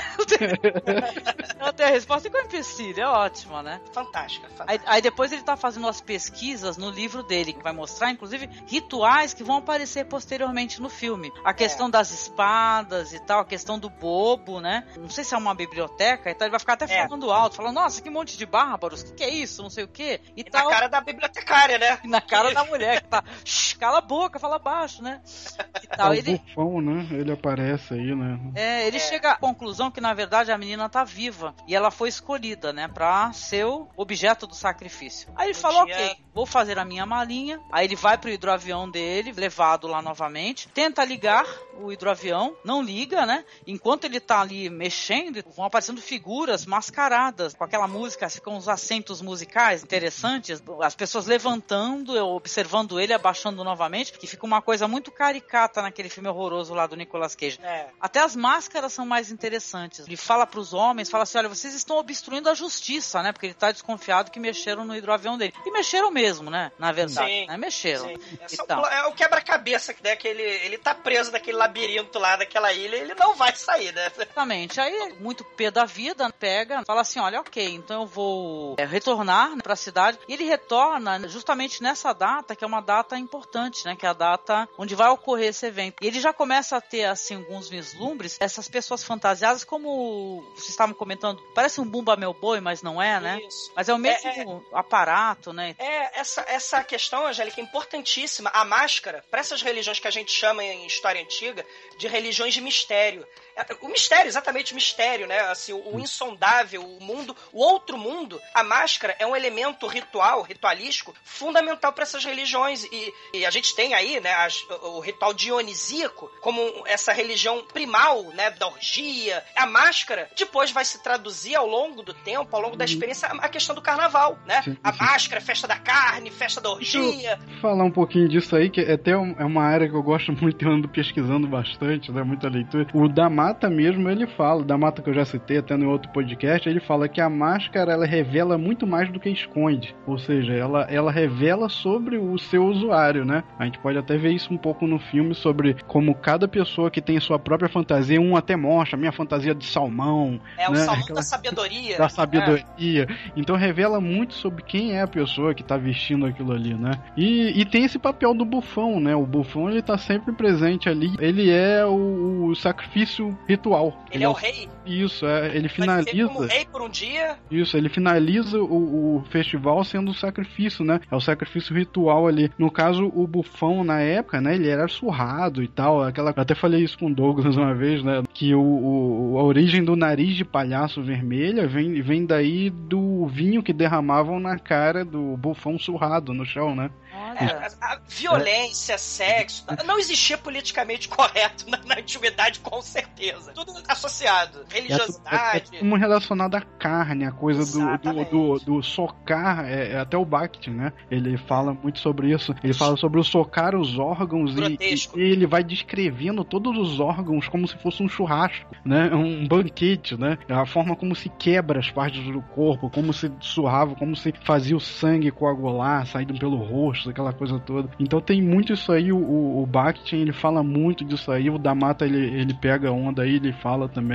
Ela tem a resposta, e qual é o empecilho? É ótima, né? Fantástica. fantástica. Aí, aí depois ele tá fazendo as pesquisas no livro dele, que vai mostrar, inclusive, rituais que vão aparecer posteriormente no filme. A questão é. das espadas e tal, a questão do bobo, né? Não sei se é uma biblioteca, então ele vai ficar até é. falando alto, falando, nossa, que monte de bárbaros, o que, que é isso? Não sei o quê. E, e tal. Na cara da bibliotecária, né? E na cara da mulher, que tá, shh, cala a boca, fala baixo, né? E tal. É o ele... bufão, né? Ele aparece aí, né? É, ele é. chega conclusão que, na verdade, a menina tá viva. E ela foi escolhida, né? Pra ser o objeto do sacrifício. Aí ele falou, dia... ok, vou fazer a minha malinha. Aí ele vai pro hidroavião dele, levado lá novamente. Tenta ligar o hidroavião. Não liga, né? Enquanto ele tá ali mexendo, vão aparecendo figuras mascaradas. Com aquela música, ficam uns acentos musicais interessantes. As pessoas levantando, observando ele, abaixando novamente. Que fica uma coisa muito caricata naquele filme horroroso lá do Nicolas Cage. É. Até as máscaras são mais interessantes. Ele fala pros homens, fala assim, olha, vocês estão obstruindo a justiça, né? Porque ele tá desconfiado que mexeram no hidroavião dele. E mexeram mesmo, né? Na verdade, sim, né? Mexeram. Sim. É, então. o, é o quebra-cabeça, né? Que ele, ele tá preso naquele labirinto lá daquela ilha, ele não vai sair, né? Exatamente. Aí, muito pé da vida, pega, fala assim, olha, ok, então eu vou é, retornar, né, pra cidade. E ele retorna justamente nessa data, que é uma data importante, né? Que é a data onde vai ocorrer esse evento. E ele já começa a ter, assim, alguns vislumbres, essas pessoas fantasiadas, como vocês estavam comentando, parece um Bumba Meu Boi, mas não é, né? Isso. Mas é o mesmo é, é, aparato, né? É, essa, essa questão, Angélica, é importantíssima. A máscara, para essas religiões que a gente chama em história antiga de religiões de mistério. O mistério, exatamente o mistério, né? Assim, o, o insondável, o mundo, o outro mundo. A máscara é um elemento ritual, ritualístico, fundamental para essas religiões. E, e a gente tem aí, né, as, o, o ritual dionisíaco como essa religião primal, né, da orgia. A máscara depois vai se traduzir ao longo do tempo, ao longo da experiência, a questão do carnaval, né? Sim, sim. A máscara, festa da carne, festa da orgia. Deixa eu falar um pouquinho disso aí, que é até um, é uma área que eu gosto muito, eu ando pesquisando bastante, né? Muita leitura. O da Mata mesmo, ele fala, da Mata que eu já citei até no outro podcast, ele fala que a máscara, ela revela muito mais do que esconde. Ou seja, ela, ela revela sobre o seu usuário, né? A gente pode até ver isso um pouco no filme, sobre como cada pessoa que tem sua própria fantasia, um até mostra, a minha fantasia de salmão. É, né? o salmão Aquela... da sabedoria. Da sabedoria. É. Então revela muito sobre quem é a pessoa que tá vestindo aquilo ali, né? E, e tem esse papel do bufão, né? O bufão, ele tá sempre presente ali. Ele é o, o sacrifício ritual. Ele, ele é o rei. Isso, é, ele finaliza... Vai ser como rei por um dia. Isso, ele finaliza o, o festival sendo o sacrifício, né? É o sacrifício ritual ali. No caso, o bufão, na época, né? Ele era surrado e tal. Aquela... Eu até falei isso com o Douglas uma vez, né? Que o, o, a origem do nariz de palhaço vermelha vem, vem daí do vinho que derramavam na cara do bufão surrado no chão, né? É, a, a violência, é. sexo, não existia politicamente correto na, na antiguidade, com certeza. Tudo associado. Religiosidade. É, é, é como relacionado à carne, a coisa do, do, do, do socar, é, é até o Bakhtin, né? Ele fala muito sobre isso. Ele fala sobre o socar os órgãos e, e ele vai descrevendo todos os órgãos como se fosse um churrasco, né? Um banquete, né? A forma como se quebra as partes do corpo, como se surrava, como se fazia o sangue coagular, saindo pelo rosto, aquela coisa toda. Então tem muito isso aí, o, o, o Bakhtin, ele fala muito disso aí, o da Mata, ele, ele pega a onda aí, ele fala também sobre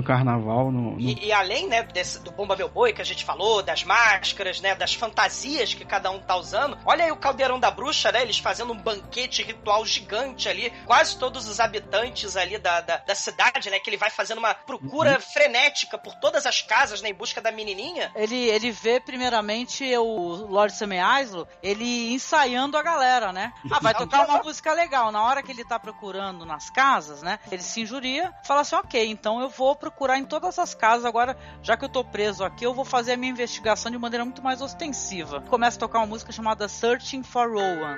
no carnaval. No, no... E, e além, né, desse, do Bomba Meu Boi que a gente falou, das máscaras, né, das fantasias que cada um tá usando, olha aí o Caldeirão da Bruxa, né, eles fazendo um banquete ritual gigante ali, quase todos os habitantes ali da, da, da cidade, né, que ele vai fazendo uma procura uhum. frenética por todas as casas, né, em busca da menininha. Ele, ele vê primeiramente o Lord Semi-Islo, ele ensaiando a galera, né? Ah, vai tocar uma música legal. Na hora que ele tá procurando nas casas, né, ele se injuria, fala assim, ok, então eu vou procurar em todas as casas agora, já que eu tô preso aqui, eu vou fazer a minha investigação de maneira muito mais ostensiva. Começa a tocar uma música chamada Searching for Rowan.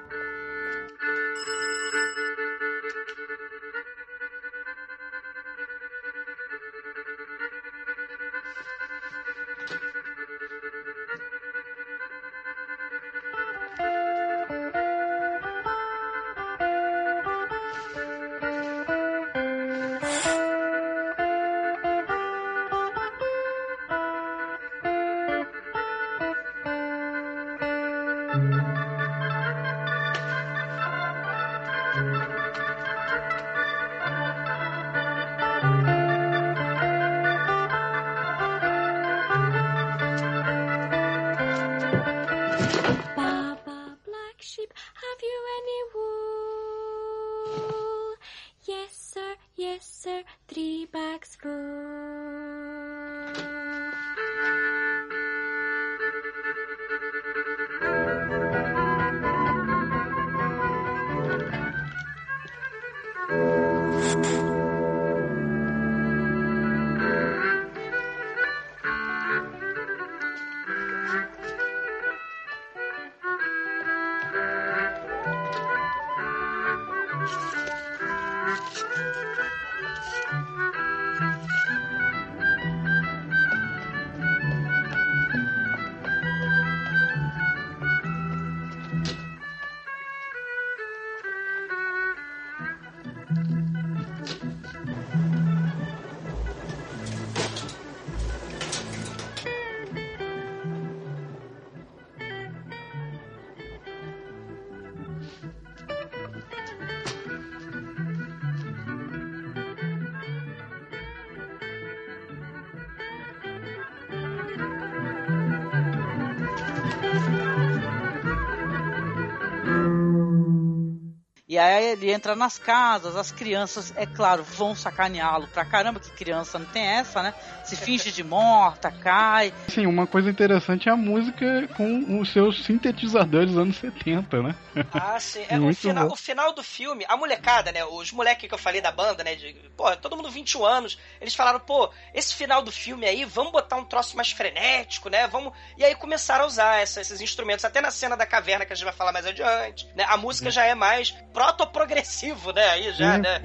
E aí ele entra nas casas, as crianças, é claro, vão sacaneá-lo pra caramba, que criança não tem essa, né? Se finge de morta, cai. Sim, uma coisa interessante é a música com os seus sintetizadores dos anos setenta, né? Ah, sim. É, o, final, o final do filme, a molecada, né? Os moleques que eu falei da banda, né? De, pô, todo mundo vinte e um anos, eles falaram, pô, esse final do filme aí, vamos botar um troço mais frenético, né? Vamos... E aí começaram a usar essa, esses instrumentos, até na cena da caverna que a gente vai falar mais adiante, né? A música é. já é mais proto-progressivo, né? Aí já, é. né?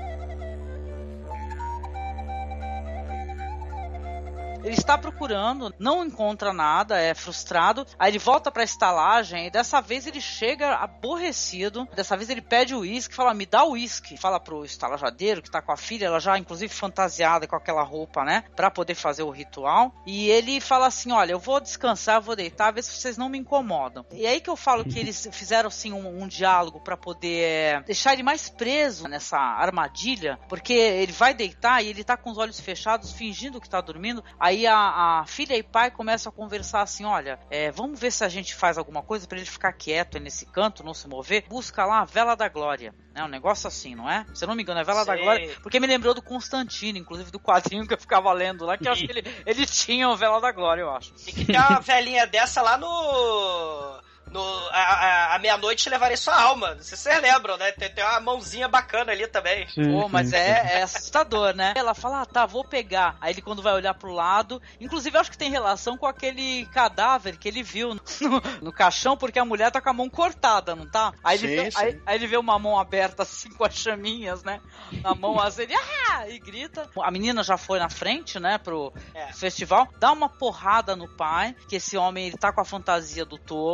Ele está procurando, não encontra nada, é frustrado. Aí ele volta pra estalagem e dessa vez ele chega aborrecido. Dessa vez ele pede o uísque, fala, me dá o uísque. Fala pro estalajadeiro que tá com a filha, ela já inclusive fantasiada com aquela roupa, né? Pra poder fazer o ritual. E ele fala assim, olha, eu vou descansar, eu vou deitar, ver se vocês não me incomodam. E aí que eu falo que eles fizeram assim um, um diálogo pra poder é, deixar ele mais preso nessa armadilha. Porque ele vai deitar e ele tá com os olhos fechados, fingindo que tá dormindo. Aí Aí a, a filha e pai começam a conversar assim, olha, é, vamos ver se a gente faz alguma coisa pra ele ficar quieto nesse canto, não se mover. Busca lá a Vela da Glória, né? Um negócio assim, não é? Se eu não me engano, é a Vela Sim. da Glória, porque me lembrou do Constantino, inclusive do quadrinho que eu ficava lendo lá, que eu acho que ele, ele tinha a Vela da Glória, eu acho. Tem que ter uma velhinha dessa lá no... No, a, a, a meia-noite levarei sua alma. Vocês se lembram, né? Tem, tem uma mãozinha bacana ali também. Sim, Pô, mas é, é assustador, né? Ela fala, ah, tá, vou pegar. Aí ele quando vai olhar pro lado, inclusive eu acho que tem relação com aquele cadáver que ele viu no, no caixão, porque a mulher tá com a mão cortada, não tá? Aí, sim, ele, vê, aí, aí ele vê uma mão aberta assim com as chaminhas, né? Na mão assim, ele, ah! E grita. A menina já foi na frente, né? Pro é. festival, dá uma porrada no pai, que esse homem ele tá com a fantasia do tolo, e depois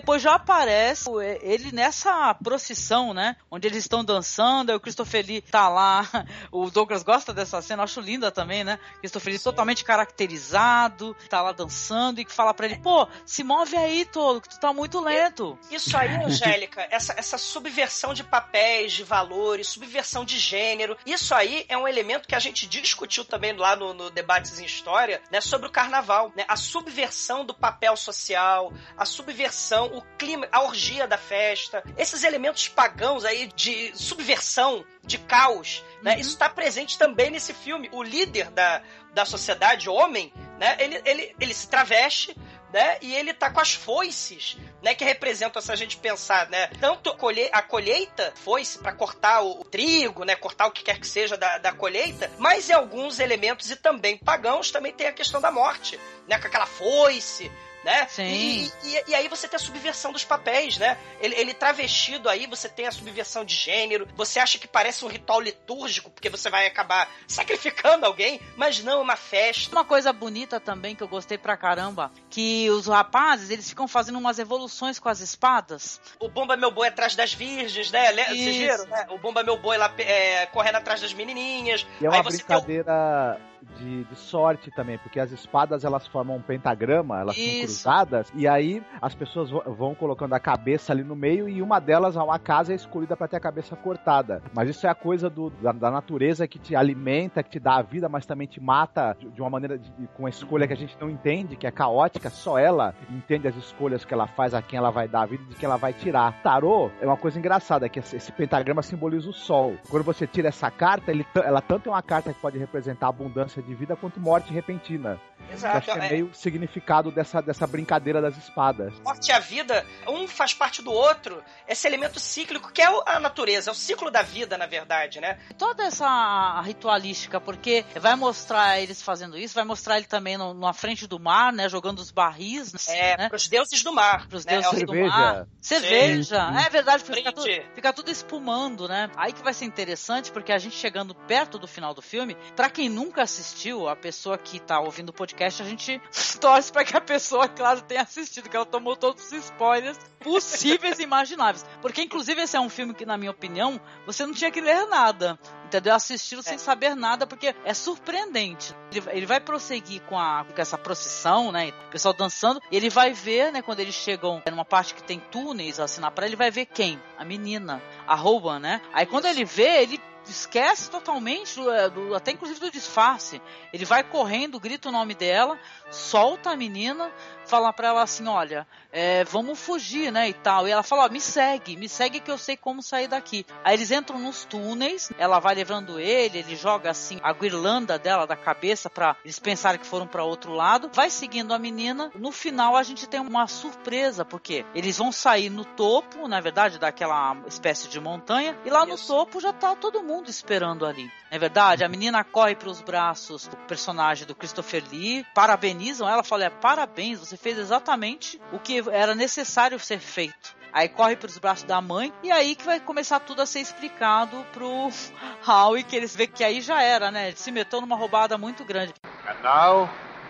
depois já aparece ele nessa procissão, né? Onde eles estão dançando, aí o Christopher Lee tá lá. O Douglas gosta dessa cena, acho linda também, né? Christopher Lee totalmente caracterizado, tá lá dançando e que fala pra ele, pô, se move aí, tolo, que tu tá muito lento. Isso aí, Angélica, essa, essa subversão de papéis, de valores, subversão de gênero, isso aí é um elemento que a gente discutiu também lá no, no Debates em História, né? Sobre o carnaval, né? A subversão do papel social, a subversão, o clima, a orgia da festa, esses elementos pagãos aí de subversão, de caos, né? Uhum. Isso está presente também nesse filme. O líder da, da sociedade, homem, né? Ele, ele, ele se traveste, né? E ele tá com as foices, né? Que representam, se a gente pensar, né? Tanto a, colhe- a colheita, foice para cortar o, o trigo, né? Cortar o que quer que seja da, da colheita, mas em alguns elementos e também pagãos também tem a questão da morte, né? Com aquela foice, né? Sim. E, e, e aí você tem a subversão dos papéis, né? Ele, ele travestido aí, você tem a subversão de gênero, você acha que parece um ritual litúrgico, porque você vai acabar sacrificando alguém, mas não, é uma festa. Uma coisa bonita também, que eu gostei pra caramba, que os rapazes, eles ficam fazendo umas evoluções com as espadas. O Bumba Meu Boi atrás das virgens, né? Vocês viram, né? O Bumba Meu Boi lá é, correndo atrás das menininhas. E é uma aí você brincadeira... Tem o... De, de sorte também, porque as espadas elas formam um pentagrama, elas Isso. são cruzadas, e aí as pessoas vão colocando a cabeça ali no meio e uma delas, uma casa, é escolhida para ter a cabeça cortada. Mas isso é a coisa do, da, da natureza que te alimenta, que te dá a vida, mas também te mata de, de uma maneira, de, com uma escolha que a gente não entende, que é caótica, só ela entende as escolhas que ela faz, a quem ela vai dar a vida e de quem ela vai tirar. Tarô é uma coisa engraçada, que esse, esse pentagrama simboliza o sol. Quando você tira essa carta, ele, ela tanto é uma carta que pode representar abundância de vida quanto morte repentina. Exato. Acho que é meio significado dessa, dessa brincadeira das espadas. Morte e a vida, um faz parte do outro, esse elemento cíclico que é a natureza, é o ciclo da vida, na verdade, né? Toda essa ritualística, porque vai mostrar eles fazendo isso, vai mostrar ele também no, na frente do mar, né, jogando os barris. É, né? Pros deuses do mar. Pros né? deuses é do mar. Cerveja. Sim. É verdade, fica tudo, fica tudo espumando, né? Aí que vai ser interessante, porque a gente chegando perto do final do filme, pra quem nunca assistiu, a pessoa que tá ouvindo o podcast, a gente torce pra que a pessoa, claro, tenha assistido, que ela tomou todos os spoilers possíveis e imagináveis. Porque, inclusive, esse é um filme que, na minha opinião, você não tinha que ler nada, entendeu? Assistir é. sem saber nada, porque é surpreendente. Ele, ele vai prosseguir com, a, com essa procissão, né? O pessoal dançando, e ele vai ver, né? Quando eles chegam numa parte que tem túneis, assim, na praia, ele vai ver quem? A menina, a Rowan, né? Aí, quando ele vê, ele esquece totalmente, do, do, até inclusive do disfarce. Ele vai correndo, grita o nome dela, solta a menina, fala pra ela assim, olha, é, vamos fugir, né, e tal. E ela fala, ó, me segue, me segue que eu sei como sair daqui. Aí eles entram nos túneis, ela vai levando ele, ele joga assim a guirlanda dela da cabeça pra eles pensarem que foram pra outro lado, vai seguindo a menina. No final a gente tem uma surpresa, porque eles vão sair no topo, na verdade, daquela espécie de montanha, e lá Isso. no topo já tá todo mundo esperando ali. É verdade? A menina corre para os braços do personagem do Christopher Lee, parabenizam ela, fala, é, parabéns, você fez exatamente o que era necessário ser feito. Aí corre para os braços da mãe, e aí que vai começar tudo a ser explicado pro Howie, que eles vê que aí já era, né? Ele se meteu numa roubada muito grande. And now,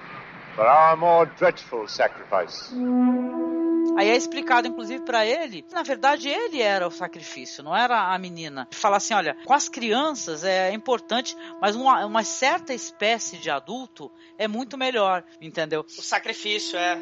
for our more dreadful sacrifice. Aí é explicado, inclusive, pra ele, na verdade, ele era o sacrifício, não era a menina. Fala assim, olha, com as crianças é importante, mas uma, uma certa espécie de adulto é muito melhor, entendeu? O sacrifício, é.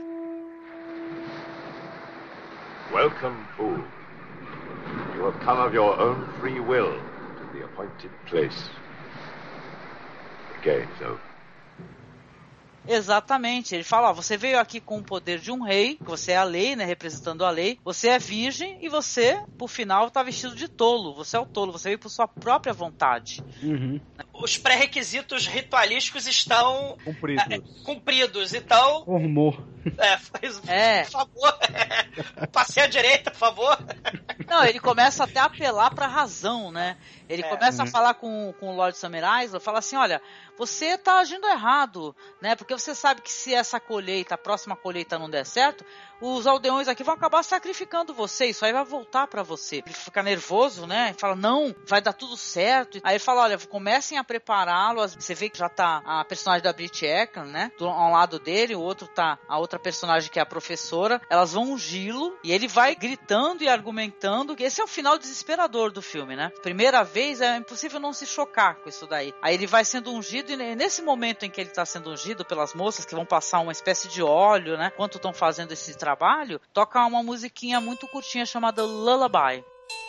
Welcome, fool. You have come of your own free will to the appointed place. The game's over. Exatamente, ele fala, ó, você veio aqui com o poder de um rei, você é a lei, né, representando a lei, você é virgem e você, por final, tá vestido de tolo, você é o tolo, você veio por sua própria vontade. Uhum. Os pré-requisitos ritualísticos estão cumpridos, é, cumpridos então... Formou. É, faz, é. Por favor, passei à direita, por favor. Não, ele começa até a apelar pra razão, né? Ele é. começa a falar com, com o Lord Summer Isle, fala assim, olha, você tá agindo errado, né? Porque você sabe que se essa colheita, a próxima colheita não der certo, os aldeões aqui vão acabar sacrificando você, isso aí vai voltar pra você. Ele fica nervoso, né? Ele fala, não, vai dar tudo certo. Aí ele fala, olha, comecem a prepará-lo. Você vê que já tá a personagem da Brit Eklund, né? Do, ao lado dele, o outro tá, a outra outra personagem que é a professora, elas vão ungí-lo e ele vai gritando e argumentando. Esse é o final desesperador do filme, né? Primeira vez é impossível não se chocar com isso daí. Aí ele vai sendo ungido e nesse momento em que ele está sendo ungido pelas moças que vão passar uma espécie de óleo, né? Enquanto estão fazendo esse trabalho, toca uma musiquinha muito curtinha chamada Lullaby.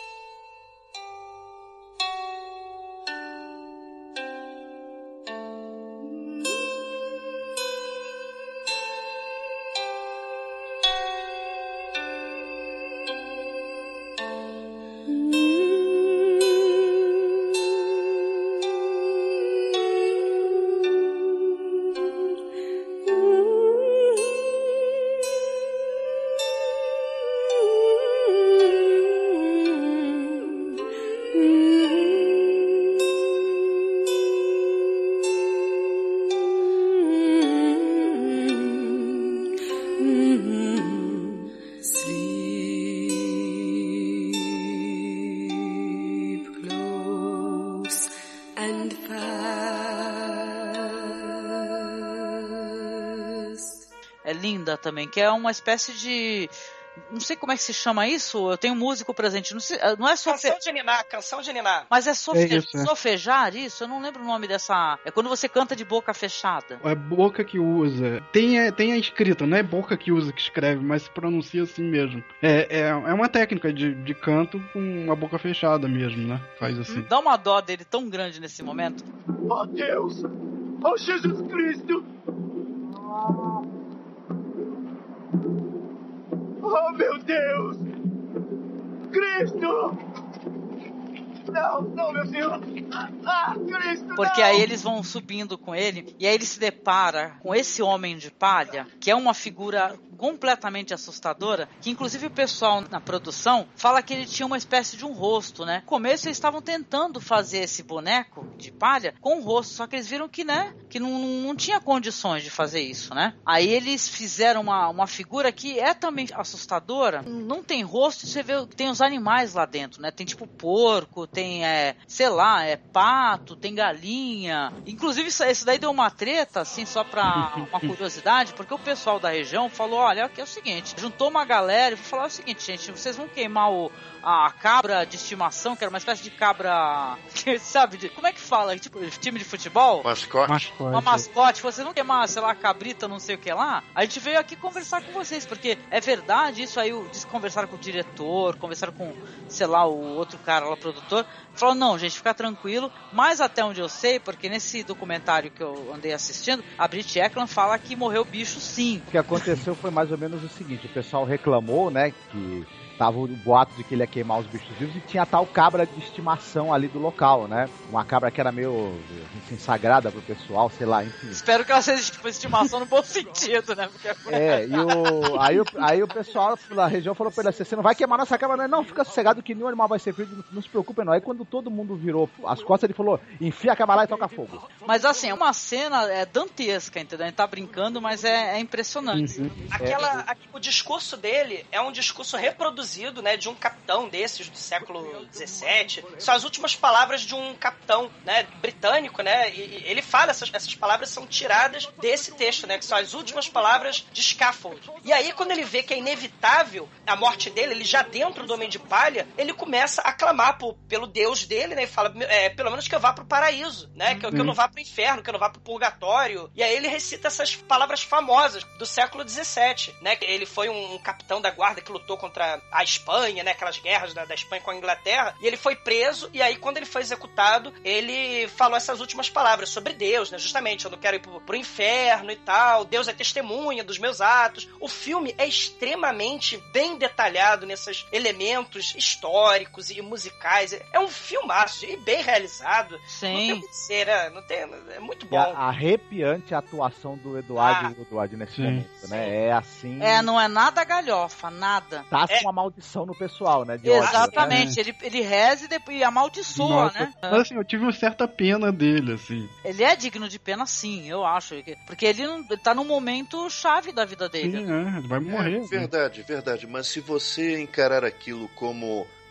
Também, que é uma espécie de... Não sei como é que se chama isso. Eu tenho um músico presente. Não, sei, não é sofe... Canção de Niná, canção de Niná. Mas é, sofe... é isso, é. sofejar isso? Eu não lembro o nome dessa... É quando você canta de boca fechada. É boca que usa. Tem a, tem a escrita, não é boca que usa que escreve, mas se pronuncia assim mesmo. É, é, é uma técnica de, de canto com a boca fechada mesmo, né? Faz assim. Dá uma dó dele tão grande nesse momento. Oh, Deus! Oh, Jesus Cristo! Oh, meu Deus! Cristo! Não, não, meu Senhor! Ah, Cristo! Porque não! aí eles vão subindo com ele, e aí ele se depara com esse homem de palha, que é uma figura completamente assustadora, que inclusive o pessoal na produção fala que ele tinha uma espécie de um rosto, né? No começo eles estavam tentando fazer esse boneco de palha com um rosto, só que eles viram que, né, que não, não tinha condições de fazer isso, né? Aí eles fizeram uma, uma figura que é também assustadora, não tem rosto, você vê que tem os animais lá dentro, né? Tem tipo porco, tem, é, sei lá, é pato, tem galinha. Inclusive isso, isso daí deu uma treta, assim, só pra uma curiosidade, porque o pessoal da região falou, olha, aqui é o seguinte, juntou uma galera e falou o seguinte, gente, vocês vão queimar o, a cabra de estimação, que era uma espécie de cabra, sabe, de, como é que fala, tipo, time de futebol? Mascote. mascote. Uma mascote, vocês vão queimar, sei lá, cabrita, não sei o que lá? A gente veio aqui conversar com vocês, porque é verdade isso aí, disse que conversaram com o diretor, conversaram com, sei lá, o outro cara lá, o produtor, falou, não, gente, fica tranquilo, mas até onde eu sei, porque nesse documentário que eu andei assistindo, a Brit Eklund fala que morreu bicho sim. O que aconteceu foi mais ou menos o seguinte, o pessoal reclamou, né, que tava o boato de que ele ia queimar os bichos vivos e tinha a tal cabra de estimação ali do local, né? Uma cabra que era meio, assim, sagrada pro pessoal, sei lá, enfim. Espero que ela seja tipo estimação no bom sentido, né? Porque... É, e o, aí, o, aí o pessoal da região falou pra ele assim, você não vai queimar nossa cabra, não, fica sossegado que nenhum animal vai ser ferido, não se preocupe não. Aí quando todo mundo virou as costas, ele falou, enfia a cabra lá e toca fogo. Mas assim, é uma cena é dantesca, entendeu? A gente tá brincando, mas é, é impressionante. Uhum. Aquela, é, o discurso dele é um discurso reproduzido, né, de um capitão desses do século dezessete. São as últimas palavras de um capitão, né, britânico, né, e, e ele fala, essas, essas palavras são tiradas desse texto, né, que são as últimas palavras de Scaffold. E aí, quando ele vê que é inevitável a morte dele, ele já dentro do Homem de Palha, ele começa a clamar por, pelo Deus dele, né, e fala, é, pelo menos que eu vá pro paraíso, né, que, que eu não vá pro inferno, que eu não vá pro purgatório. E aí ele recita essas palavras famosas do século dezessete, né, ele foi um, um capitão da guarda que lutou contra a Espanha, né, aquelas guerras da, da Espanha com a Inglaterra, e ele foi preso, e aí quando ele foi executado, ele falou essas últimas palavras sobre Deus, né, justamente, eu não quero ir pro, pro inferno e tal, Deus é testemunha dos meus atos. O filme é extremamente bem detalhado nesses elementos históricos e musicais, é um filmaço, e bem realizado. Sim. Não tem cera, não tem, é muito bom. E a arrepiante a atuação do Eduardo, ah, Eduardo nesse sim, momento, né, é assim... É, não é nada galhofa, nada. Tá É. com uma maldição no pessoal, né? De Exatamente, ódio, né? ele, ele reza e depois amaldiçoa, Nossa, né? mas assim, eu tive uma certa pena dele, assim. Ele é digno de pena, sim, eu acho. Porque ele, não, ele tá num momento chave da vida dele. Sim, é, ele vai morrer. É, verdade, verdade. Mas se você encarar aquilo como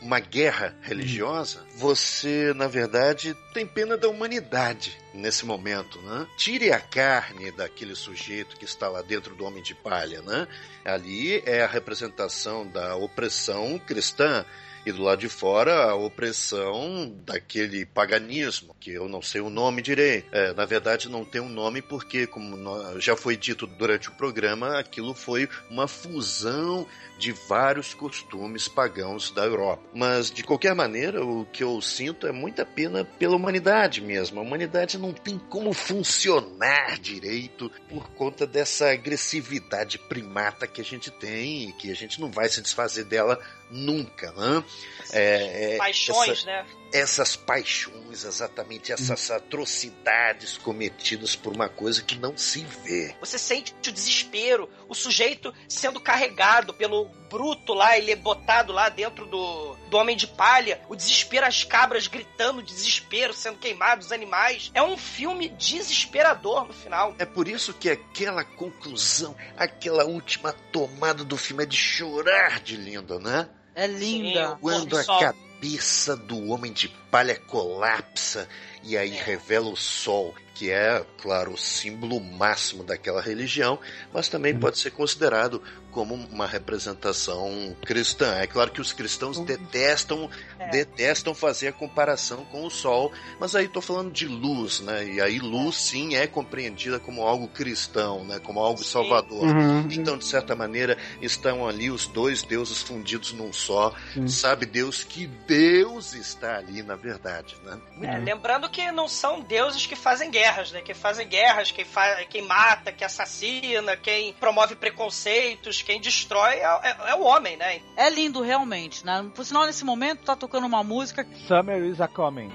uma guerra religiosa, você, na verdade, tem pena da humanidade nesse momento, né? Tire a carne daquele sujeito que está lá dentro do Homem de Palha, né? Ali é a representação da opressão cristã. E do lado de fora, a opressão daquele paganismo, que eu não sei o nome direito. É, na verdade, não tem um nome porque, como já foi dito durante o programa, aquilo foi uma fusão de vários costumes pagãos da Europa. Mas, de qualquer maneira, o que eu sinto é muita pena pela humanidade mesmo. A humanidade não tem como funcionar direito por conta dessa agressividade primata que a gente tem e que a gente não vai se desfazer dela nunca, né? É, é, paixões, essa, né? Essas paixões, exatamente, essas atrocidades cometidas por uma coisa que não se vê. Você sente o desespero, o sujeito sendo carregado pelo bruto lá, ele é botado lá dentro do, do Homem de Palha, o desespero, as cabras gritando, desespero, sendo queimados, os animais. É um filme desesperador no final. É por isso que aquela conclusão, aquela última tomada do filme é de chorar de linda, né? É linda. Sim, quando a cabeça do Homem de Palha colapsa e aí é. revela o sol, que é, claro, o símbolo máximo daquela religião, mas também pode ser considerado como uma representação cristã. É claro que os cristãos detestam, é. detestam fazer a comparação com o sol, mas aí estou falando de luz, né? E aí luz, sim, é compreendida como algo cristão, né? Como algo sim. salvador. Uhum. Então, de certa maneira, estão ali os dois deuses fundidos num só. Sim. Sabe Deus que Deus está ali, na verdade, né? É, lembrando que não são deuses que fazem guerras, né? Quem fazem guerras, quem, fa... quem mata, quem assassina, quem promove preconceitos, quem destrói é, é, é o homem, né? É lindo, realmente, né? Por sinal, nesse momento, tá tocando uma música... Summer is a coming.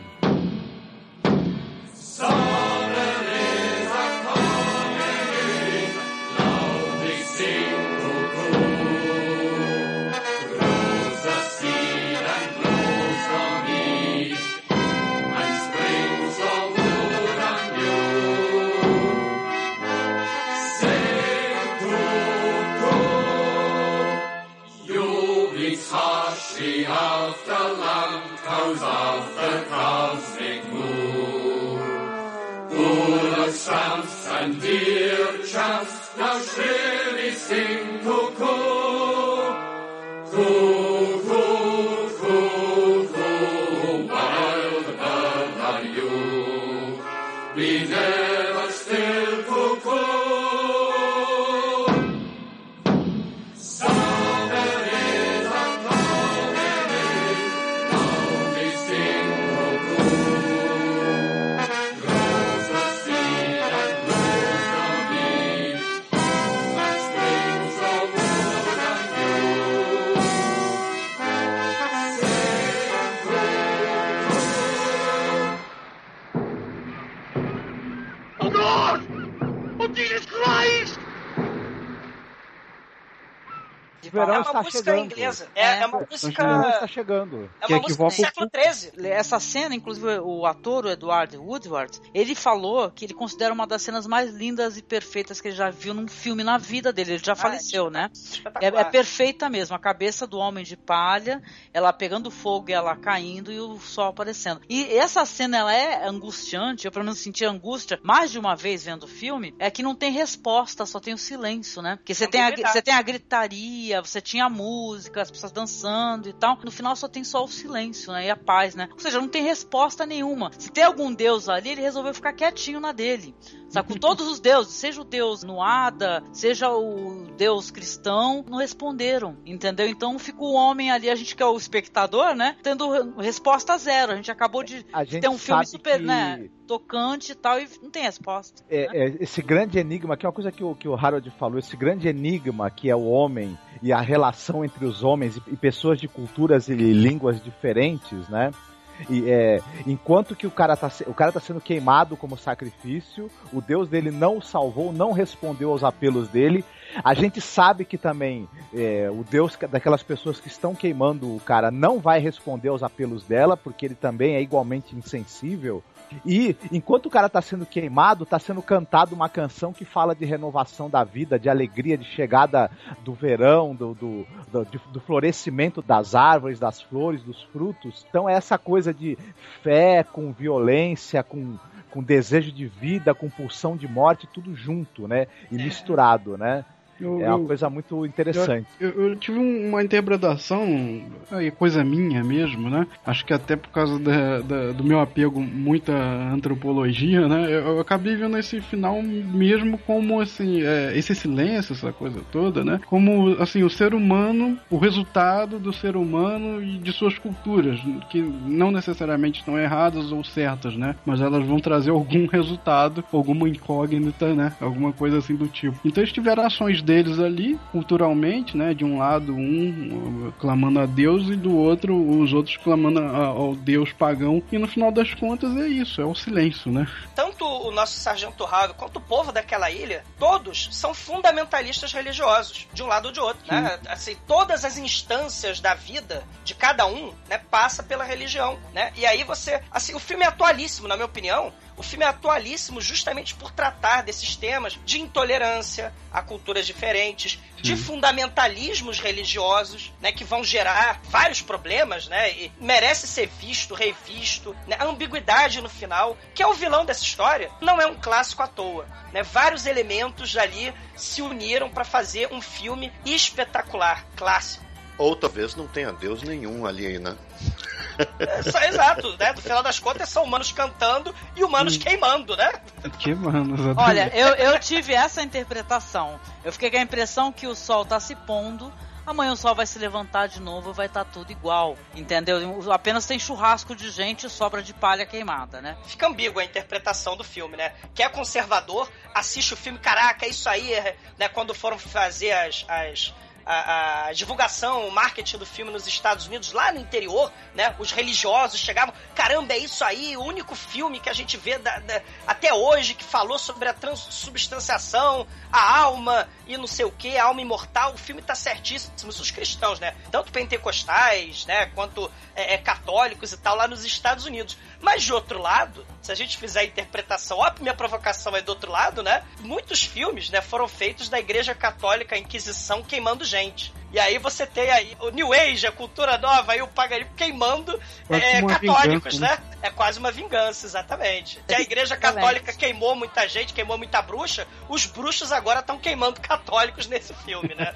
Summer is a coming, loudly sing cuckoo. Grows the seed and blows the east, and springs all good and new. Sing cuckoo, you beats hush the after land cows of the cosmic moon. Full of tramps and dear champs, now shrilly sing cuckoo. Cuckoo, cuckoo, wild bird are you. Be never still, cuckoo. Summer is a coming, now we sing cuckoo. Grows the seed and blows the leaves, and springs all good and new. Oh God! Oh Jesus Christ! O verão é uma está música chegando. inglesa. É, é, é uma música. O verão está chegando. É uma música do século treze. Essa cena, inclusive, o ator, o Edward Woodward, ele falou que ele considera uma das cenas mais lindas e perfeitas que ele já viu num filme na vida dele. Ele já ah, faleceu, é, né? É, é perfeita mesmo. A cabeça do Homem de Palha, ela pegando fogo e ela caindo e o sol aparecendo. E essa cena, ela é angustiante. Eu, pelo menos, senti angústia mais de uma vez vendo o filme. É que não tem resposta, só tem o silêncio, né? Porque você tem a, você tem a gritaria, você tinha a música, as pessoas dançando e tal. No final só tem só o silêncio, né? E a paz, né? Ou seja, não tem resposta nenhuma. Se tem algum deus ali, ele resolveu ficar quietinho na dele. Sabe? Com todos os deuses, seja o deus Nuada, seja o deus cristão, não responderam, entendeu? Então fica o homem ali, a gente que é o espectador, né? Tendo resposta zero. A gente acabou de a gente ter um filme super, que... né? Tocante e tal, e não tem resposta. É, né? é, esse grande enigma, que é uma coisa que o, que o Harold falou, esse grande enigma que é o homem e a relação entre os homens e, e pessoas de culturas e línguas diferentes, né? E, é, enquanto que o cara, tá, o cara tá sendo queimado como sacrifício, o Deus dele não o salvou, não respondeu aos apelos dele, A gente sabe que também é, o Deus daquelas pessoas que estão queimando o cara não vai responder aos apelos dela, porque ele também é igualmente insensível. E enquanto o cara está sendo queimado, está sendo cantada uma canção que fala de renovação da vida, de alegria, de chegada do verão, do, do, do, do florescimento das árvores, das flores, dos frutos. Então é essa coisa de fé com violência, com, com desejo de vida, com pulsão de morte, tudo junto, né? E misturado, né? Eu, é uma eu, coisa muito interessante. Eu, eu, eu tive uma interpretação, aí coisa minha mesmo, né? Acho que até por causa da, da, do meu apego muito à antropologia, né? Eu, eu acabei vendo esse final mesmo como, assim, é, esse silêncio, essa coisa toda, né? Como, assim, o ser humano, o resultado do ser humano e de suas culturas, que não necessariamente estão erradas ou certas, né? Mas elas vão trazer algum resultado, alguma incógnita, né? Alguma coisa assim do tipo. Então eles tiveram ações deles ali, culturalmente, né? De um lado, um clamando a Deus e do outro, os outros clamando ao Deus pagão. E no final das contas é isso, é o silêncio, né? Tanto o nosso Sargento Harvey quanto o povo daquela ilha, todos são fundamentalistas religiosos, de um lado ou de outro, Sim. né? Assim, todas as instâncias da vida de cada um, né, passa pela religião, né? E aí você, assim, o filme é atualíssimo, na minha opinião. O filme é atualíssimo justamente por tratar desses temas de intolerância a culturas diferentes, Sim. de fundamentalismos religiosos, né, que vão gerar vários problemas, né, e merece ser visto, revisto, né, a ambiguidade no final, que é o vilão dessa história, não é um clássico à toa, né, vários elementos ali se uniram para fazer um filme espetacular, clássico. Ou talvez não tenha Deus nenhum ali, né? É, só, exato, né? No final das contas são humanos cantando e humanos hum. queimando, né? Queimando, exatamente. Olha, eu, eu tive essa interpretação. Eu fiquei com a impressão que o sol tá se pondo, amanhã o sol vai se levantar de novo, vai estar tá tudo igual, entendeu? Apenas tem churrasco de gente e sobra de palha queimada, né? Fica ambígua a interpretação do filme, né? Quem é conservador, assiste o filme, caraca, é isso aí, né? Quando foram fazer as... as... A, a divulgação, o marketing do filme nos Estados Unidos, lá no interior, né? Os religiosos chegavam, caramba, é isso aí, o único filme que a gente vê da, da, até hoje que falou sobre a transubstanciação, a alma e não sei o que, a alma imortal, o filme tá certíssimo, os cristãos, né? Tanto pentecostais, né? Quanto é, é, católicos e tal, lá nos Estados Unidos. Mas de outro lado, se a gente fizer a interpretação, ó, minha provocação é do outro lado, né? Muitos filmes, né, foram feitos da Igreja Católica, a Inquisição, queimando gente. E aí você tem aí o New Age, a cultura nova, aí o paganismo queimando é, católicos, vingança, né? É quase uma vingança, exatamente. E a Igreja Católica queimou muita gente, queimou muita bruxa, os bruxos agora estão queimando católicos nesse filme, né?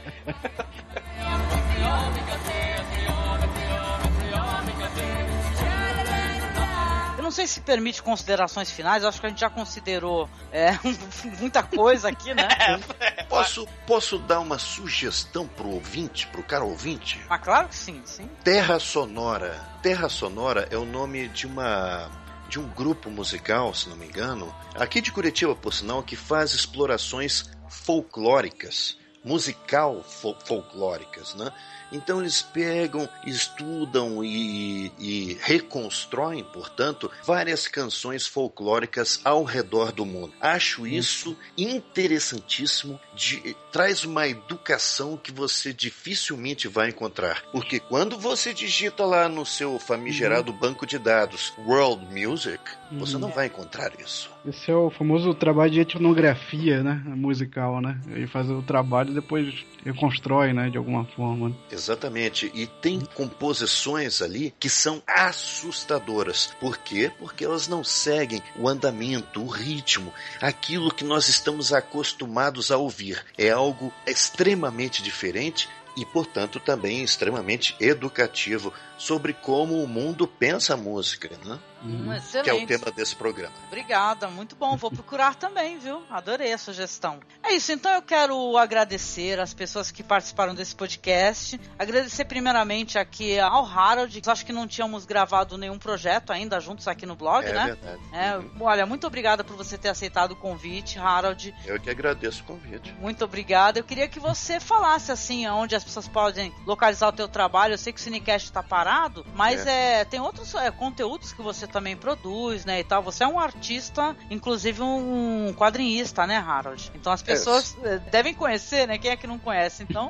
Eu não sei se permite considerações finais, acho que a gente já considerou é, muita coisa aqui, né? Posso, posso dar uma sugestão pro ouvinte, pro cara ouvinte? Ah, claro que sim, sim. Terra Sonora. Terra Sonora é o nome de uma... de um grupo musical, se não me engano, aqui de Curitiba, por sinal, que faz explorações folclóricas, musical fol- folclóricas, né? Então eles pegam, estudam e, e reconstroem, portanto, várias canções folclóricas ao redor do mundo. Acho isso interessantíssimo, de, traz uma educação que você dificilmente vai encontrar. Porque quando você digita lá no seu famigerado uhum. banco de dados World Music, uhum. você não vai encontrar isso. Esse é o famoso trabalho de etnografia, né, musical, né? Ele faz o trabalho e depois reconstrói, né, de alguma forma. Exatamente. E tem composições ali que são assustadoras. Por quê? Porque elas não seguem o andamento, o ritmo, aquilo que nós estamos acostumados a ouvir. É algo extremamente diferente e, portanto, também extremamente educativo sobre como o mundo pensa a música, né? Hum, que é o tema desse programa. Obrigada, muito bom. Vou procurar também, viu? Adorei a sugestão. É isso, então eu quero agradecer as pessoas que participaram desse podcast. Agradecer primeiramente aqui ao Harold, que acho que não tínhamos gravado nenhum projeto ainda juntos aqui no blog, é né? Verdade. É, uhum. Olha, muito obrigada por você ter aceitado o convite, Harold. Eu que agradeço o convite. Muito obrigada. Eu queria que você falasse, assim, onde as pessoas podem localizar o teu trabalho. Eu sei que o Cinecast está parado, mas é. É, tem outros é, conteúdos que você também produz, né, e tal. Você é um artista, inclusive um quadrinhista, né, Harold? Então as pessoas é. devem conhecer, né? Quem é que não conhece, então?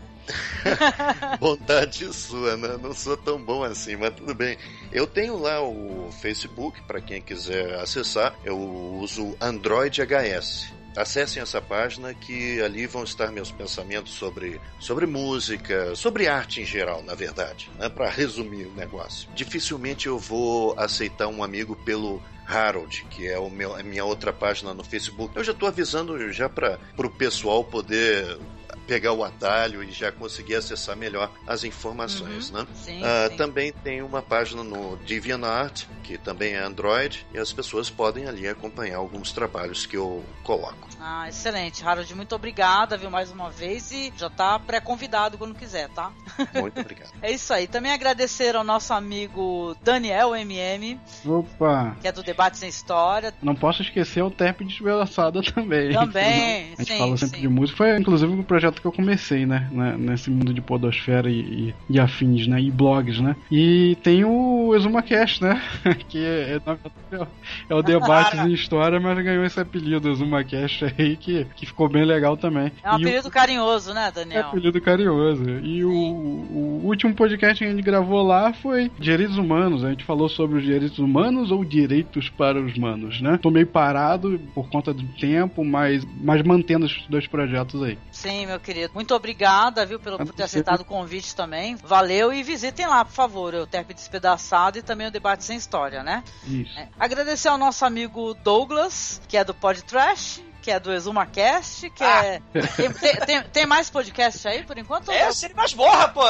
Bondade sua, né? Não sou tão bom assim, mas tudo bem. Eu tenho lá o Facebook, para quem quiser acessar. Eu uso Android H S. Acessem essa página que ali vão estar meus pensamentos sobre, sobre música, sobre arte em geral, na verdade, né? Para resumir o negócio. Dificilmente eu vou aceitar um amigo pelo Harold, que é o meu, a minha outra página no Facebook. Eu já estou avisando já para o pessoal poder pegar o atalho e já conseguir acessar melhor as informações, uhum. né? Sim, uh, sim. Também tem uma página no DeviantArt, que também é Android, e as pessoas podem ali acompanhar alguns trabalhos que eu coloco. Ah, excelente, Harold, muito obrigada, viu, mais uma vez, e já tá pré-convidado quando quiser, tá? Muito obrigado. É isso aí, também agradecer ao nosso amigo Daniel M M, Opa! que é do Debate Sem História. Não posso esquecer o Terp Despedaçada também. Também, A gente sim, fala sempre sim. de música, foi inclusive um projeto que eu comecei, né, nesse mundo de podosfera e, e, e afins, né, e blogs, né, e tem o ExumaCast, né, que é, é, é o Debate em História, mas ganhou esse apelido, ExumaCast aí, que, que ficou bem legal também. É um e apelido o, carinhoso, né, Daniel? É um apelido carinhoso. E o, o último podcast que a gente gravou lá foi Direitos Humanos, a gente falou sobre os direitos humanos ou direitos para os humanos, né, tô meio parado por conta do tempo, mas, mas mantendo esses dois projetos aí. Sim, meu querido. Muito obrigada, viu, pelo, por ter aceitado o convite também. Valeu, e visitem lá, por favor, o Terp Despedaçado e também o Debate Sem História, né? Isso. É, agradecer ao nosso amigo Douglas, que é do Podtrash, que é do ExumaCast, que ah. é... Tem, tem, tem, tem mais podcast aí, por enquanto? É, o Cine Masmorra, pô!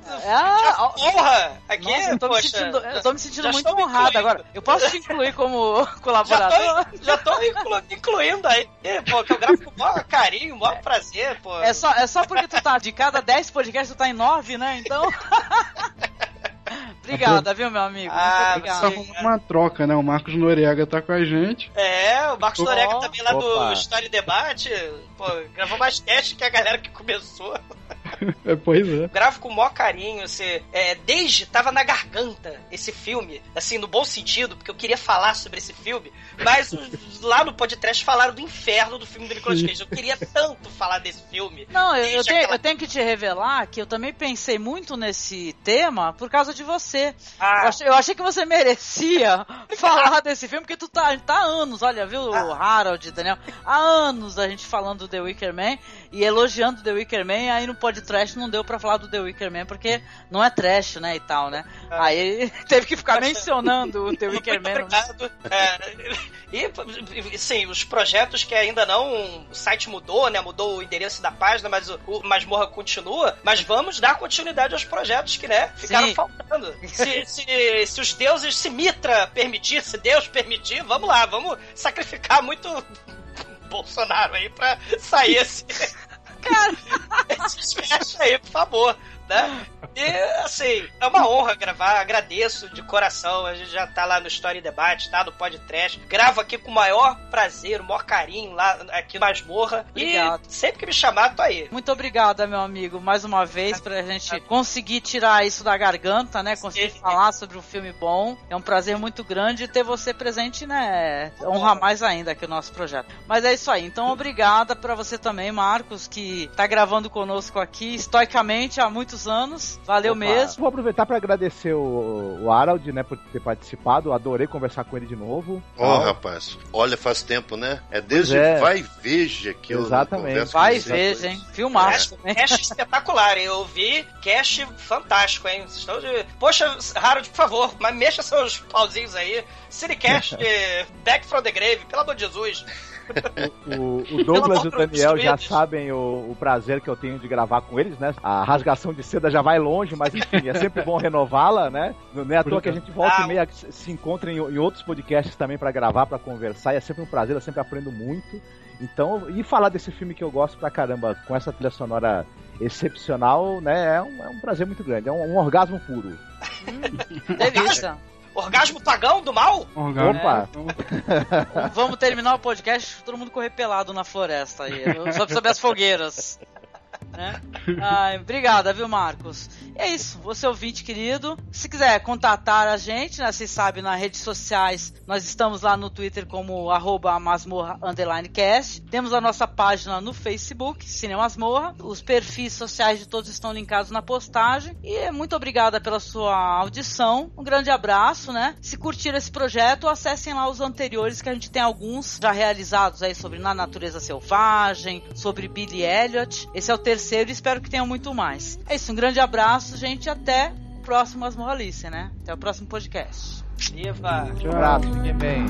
É, porra! Aqui, nossa, eu tô poxa, me sentindo, eu tô me sentindo muito me honrado agora. Eu posso te incluir como colaborador? Já tô, já tô inclu, incluindo aí, pô, que eu gravo com o maior carinho, o maior prazer, pô. É só, é só porque tu tá, de cada dez podcasts tu tá em nove, né? Então... Obrigada, viu, meu amigo? Ah, Muito obrigado. Tá uma troca, né? O Marcos Noriega tá com a gente. É, o Marcos Noriega Oh, também lá opa. do História e Debate. Pô, gravou mais cast que a galera que começou. É, pois é. Gravo com o maior carinho, assim, é, desde tava na garganta esse filme, assim, no bom sentido, porque eu queria falar sobre esse filme, mas lá no podcast falaram do inferno do filme do Nicolas Cage. Eu queria tanto falar desse filme. Não, eu, eu, tenho, aquela... eu tenho que te revelar que eu também pensei muito nesse tema por causa de você. Ah. Eu, achei, eu achei que você merecia falar desse filme, porque tu tá, tá há anos, olha, viu, ah. Harold, Daniel, há anos a gente falando do The Wicker Man e elogiando The Wicker Man, aí no podcast não deu pra falar do The Wicker Man, porque não é trash, né, e tal, né? Ah. Aí teve que ficar mencionando o The Wicker Man. É, e, sim, os projetos que ainda não... O site mudou, né? Mudou o endereço da página, mas o, o Masmorra continua. Mas vamos dar continuidade aos projetos que, né, ficaram sim. faltando. Se, se, se os deuses, se Mitra permitir, se Deus permitir, vamos lá, vamos sacrificar muito Bolsonaro aí pra sair esse... Cara, fecha aí, por favor, né? E, assim, é uma honra gravar, agradeço de coração, a gente já tá lá no História e Debate, tá? No Podcast, gravo aqui com o maior prazer, o maior carinho lá aqui no Masmorra. Obrigado. E sempre que me chamar, tô aí. Muito obrigada, meu amigo, mais uma vez, pra gente conseguir tirar isso da garganta, né? Conseguir Sim. falar sobre um filme bom. É um prazer muito grande ter você presente, né? Honra mais ainda aqui o nosso projeto. Mas é isso aí, então obrigada pra você também, Marcos, que tá gravando conosco aqui, estoicamente, há muitos anos. Valeu Opa. mesmo. Vou aproveitar para agradecer o, o Harold, né, por ter participado. Adorei conversar com ele de novo. Ó, oh, rapaz, olha, faz tempo, né? É desde é. Vai Veja que Exatamente. eu converso Vai Veja, hein? Filmaço. É. Cast espetacular, hein? Eu vi cast fantástico, hein? Estão de... Poxa, Harold, por favor, mas mexa seus pauzinhos aí. Cinecast Back from the Grave, pelo amor de Jesus. O, o Douglas e o Daniel já sabem o, o prazer que eu tenho de gravar com eles, né? A rasgação de seda já vai longe, mas enfim, é sempre bom renová-la, né? Não é à toa que a gente volta ah, e meia se encontra em, em outros podcasts também pra gravar, pra conversar, e é sempre um prazer, eu sempre aprendo muito. Então, e falar desse filme que eu gosto pra caramba, com essa trilha sonora excepcional, né? É um, é um prazer muito grande, é um, um orgasmo puro. Hum, delícia. Orgasmo pagão do mal? Orgasmo. Opa! É. Vamos terminar o podcast, todo mundo correr pelado na floresta aí, sob, sob as fogueiras. Né? Ai, obrigada, viu, Marcos? E é isso, você ouvinte querido. Se quiser contatar a gente, né, vocês sabem, nas redes sociais, nós estamos lá no Twitter como arroba masmorra underline cast. Temos a nossa página no Facebook, Cinema Masmorra. Os perfis sociais de todos estão linkados na postagem. E muito obrigada pela sua audição. Um grande abraço, né? Se curtiram esse projeto, acessem lá os anteriores, que a gente tem alguns já realizados aí sobre Na Natureza Selvagem, sobre Billy Elliot. Esse é o terceiro e espero que tenham muito mais. É isso, um grande abraço, gente, até o próximo Masmorralice, né? Até o próximo podcast. Viva! Um abraço, fiquem bem.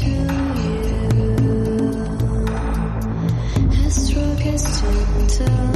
Struck us to